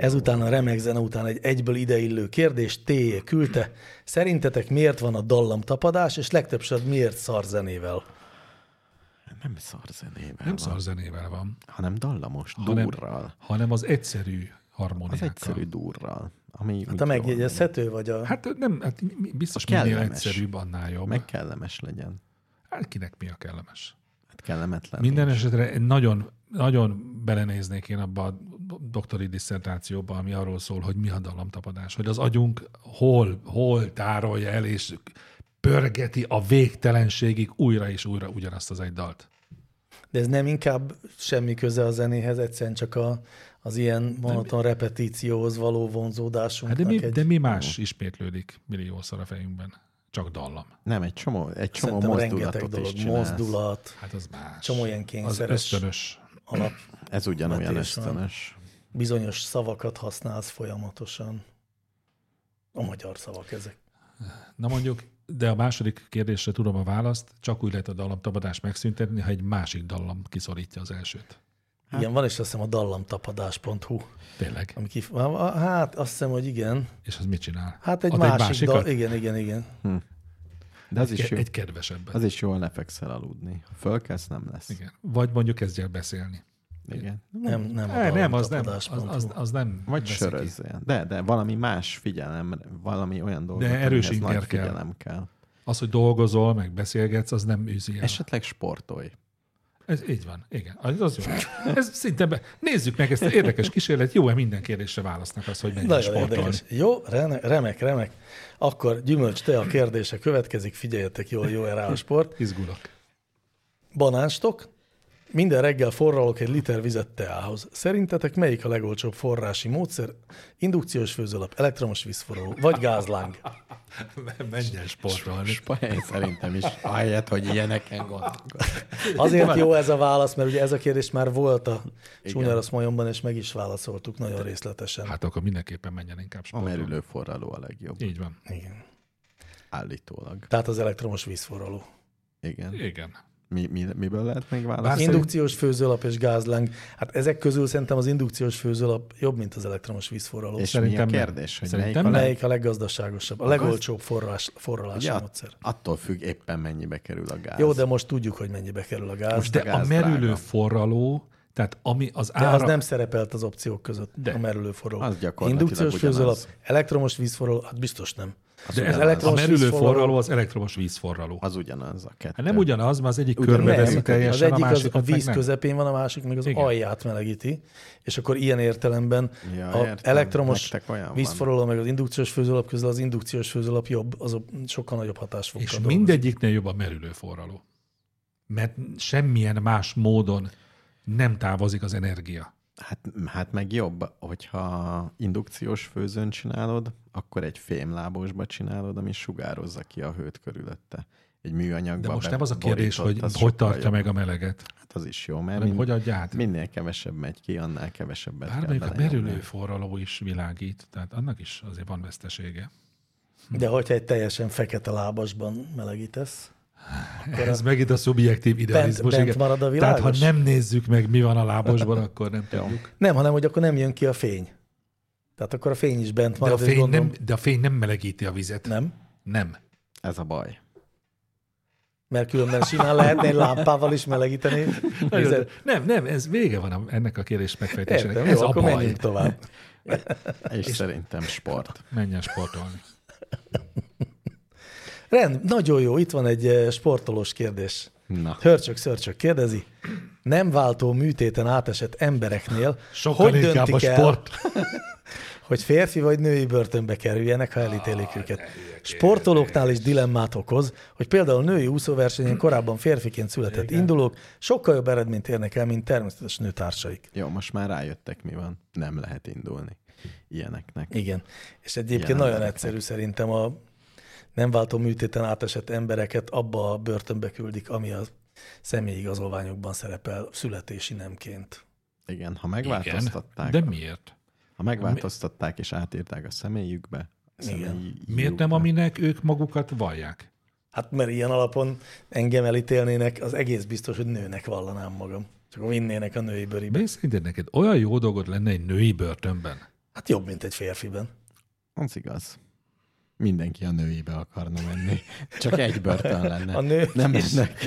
Ezután a remek zene után egy egyből ideillő kérdés, T. küldte. Szerintetek miért van a dallamtapadás, és legtöbbször miért szarzenével? Nem szarzenével Nem van, szarzenével van, hanem dallamos, hanem, durral. hanem az egyszerű harmóniákkal. Az egyszerű durral. Ami Hát a megjegyezhető, vagy a... Hát nem, hát biztos A minél kellemes. egyszerűbb, annál jobb. Meg kellemes legyen. Hát kinek mi a kellemes? Hát kellemetlen. Minden nincs. esetre nagyon, nagyon belenéznék én abba a doktori disszertációba, ami arról szól, hogy mi a dallamtapadás. Hogy az agyunk hol, hol tárolja el, és pörgeti a végtelenségig újra és újra ugyanazt az egy dalt. De ez nem inkább semmi köze a zenéhez, egyszerűen csak a, az ilyen monoton repetícióhoz való Hát vonzódásunknak de, mi, egy... de mi más ismétlődik milliószor a fejünkben? Csak dallam. Nem, egy csomó, egy csomó Szerintem rengeteg mozdulatot dolog, is csinálsz. mozdulat, Hát az más. csomó ilyen Az kényszeres ösztönös. alap. Ez ugyanolyan Vetés van. ösztönös. Bizonyos szavakat használsz folyamatosan. A magyar szavak ezek. Na mondjuk, de a második kérdésre tudom a választ, csak úgy lehet a dallamtapadást megszüntetni, ha egy másik dallam kiszorítja az elsőt. Hát. Igen, van is azt hiszem a dallamtapadás pont hu. Tényleg. Ami kif- hát azt hiszem, hogy igen. És az mit csinál? Hát egy Ad másik másikat? dal, igen, igen, igen. De az Egy, is, ke- jó, egy kedvesebbet. az is jól lefekszel aludni. Ha fölkelsz, nem lesz. Igen. Vagy mondjuk kezdj el beszélni. Igen. Nem, nem a Ne, nem, az nem, dallamtapadás az, pont az, hu. az nem Vagy veszi ki. sörözzél. De, de valami más figyelem, valami olyan dolgot, De erős amihez inger nagy kell. figyelem kell. Az, hogy dolgozol, meg beszélgetsz, az nem űzi el. Esetleg sportolj. Ez így van, igen. Az, az jó. Ez szinte be... Nézzük meg ezt az érdekes kísérlet. Jó-e minden kérdésre válasznak az, hogy menjen Nagyon sportolni? érdekes. Jó, rene- remek, remek. Akkor Gyümölcs, te a kérdése következik, figyeljetek jól, jó-e rá a sport. Izgulok. Banánstok. Minden reggel forralok egy liter vizet teához. Szerintetek melyik a legolcsóbb forrási módszer? Indukciós főzőlap, elektromos vízforraló, vagy gázláng? Menjen sportolni. Spajén szerintem is, ahelyett, hogy ilyeneken gondolkodj. Azért jó ez a válasz, mert ugye ez a kérdés már volt a Csúnyarasz majomban, és meg is válaszoltuk nagyon részletesen. Hát akkor mindenképpen menjen inkább A sportolni. merülő forraló a legjobb. Így van. Igen. Állítólag. Tehát az elektromos vízforraló. Igen. Igen. Mi, mi, miből lehet még válaszolni? Szerint- Indukciós főzőlap és gázláng. Hát ezek közül szerintem az indukciós főzőlap jobb, mint az elektromos vízforraló. És Szerintem mi a nem. kérdés, hogy Szerintem melyik a leg... Melyik a leggazdaságosabb, a legolcsóbb forrás, forralási Ugye, módszer? attól függ éppen mennyibe kerül a gáz. Jó, de most tudjuk, hogy mennyibe kerül a gáz. Most De, De gáz a merülő drága. forraló, tehát ami az de ára... az nem szerepelt az opciók között, De. a merülő forraló. Az gyakorlatilag Indukciós ugyanaz. főzőlap, elektromos vízforraló, hát biztos nem. De ez Az a elektromos merülő vízforraló- forraló az elektromos vízforraló. Az ugyanaz a kettő. Hát nem ugyanaz, mert az egyik Ugyanaz. körbeveszi Nem, teljesen, az a egyik az másikat a meg víz nem. közepén van, a másik meg az Igen. alját melegíti, és akkor ilyen értelemben Ja, a értem. elektromos Nektek olyan van. vízforraló meg az indukciós főzőlap közül az indukciós főzőlap jobb, az sokkal nagyobb hatásfokkal És dolgozik. mindegyiknél jobb a merülő forraló. Mert semmilyen más módon nem távozik az energia. Hát, hát meg jobb, hogyha indukciós főzőn csinálod, akkor egy fémlábosba csinálod, ami sugározza ki a hőt körülötte. Egy műanyagba De most nem az a kérdés, hogy beborított, az hogy sokkal tartja jobb. meg a meleget, Hát az is jó, mert hanem min, hogy adja át. minél kevesebb megy ki, annál kevesebbet Bár kell még a belenyomni. merülő forraló is világít, tehát annak is azért van vesztesége. De hogyha egy teljesen fekete lábasban melegítesz, akkor Ez a megint a szubjektív idealizmus. bent igen. marad a Tehát ha világos? nem nézzük meg, mi van a lábosban, akkor nem tudjuk. nem, hanem hogy akkor nem jön ki a fény. Tehát akkor a fény is bent De a, marad, és fény gondolom, nem, de a fény nem melegíti a vizet. nem, Nem. Ez a baj. mert különben simán lehetne egy lámpával is melegíteni. vizet. Nem, nem, ez vége van a, ennek a kérdés megfejtésének. Értem, Ez jó, a akkor baj. menjünk tovább. És, és szerintem sport. Menjen sportolni. Rend, nagyon jó, itt van egy eh, sportolós kérdés. Na, Hörcsök, szörcsök kérdezi. Nem váltó műtéten átesett embereknél Sokkal hogy inkább döntik a el, sport. hogy férfi vagy női börtönbe kerüljenek, ha elítélik őket. Sportolóknál is dilemmát okoz, hogy például női úszóversenyen korábban férfiként született indulók sokkal jobb eredményt érnek el, mint természetes nőtársaik. jó, most már rájöttek, mi van. Nem lehet indulni ilyeneknek. Igen. És egyébként Ilyen nagyon embereknek. egyszerű szerintem a nem váltó műtéten átesett embereket abba a börtönbe küldik, ami a személyigazolványokban szerepel születési nemként. Igen, ha Igen, megváltoztatták, de miért? ha megváltoztatták és átírták a személyükbe, személyi Miért nem, aminek ők magukat vallják? Hát mert ilyen alapon engem elítélnének, az egész biztos, hogy nőnek vallanám magam. Csak vinnének a női bőribe. De szerinted neked olyan jó dolgod lenne egy női börtönben? Hát jobb, mint egy férfiben. Az igaz. Mindenki a nőibe akarna menni. Csak egy börtön lenne. A nő Nem is. ennek.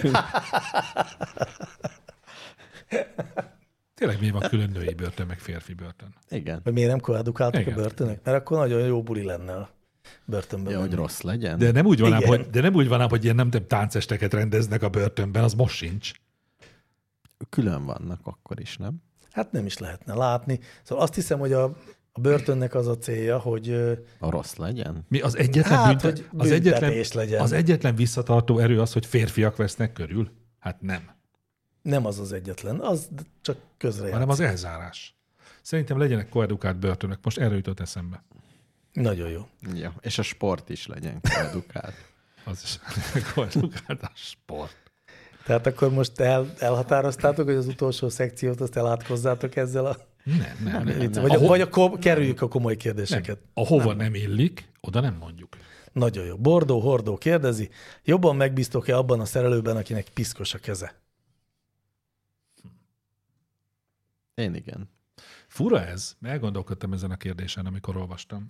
Tényleg mi van külön női börtön, meg férfi börtön? Igen. Vagy miért nem koedukáltak Igen. a börtönök? Mert akkor nagyon jó buli lenne a börtönben. Ja, hogy menni. rossz legyen. De nem úgy van ám, Igen. hogy, de nem úgy van ám, hogy ilyen nem tudom, táncesteket rendeznek a börtönben, az most sincs. Külön vannak akkor is, nem? Hát nem is lehetne látni. Szóval azt hiszem, hogy a, a börtönnek az a célja, hogy ö, A rossz legyen? Mi az egyetlen, Hát, büntet, hogy az, egyetlen, büntetés legyen. az egyetlen visszatartó erő az, hogy férfiak vesznek körül? Hát nem. nem az az egyetlen, az csak közre Hanem az elzárás. Szerintem legyenek koedukált börtönök. Most erről jutott eszembe. Nagyon jó. Ja. És a sport is legyen koedukált. Az is koedukált a sport. Tehát akkor most el, elhatároztátok, hogy az utolsó szekciót azt elátkozzátok ezzel a... Nem, nem, nem. Vicc- nem. Vagy, Aho- vagy akkor kerüljük a komoly kérdéseket. nem. Ahova nem. nem illik, oda nem mondjuk. Nagyon jó. Bordó Hordó kérdezi, jobban megbíztok-e abban a szerelőben, akinek piszkos a keze? Én igen. Fura ez, elgondolkodtam ezen a kérdésen, amikor olvastam.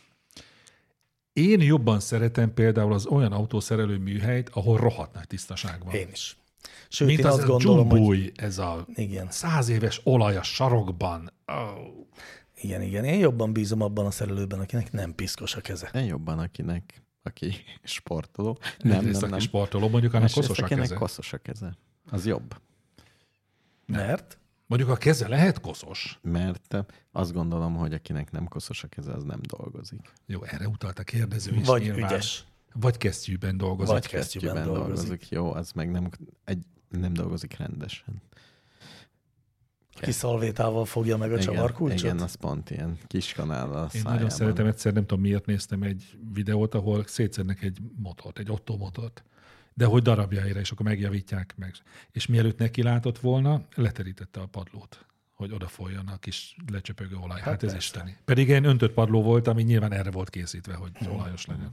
Én jobban szeretem például az olyan autószerelő műhelyt, ahol rohadt nagy tisztaság van. Én is. Sőt, Mint én az azt a gondolom, hogy... dzsumbúj, ez a Igen. száz éves olaj a sarokban. Oh. Igen, igen. Én jobban bízom abban a szerelőben, akinek nem piszkos a keze. Én jobban akinek, aki sportoló. Nem, Nem, nem, nem, nem. nem. sportoló, mondjuk annak Másrészt koszos a akinek keze. koszos a keze. Az jobb. Mert? Mondjuk a keze lehet koszos. Mert azt gondolom, hogy akinek nem koszos a keze, az nem dolgozik. Jó, erre utalt a kérdező is. Vagy nyilván. ügyes. Vagy kesztyűben dolgozik. Vagy kesztyűben dolgozik. Jó, az meg nem, egy, nem dolgozik rendesen. Ki szalvétával fogja meg a Igen, csavarkulcsot? igen, az pont ilyen kis kanállal a Én szájában. nagyon szeretem, egyszer nem tudom miért néztem egy videót, ahol szétszednek egy motort, egy Otto motort, de hogy darabjaira, és akkor megjavítják meg. És mielőtt neki látott volna, leterítette a padlót, hogy odafoljon a kis lecsöpögő olaj. Hát, hát ez persze. isteni. Pedig ilyen öntött padló volt, ami nyilván erre volt készítve, hogy olajos legyen.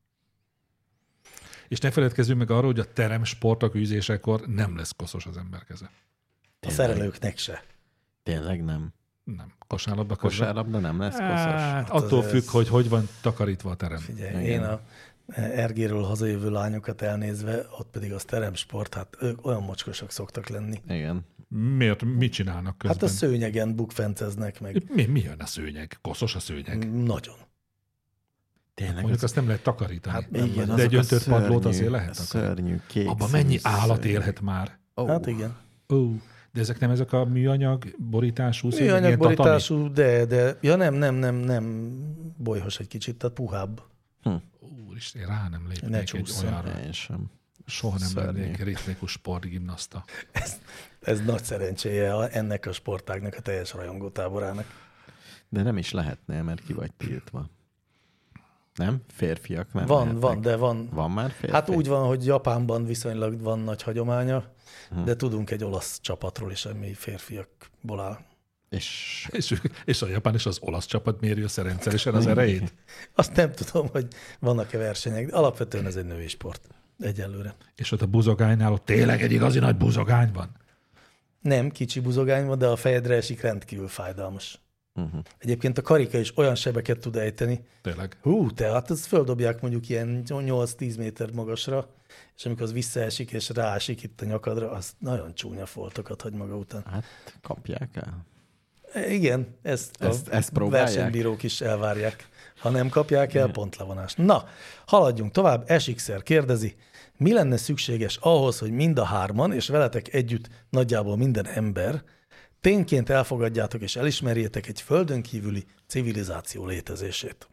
És ne feledkezzünk meg arról, hogy a teremsportok űzésekor nem lesz koszos az ember keze. A szerelőknek se. Tényleg nem. Nem. Kosárlabda közben. Kosárlabda nem lesz koszos? Hát, az attól ez- függ, hogy hogy van takarítva a terem. Figyelj, Igen. én a Ergéről hazajövő lányokat elnézve, ott pedig az teremsport, hát ők olyan mocskosak szoktak lenni. Igen. Miért? Mit csinálnak közben? Hát a szőnyegen bukfenceznek meg. Mi, mi jön a szőnyeg? Koszos a szőnyeg? Nagyon. Tényleg. Mondjuk azt nem lehet takarítani. Hát nem igen, de azok egy a öntött padlót szörnyű- azért lehet takarítani. Szörnyű, kék Abban színű mennyi állat szörnyű. élhet már? Ó, Hát igen. Ó, de ezek nem ezek a műanyag borítású szőnyeg? ilyen Műanyagborítású, de, de, ja nem, nem, nem, nem, bolyhos egy kicsit, tehát puhább. tatami? Úristen, én rá nem Ne lépnék egy csúszson. olyanra. Én sem. Soha nem Szörnyű. lennék ritmikus sportgimnaszta. Ez nagy szerencséje a- ennek a sportágnak, a teljes rajongótáborának. De nem is lehetne, mert ki vagy tiltva. Nem? Férfiak nem Van, lehetnek. van, de van. Van már férfi? Hát úgy van, hogy Japánban viszonylag van nagy hagyománya, Hm. de tudunk egy olasz csapatról is, ami férfiakból áll. És És, és a japán és az olasz csapat méri össze rendszeresen az erejét. Azt nem tudom, hogy vannak-e versenyek, de alapvetően ez egy női sport egyelőre. És ott a buzogánynál ott tényleg egy igazi nagy buzogány van. Nem, kicsi buzogány van, de a fejedre esik, rendkívül fájdalmas. uh-huh. Egyébként a karika is olyan sebeket tud ejteni. Tényleg. Hú, tehát ezt földobják mondjuk ilyen nyolc-tíz méter magasra, és amikor az visszaesik és ráesik itt a nyakadra, az nagyon csúnya foltokat hagy maga után. Hát kapják el. E, Igen, ezt, Ezt- a ezt próbálják? versenybírók is elvárják. Ha nem kapják el, pontlevonás. Na, haladjunk tovább. es iksz-er kérdezi, mi lenne szükséges ahhoz, hogy mind a hárman, és veletek együtt nagyjából minden ember, tényként elfogadjátok és elismerjétek egy földön kívüli civilizáció létezését?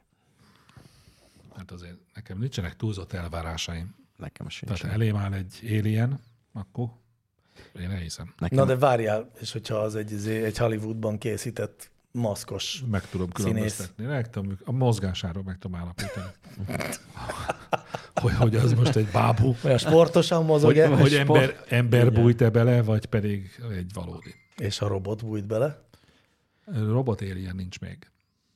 Hát azért nekem nincsenek túlzott elvárásaim. Nekem sincs. Tehát elém áll egy alien, akkor én elhiszem. Nekem Na de várjál, és hogyha az egy, izé- egy Hollywoodban készített maszkos, Meg tudom különböztetni. Meg tudom, a mozgásáról meg tudom állapítani. hogy, hogy az most egy bábú, olyan sportosan mozog, hogy, el, hogy és, ember, ember Igen. bújt-e bele, vagy pedig egy valódi. és a robot bújt bele. Robot alien nincs még.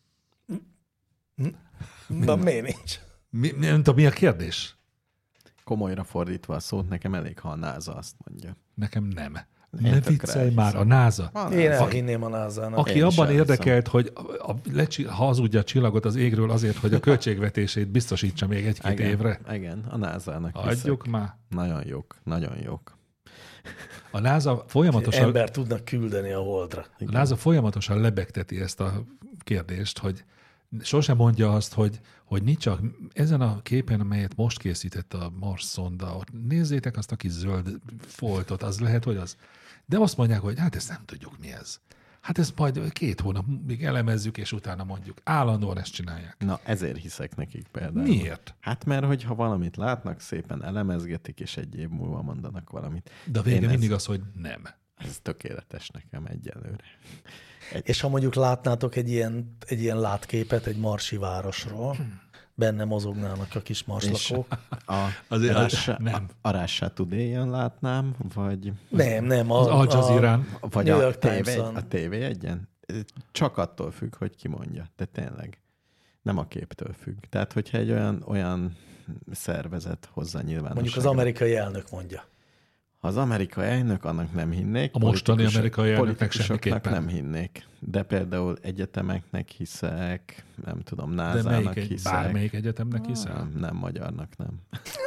Na miért nincs? Mi, nem tudom, mi a kérdés? komolyra fordítva a szót, nekem elég, ha a NASA azt mondja. Nekem nem. Ne viccelj már, a NASA. A Én NASA. elhinném a názának. Aki Én is abban elhiszem. érdekelt, hogy a, a, lecsi, hazudja a csillagot az égről azért, hogy a költségvetését biztosítsa még egy-két Igen, évre. Igen, a názának Adjuk hiszek. már. Nagyon jók, nagyon jók. A NASA folyamatosan, Ember tudnak küldeni a holdra. a NASA folyamatosan lebegteti ezt a kérdést, hogy sosem mondja azt, hogy, hogy nincs csak ezen a képen, amelyet most készített a Mars szonda, ott nézzétek azt a kis zöld foltot, az lehet, hogy az. De azt mondják, hogy hát ezt nem tudjuk, mi ez. Hát ezt majd két hónapig elemezzük, és utána mondjuk. Állandóan ezt csinálják. Na, ezért hiszek nekik például. Miért? Hát mert, hogyha valamit látnak, szépen elemezgetik, és egy év múlva mondanak valamit. De a vége Én mindig ez, az, hogy nem. ez tökéletes nekem egyelőre. És ha mondjuk látnátok egy ilyen, egy ilyen látképet egy marsi városról, benne mozognának a kis marslakók. A, Azért Rássá, nem. A, a Rássá Today-en látnám, vagy, Nem, nem. Az Al Jazeera-n. vagy New a, York té vé, Times-on. a té vé egyen. Csak attól függ, hogy ki mondja. De tényleg. Nem a képtől függ. Tehát, hogyha egy olyan, olyan szervezet hozza nyilvánosságra. Mondjuk az amerikai elnök mondja. Ha az amerikai elnök, annak nem hinnék. A mostani Politikus- amerikai elnöknek politikusoknak semmiképpen. nem hinnék. De például egyetemeknek hiszek, nem tudom, De názának melyik egy, hiszek. bármelyik egyetemnek hiszel? Nem, nem magyarnak, nem.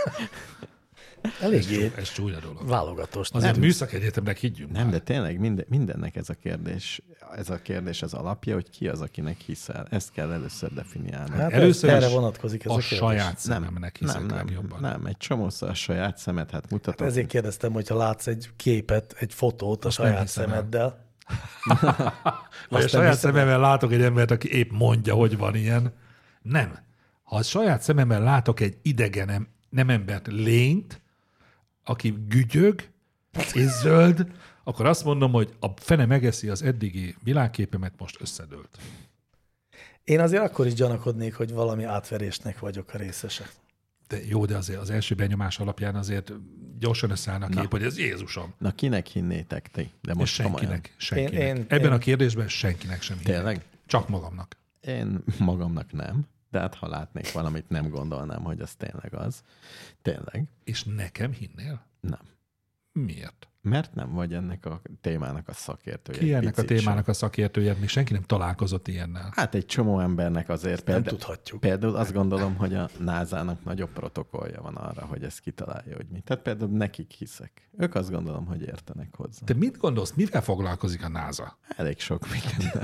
Eléggé Ez csúnya dolog. válogatós. Azért Nem. műszaki egyetemnek higgyünk Nem, már. de tényleg minden, mindennek ez a kérdés, ez a kérdés az alapja, hogy ki az, akinek hiszel. Ezt kell először definiálni. Hát Először ez, erre is vonatkozik ez a, a kérdés. saját szememnek hiszek nem, nem, legjobban. nem, egy csomószor a saját szemet, hát mutatok. Hát ezért kérdeztem, hogy ha látsz egy képet, egy fotót a Azt nem saját hiszem el. szemeddel. Vagy a Azt nem saját hiszem el. szememmel látok egy embert, aki épp mondja, hogy van ilyen. Nem. Ha a saját szememmel látok egy idegen, nem embert, lényt, aki gügyög és zöld, akkor azt mondom, hogy a fene megeszi az eddigi világképemet, most összedőlt. Én azért akkor is gyanakodnék, hogy valami átverésnek vagyok a részese. De jó, de azért az első benyomás alapján azért gyorsan összeáll a kép, Na. hogy ez Jézusom. Na, kinek hinnétek ti? De És most senkinek, komolyan. senkinek. Én- én- Ebben én- a kérdésben senkinek sem hinnék. Tényleg? Csak magamnak. Én magamnak nem, de hát ha látnék valamit, nem gondolnám, hogy az tényleg az. Tényleg? És nekem hinnél? Nem. Miért? Mert nem vagy ennek a témának a szakértője. Ki egy ennek a picit témának sem. a szakértője? Még senki nem találkozott ilyennel. Hát egy csomó embernek azért Nem például, tudhatjuk. például azt gondolom, hogy a názának nagyobb protokollja van arra, hogy ezt kitalálja, hogy mi. Tehát például nekik hiszek. Ők azt gondolom, hogy értenek hozzá. Te mit gondolsz, mivel foglalkozik a NASA? Elég sok mindennel.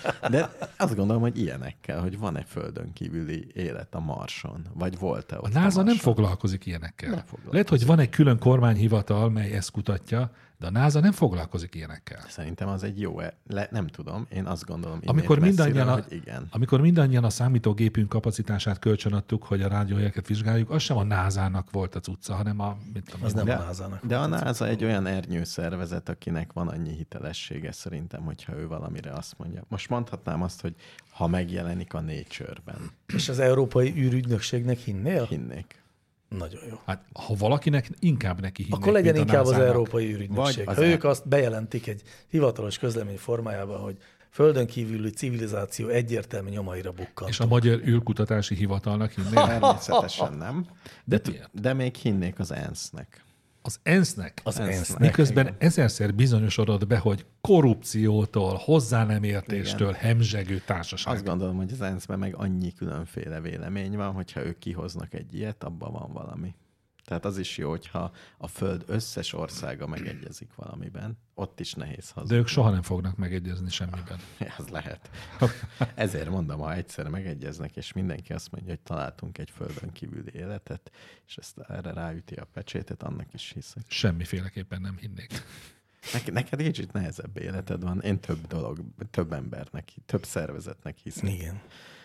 De azt gondolom, hogy ilyenekkel, hogy van-e földön kívüli élet a Marson, vagy volt-e A ott NASA nem Marson. foglalkozik ilyenekkel. Nem foglalkozik. Lehet, hogy van egy külön kormányhivatal, mely ezt kutatja, de a NASA nem foglalkozik ilyenekkel. Szerintem az egy jó, e- le, nem tudom, én azt gondolom innét Amikor mindannyian, messziről, a, hogy igen. amikor mindannyian a számítógépünk kapacitását kölcsönadtuk, hogy a rádiójeleket vizsgáljuk, az sem a názának volt a cucca, hanem a... Mit tudom, Az én, nem De, a názának. de a NASA egy olyan ernyőszervezet, akinek van annyi hitelessége szerintem, hogyha ő valamire azt mondja. Most mondhatnám azt, hogy ha megjelenik a Nature-ben, És az Európai űrügynökségnek hinnél? hinnék. Nagyon jó. Hát, ha valakinek, inkább neki hinnék, Akkor legyen mint a inkább az názának. Európai űrügynökség. Vagy Ha az ők el- azt bejelentik egy hivatalos közlemény formájában, hogy földön kívüli civilizáció egyértelmű nyomaira bukkant. És a Magyar űrkutatási hivatalnak hinnél? Természetesen nem. De De, miért? de még hinnék az ENSZ-nek. Az ENSZ-nek? Az ENSZ-nek. ENSZ-nek. Miközben igen. ezerszer bizonyosodott be, hogy korrupciótól, hozzá nem értéstől hemzsegő társaság. Azt gondolom, hogy az ENSZ-ben meg annyi különféle vélemény van, hogyha ők kihoznak egy ilyet, abban van valami. Tehát az is jó, hogyha a Föld összes országa megegyezik valamiben, ott is nehéz De haza. ők soha nem fognak megegyezni semmiben. Ez lehet. Ezért mondom, ha egyszer megegyeznek, és mindenki azt mondja, hogy találtunk egy földön kívüli életet, és ezt erre ráüti a pecsétet, annak is hiszek. Semmiféleképpen nem hinnék. Neked, neked kicsit nehezebb életed van. Én több dolog, több embernek, több szervezetnek hiszek. Igen.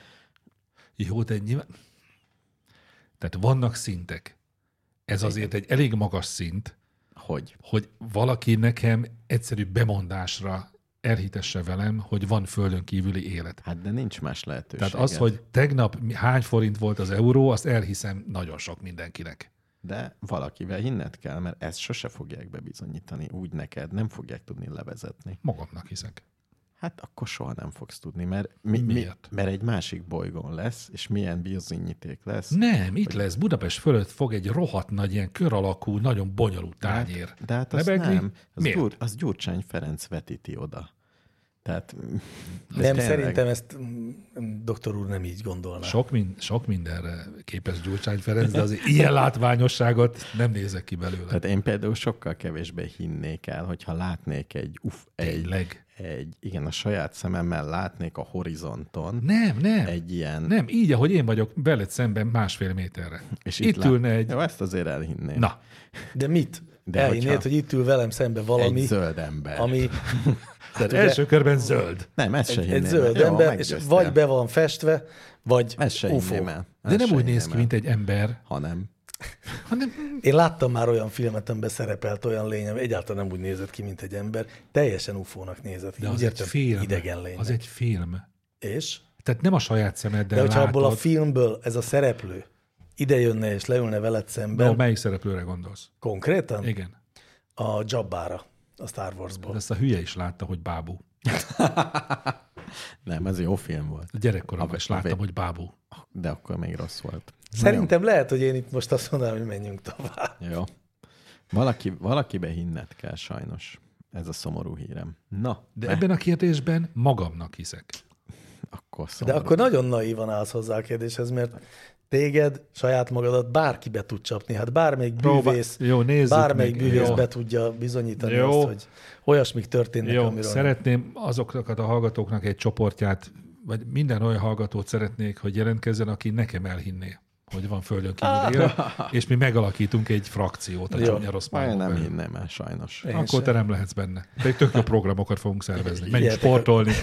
Jó, de nyilván... Tehát vannak szintek. Ez azért egy elég magas szint, Hogy? hogy valaki nekem egyszerű bemondásra elhitesse velem, hogy van földön kívüli élet. Hát de nincs más lehetőség. Tehát az, hogy tegnap hány forint volt az euró, azt elhiszem nagyon sok mindenkinek. De valakivel hinned kell, mert ezt sose fogják bebizonyítani úgy neked, nem fogják tudni levezetni. Magamnak hiszek. Hát akkor soha nem fogsz tudni, mert, mi, mi, mert egy másik bolygón lesz, és milyen bizonyíték lesz. Nem, itt lesz, Budapest fölött fog egy rohadt nagy, ilyen kör alakú, nagyon bonyolult tányér. De, de hát azt lebegni. nem, az, Miért? Gyur, az Gyurcsány Ferenc vetíti oda. Tehát, nem, tényleg... szerintem ezt doktor úr nem így gondolná. Sok, min, sok mindenre képes Gyurcsány Ferenc, de azért ilyen látványosságot nem nézek ki belőle. Tehát én például sokkal kevésbé hinnék el, hogyha látnék egy, uff, egy, egy, igen, a saját szememmel látnék a horizonton. Nem, nem. Egy ilyen... Nem, így, ahogy én vagyok veled szemben másfél méterre. És itt, itt ülne egy... Jó, ezt azért elhinném. Na. De mit? De elhinnéd, hogy itt ül velem szemben valami... Egy zöld ember. Ami... Hát első körben zöld. Nem, ez se egy, hinném. egy zöld Jó, ember, és vagy be van festve, vagy ez se ufó. El. De nem úgy néz ki, mint egy ember. Hanem. hanem... Én láttam már olyan filmet, amiben szerepelt olyan lény, ami egyáltalán nem úgy nézett ki, mint egy ember. Teljesen ufónak nézett ki. De az úgy egy értem, film. idegen lénynek. Az egy film. És? Tehát nem a saját szemeddel De hogyha látod. abból a filmből ez a szereplő ide jönne és leülne veled szemben. No, melyik szereplőre gondolsz? Konkrétan? Igen. A Jabbára, a Star Warsból. De ezt a hülye is látta, hogy bábú. Nem, ez jó film volt. A gyerekkoromban is láttam, hogy bábú. De akkor még rossz volt. Szerintem Na, lehet, hogy én itt most azt mondanám, hogy menjünk tovább. Jó. Valaki, valakibe hinned kell sajnos. Ez a szomorú hírem. Na. De be. ebben a kérdésben magamnak hiszek. Akkor szomorú. De akkor nagyon naívan állsz hozzá a kérdéshez, mert téged, saját magadat bárki be tud csapni. Hát bármelyik bűvész, jó, bármelyik meg. bűvész Jó. be tudja bizonyítani Jó. azt, hogy olyasmik történnek, Jó, amiről... szeretném azokat a hallgatóknak egy csoportját, vagy minden olyan hallgatót szeretnék, hogy jelentkezzen, aki nekem elhinné, hogy van földön kívül él, és mi megalakítunk egy frakciót a csúnya rossz Én nem hinném el, sajnos. Én Akkor sem. Te nem lehetsz benne. Pedig tök jó programokat fogunk szervezni. Menjünk Ilyetek sportolni.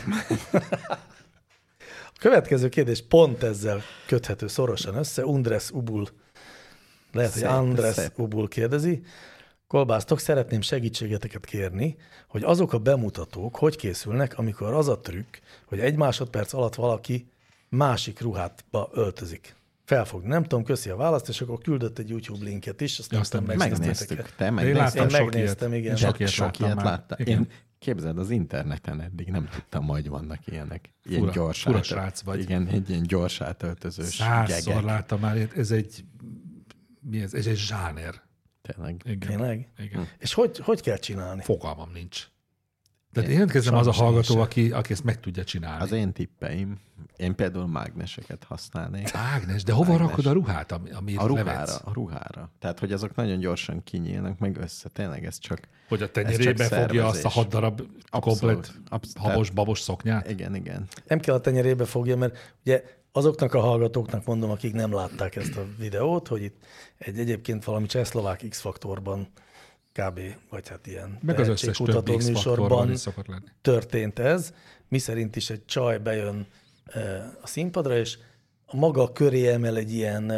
A következő kérdés pont ezzel köthető szorosan össze. Undres Ubul, lehet, hogy Andres Ubul kérdezi. Kolbásztok, szeretném segítségeteket kérni, hogy azok a bemutatók hogy készülnek, amikor az a trükk, hogy egy másodperc alatt valaki másik ruhátba öltözik. Felfogni. Nem tudom, köszi a választ, és akkor küldött egy YouTube linket is, azt, ja, aztán megnéztük. Te megnézted? Én megnéztem, igen. Sok ilyet sok ilyet láttam. Én képzeld, az interneten eddig nem tudtam, hogy vannak ilyenek. Ilyen fura, gyors fura át, srác vagy. Igen, egy ilyen gyors átöltözős Százszor gegek. láttam már, ez egy, mi ez? Ez egy zsáner. Tényleg. Igen. Tényleg? Igen. És hogy, hogy kell csinálni? Fogalmam nincs. Tehát jelentkezem az a hallgató, aki, aki ezt meg tudja csinálni. Az én tippeim, én például mágneseket használnék. Mágnes? De hova Mágnes. rakod a ruhát, amit a ruhára, levetsz? A ruhára. Tehát, hogy azok nagyon gyorsan kinyílnak, meg össze. Tényleg ez csak Hogy a tenyerébe fogja azt a hat darab komplet habos-babos szoknyát? Igen, igen. Nem kell a tenyerébe fogja, mert ugye azoknak a hallgatóknak mondom, akik nem látták ezt a videót, hogy itt egy egyébként valami csehszlovák X-faktorban kb. Vagy hát ilyen meg az összes többi X-faktorban történt ez. Miszerint is egy csaj bejön a színpadra, és a maga köré emel egy ilyen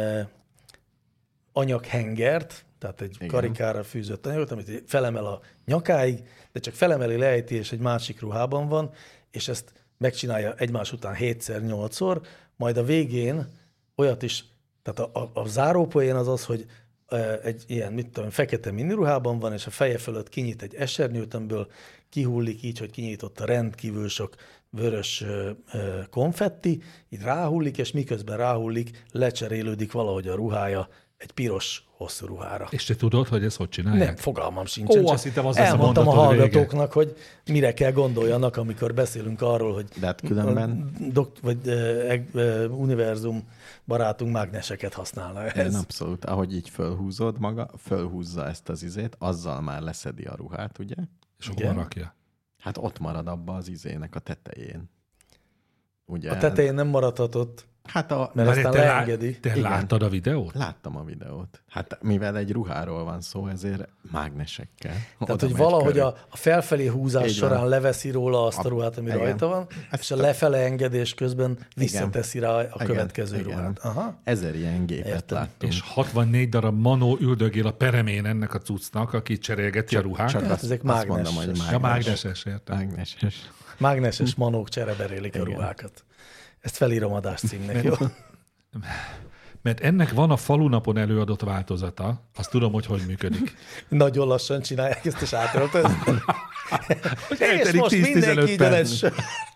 anyaghengert, tehát egy Igen. karikára fűzött anyagot, amit felemel a nyakáig, de csak felemeli, lejti, és egy másik ruhában van, és ezt megcsinálja egymás után hétszer, nyolcszor, majd a végén olyat is, tehát a, a, a zárópoén az az, hogy egy ilyen, mit tudom, fekete miniruhában van, és a feje fölött kinyit egy esernyőt, amiből kihullik így, hogy kinyitott a rendkívül sok vörös konfetti, így ráhullik, és miközben ráhullik, lecserélődik valahogy a ruhája egy piros hosszú ruhára. És te tudod, hogy ezt hogy csinálják? Nem, fogalmam sincsen. Ó, azt hittem, az elmondtam a, a hallgatóknak, hogy mire kell gondoljanak, amikor beszélünk arról, hogy De hát különben... dok, vagy e, e, univerzum barátunk mágneseket használna ez. Én abszolút. Ahogy így fölhúzod maga, fölhúzza ezt az izét, azzal már leszedi a ruhát, ugye? És hova rakja? Hát ott marad abba az izének a tetején. Ugye? A tetején nem maradhatott. Hát a, mert mert aztán te leengedi. Te Igen. láttad a videót? Láttam a videót. Hát mivel egy ruháról van szó, ezért mágnesekkel. Tehát, hogy valahogy a, a felfelé húzás Így során van. leveszi róla azt a, a ruhát, ami Igen. rajta van, Ezt és a lefele engedés közben visszateszi rá a Igen. következő Igen. ruhát. Aha. Ezer ilyen gépet Értem. láttunk. És hatvannégy darab manó üldögél a peremén ennek a cuccnak, aki cserélgeti csak, a ruhát. Csak hát azt, ezek azt mágneses. mondom, hogy mágnes. Ja, mágneses, értem. Mágneses. Mágneses manók csereberélik a ruhákat. Ezt felírom adás címnek, jó? Mert ennek van a falunapon előadott változata, azt tudom, hogy hogy működik. Nagyon lassan csinálják ezt, és átöltözni. És eltelik most tíz-tizenöt mindenki igyon egy sört.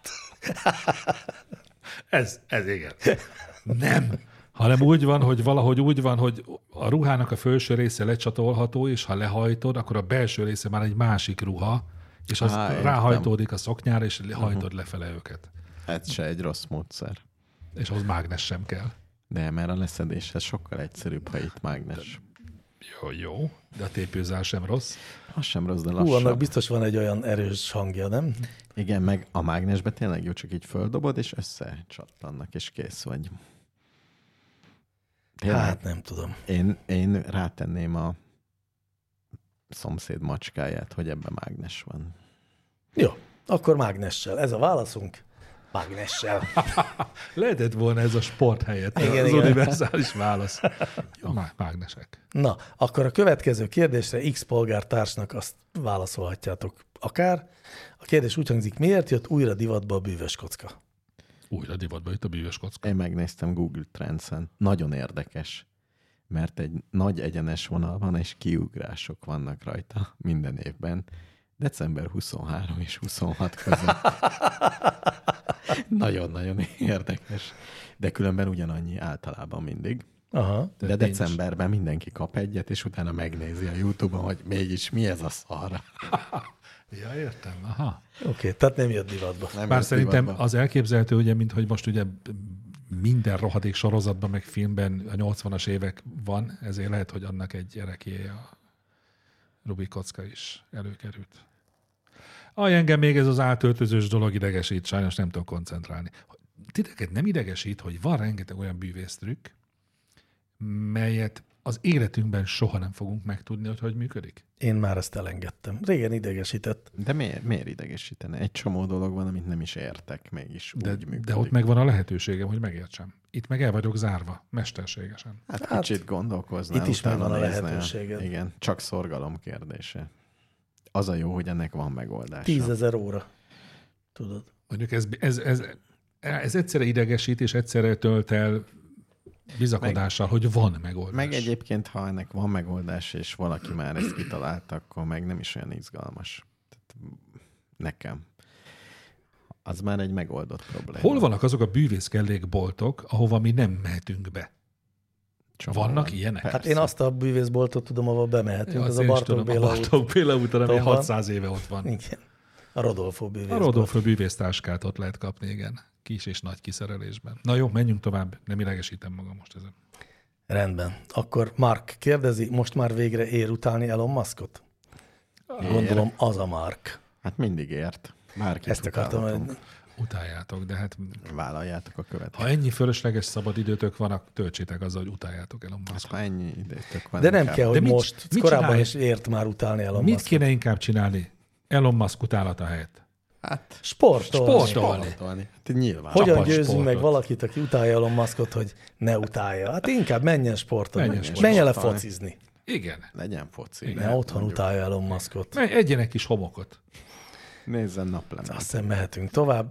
Ez, ez igen. Nem. Hanem úgy van, hogy valahogy úgy van, hogy a ruhának a felső része lecsatolható, és ha lehajtod, akkor a belső része már egy másik ruha, és az Á, ráhajtódik a szoknyára, és hajtod uh-huh. lefele őket. Ez se egy rossz módszer. És ahhoz mágnes sem kell. De mert a leszedéshez sokkal egyszerűbb, ha itt mágnes. Jó, jó, de a tépőzás sem rossz. Az sem rossz, de Hú, lassabb. annak biztos van egy olyan erős hangja, nem? Igen, meg a mágnesbe tényleg jó, csak így földobod, és összecsattannak, és kész vagy. Tényleg, Hát nem tudom. én, én rátenném a szomszéd macskáját, hogy ebben mágnes van. Jó, akkor mágnessel. Ez a válaszunk. Mágnessel. Lehetett volna ez a sport helyett. Igen, az igen. univerzális válasz. Jó, má- mágnesek. Na, akkor a következő kérdésre X polgártársnak azt válaszolhatjátok akár. A kérdés úgy hangzik, miért jött újra divatba a bűvös kocka? Újra divatba itt a bűvös kocka. Én megnéztem Google Trends-en. Nagyon érdekes, mert egy nagy egyenes vonal van, és kiugrások vannak rajta minden évben. december huszonharmadika és huszonhatodika között. Nagyon-nagyon érdekes. De különben ugyanannyi általában mindig. Aha. De De decemberben mindenki kap egyet, és utána megnézi a YouTube-on, hogy mégis mi ez a szar. Ja, értem. Aha. Oké, okay, tehát nem jött divatba. Nem Bár jött szerintem divatba. az elképzelhető, ugye, mint hogy most ugye minden rohadék sorozatban, meg filmben a nyolcvanas évek van, ezért lehet, hogy annak egy gyerekéje a Rubik kocka is előkerült. Aj, engem még ez az átöltözős dolog idegesít, sajnos nem tudok koncentrálni. Titeket nem idegesít, hogy van rengeteg olyan bűvésztrükk, melyet az életünkben soha nem fogunk megtudni, hogy hogy működik? Én már ezt elengedtem. Régen idegesített. De miért, miért idegesítene? Egy csomó dolog van, amit nem is értek, mégis De, úgy működik. de ott megvan a lehetőségem, hogy megértsem. Itt meg el vagyok zárva, mesterségesen. Hát, Hát, hát kicsit gondolkoznál. itt is utána megvan a néznél. lehetőséged. Igen, csak szorgalom kérdése. Az a jó, hogy ennek van megoldása. Tízezer óra. Tudod. Mondjuk ez, ez, ez, ez egyszerre idegesít, és egyszerre tölt el bizakodással, meg, hogy van megoldás. Meg egyébként, ha ennek van megoldás, és valaki már ezt kitalálta, akkor meg nem is olyan izgalmas. Tehát nekem. Az már egy megoldott probléma. Hol vannak azok a bűvészkellékboltok, ahova mi nem mehetünk be? Csomó Vannak van. ilyenek? Persze. Hát én azt a bűvészboltot tudom, ahol bemehetünk. Ja, Ez azt a én is Bartók tudom, Béla a út. Bartók Béla úton, ami Ott van. hatszáz éve ott van. Igen. A Rodolfo A bűvészbolt. Rodolfo bűvésztáskát ott lehet kapni, igen. Kis és nagy kiszerelésben. Na jó, menjünk tovább. Nem idegesítem magam most ezen. Rendben. Akkor Mark kérdezi, most már végre ér utálni Elon Muskot? Ér. Gondolom az a Mark. Hát mindig ért. Bárkit Ezt akartam, hogy utálhatunk. Utáljátok, de hát Vállaljátok a ha következőt. ennyi fölösleges szabad időtök van, akkor töltsétek azzal, hogy utáljátok Elon Hát, Muskot. ha ennyi időtök van. de nem inkább. kell, hogy De mit- most. mit Korábban csinálj? is ért már utálni Elon Mit Muskot. kéne inkább csinálni Elon Musk utálata helyett? Hát, Sportolni. Sportolni. sportolni. Hát nyilván. Hogyan Csapat győzünk sportot. meg valakit, aki utálja Elon Muskot, hogy ne utálja? Hát inkább menjen sportolni. Menjen Menjen, sportolni. menjen le focizni. Igen. Legyen foci. Ne otthon utálja Elon Muskot. Menj, egyenek kis homokot. Nézzen naplemet. Azt hiszem mehetünk tovább.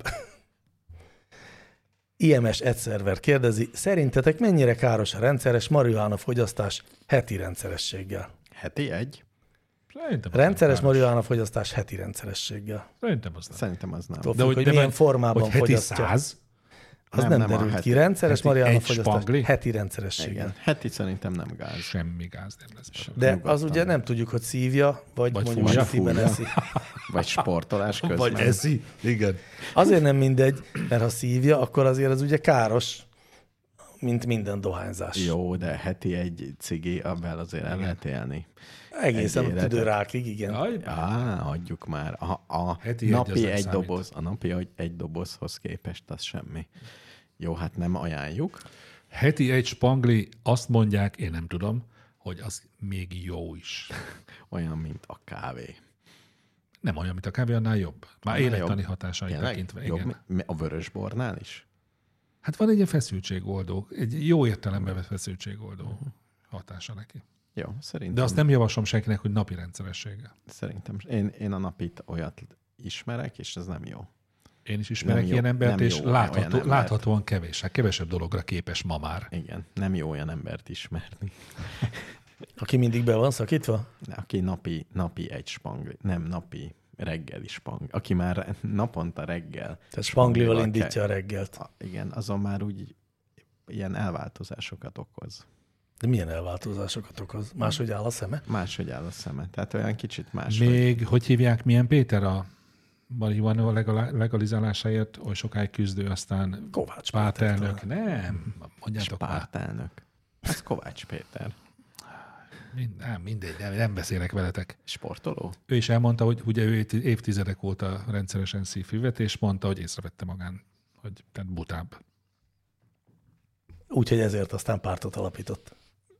I M S Edszerver kérdezi, szerintetek mennyire káros a rendszeres marihuána fogyasztás heti rendszerességgel? Heti egy? Szerintem az Rendszeres nem káros. marihuána fogyasztás heti rendszerességgel. Szerintem az nem. Szerintem az nem. Attól függ, hogy milyen formában hogy heti fogyasztja. száz? Az nem, Nem, nem nem a derült heti- ki. Rendszeres heti marihuána egy fogyasztás spangli? heti rendszerességgel. Igen. Heti szerintem nem gáz. Semmi gáz nem lesz. belőle. De Nyugodtan. az ugye nem tudjuk, hogy szívja, vagy, Vagy mondjuk fújja, sütiben fújja. eszi. Vagy sportolás közben. Vagy eszi. Igen. Azért nem mindegy, mert ha szívja, akkor azért az ugye káros, mint minden dohányzás. Jó, de heti egy cigi, abban azért el lehet élni. Egészen Egy a életet. tüdőrákig, igen. Jaj, Á, hagyjuk már. A, a Heti egy az napi nem egy, számít. doboz, a napi egy, egy dobozhoz képest az semmi. Jó, hát nem ajánljuk. heti egy spangli, azt mondják, én nem tudom, hogy az még jó is. Olyan, mint a kávé. Nem olyan, mint a kávé, annál jobb. Már Annál élettani jobb. hatásait Tényleg? tekintve. Jobb, Igen. mi- a vörösbornál is? Hát van egy ilyen feszültségoldó, egy jó értelemben vett feszültségoldó hatása neki. Jó, szerintem. De azt nem javaslom senkinek, hogy napi rendszerességgel. Szerintem. Én, én a napit olyat ismerek, és ez nem jó. Én is ismerek Nem jó- ilyen embert, nem és jó olyan látható, embert. láthatóan kevés, hát kevesebb dologra képes ma már. Igen, nem jó olyan embert ismerni. Aki mindig be van szakítva? Aki napi, napi egy spangli, nem napi reggeli spangli. Aki már naponta reggel. Tehát spanglival ke- indítja a reggelt. A- Igen, azon már úgy ilyen elváltozásokat okoz. De milyen elváltozásokat okoz? Máshogy áll a szeme? Máshogy áll a szeme. Tehát olyan kicsit más. Még, hogy hívják, milyen Péter a marihuana legal- legalizálásáért oly sokáig küzdő, aztán Kovács pártelnök. Péter Nem, mondjátok már. Pártelnök. Ez Kovács Péter. Mind, nem, mindegy, nem, nem beszélek veletek. Sportoló? Ő is elmondta, hogy ugye ő év- évtizedek óta rendszeresen szívfüvet, és mondta, hogy észrevette magán, hogy tehát butább. Úgyhogy ezért aztán pártot alapított.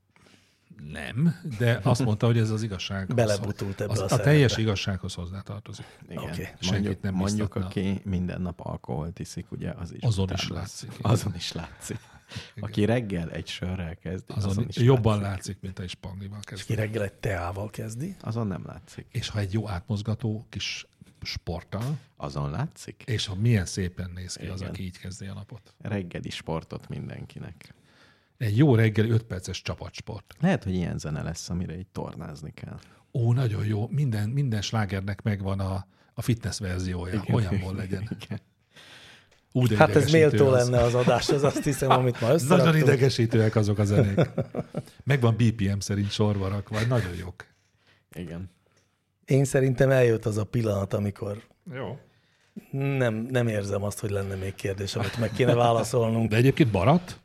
Nem, de azt mondta, hogy ez az igazság. Belebutult ebbe az, a a szerepbe. teljes igazsághoz hozzátartozik. Igen. Oké. Okay. Senkit Mondjuk, nem mondjuk biztatna. aki minden nap alkoholt iszik, ugye az is. Azon utána is lesz. látszik. Azon is látszik. Aki reggel egy sörrel kezdi, azon, Azon is jobban látszik. látszik, mint egy spanglival És ki kezdve. reggel egy teával kezdi. Azon nem látszik. És ha egy jó átmozgató kis sporttal, Azon látszik. és ha milyen szépen néz ki az, Igen. aki így kezdi a napot. Reggeli sportot mindenkinek. Egy jó reggeli öt perces csapatsport. Lehet, hogy ilyen zene lesz, amire így tornázni kell. Ó, nagyon jó. Minden, minden slágernek megvan a, a fitness verziója. Igen. Olyanból legyen. Igen. Ú, de Hát ez idegesítő méltó az. lenne az adás, az azt hiszem, amit ma összeraktunk. Nagyon idegesítőek azok a zenék. Megvan bé pé em szerint sorba rakva. Nagyon jók. Igen. Én szerintem eljött az a pillanat, amikor Jó. nem, nem érzem azt, hogy lenne még kérdés, amit meg kéne válaszolnunk. De egyébként maradt?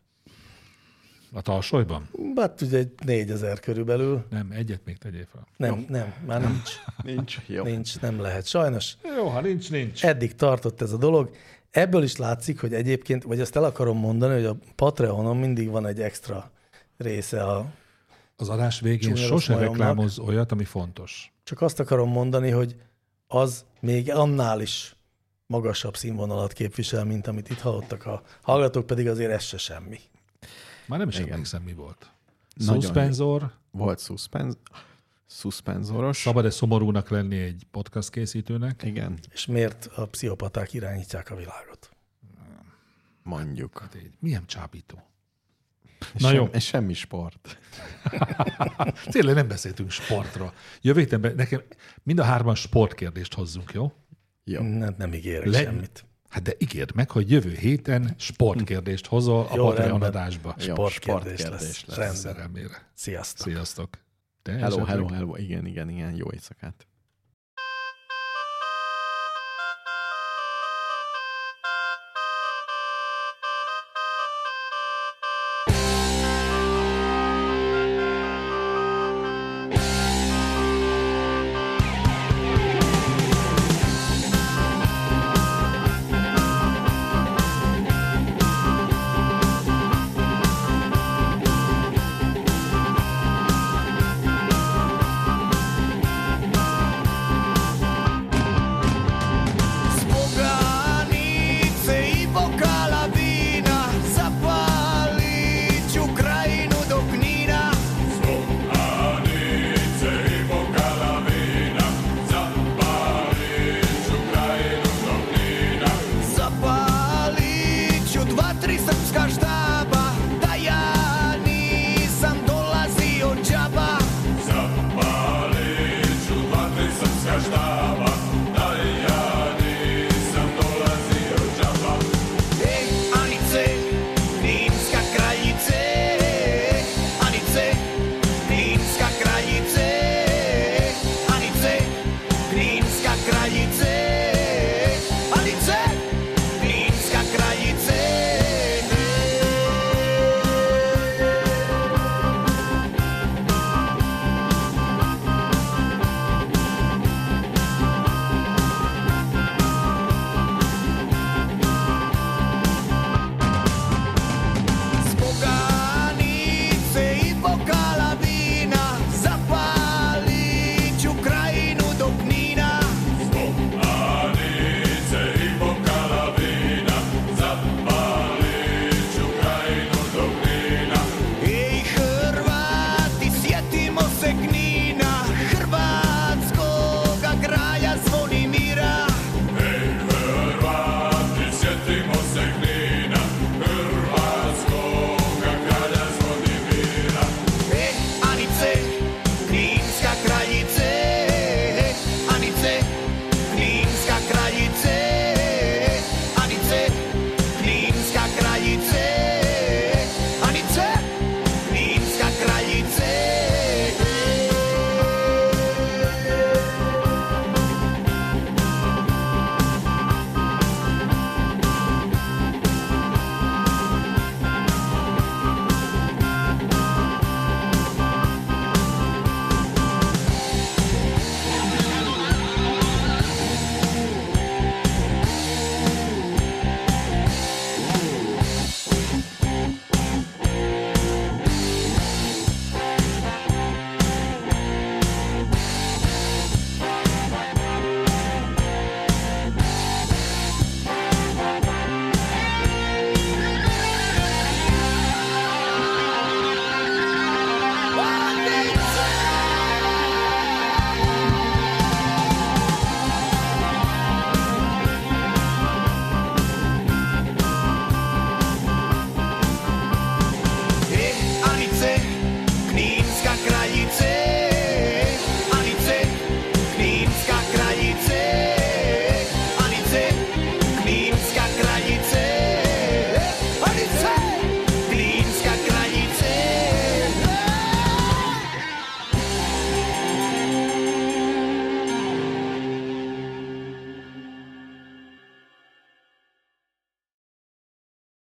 A talsolyban? Hát ugye egy négyezer körülbelül. Nem, egyet még tegyél fel. Nem, nem, már nincs. Nincs. Jó. Nincs, nem lehet. Sajnos Jó, ha nincs, nincs. eddig tartott ez a dolog. Ebből is látszik, hogy egyébként, vagy azt el akarom mondani, hogy a Patreonon mindig van egy extra része a... Az adás végén Csúnya sose rossz majomnak. reklámoz olyat, ami fontos. Csak azt akarom mondani, hogy az még annál is magasabb színvonalat képvisel, mint amit itt hallottak a hallgatók, pedig azért ez se semmi. Már nem is Igen. emlékszem, mi volt. Nagyon Szuszpenzor, Volt szuszpenz... szuszpenzoros. szabad-e szomorúnak lenni egy podcast készítőnek? Igen, És miért a pszichopaták irányítják a világot? mondjuk. Hát így, milyen csábító. És Na sem, jó. És semmi sport. Tényleg nem beszéltünk sportról. Jövő héten nekem mind a hárman sportkérdést hozzunk, jó? Jó. Nem, nem ígérek Le- semmit. Hát de ígérd meg, hogy jövő héten sportkérdést hozol a Jó, Patreon rendben. adásba. Jó, Sportkérdés sportkérdés lesz. lesz. Rendben. Szerelmére. Sziasztok. Sziasztok. Te Hello, esetleg? hello, hello. Igen, igen, igen. Jó éjszakát. Spoganice i bokala vina Zapalić u krajinu do Knina Spoganice i bokala vina Zapalić u krajinu do Knina Zapalić u dva, tri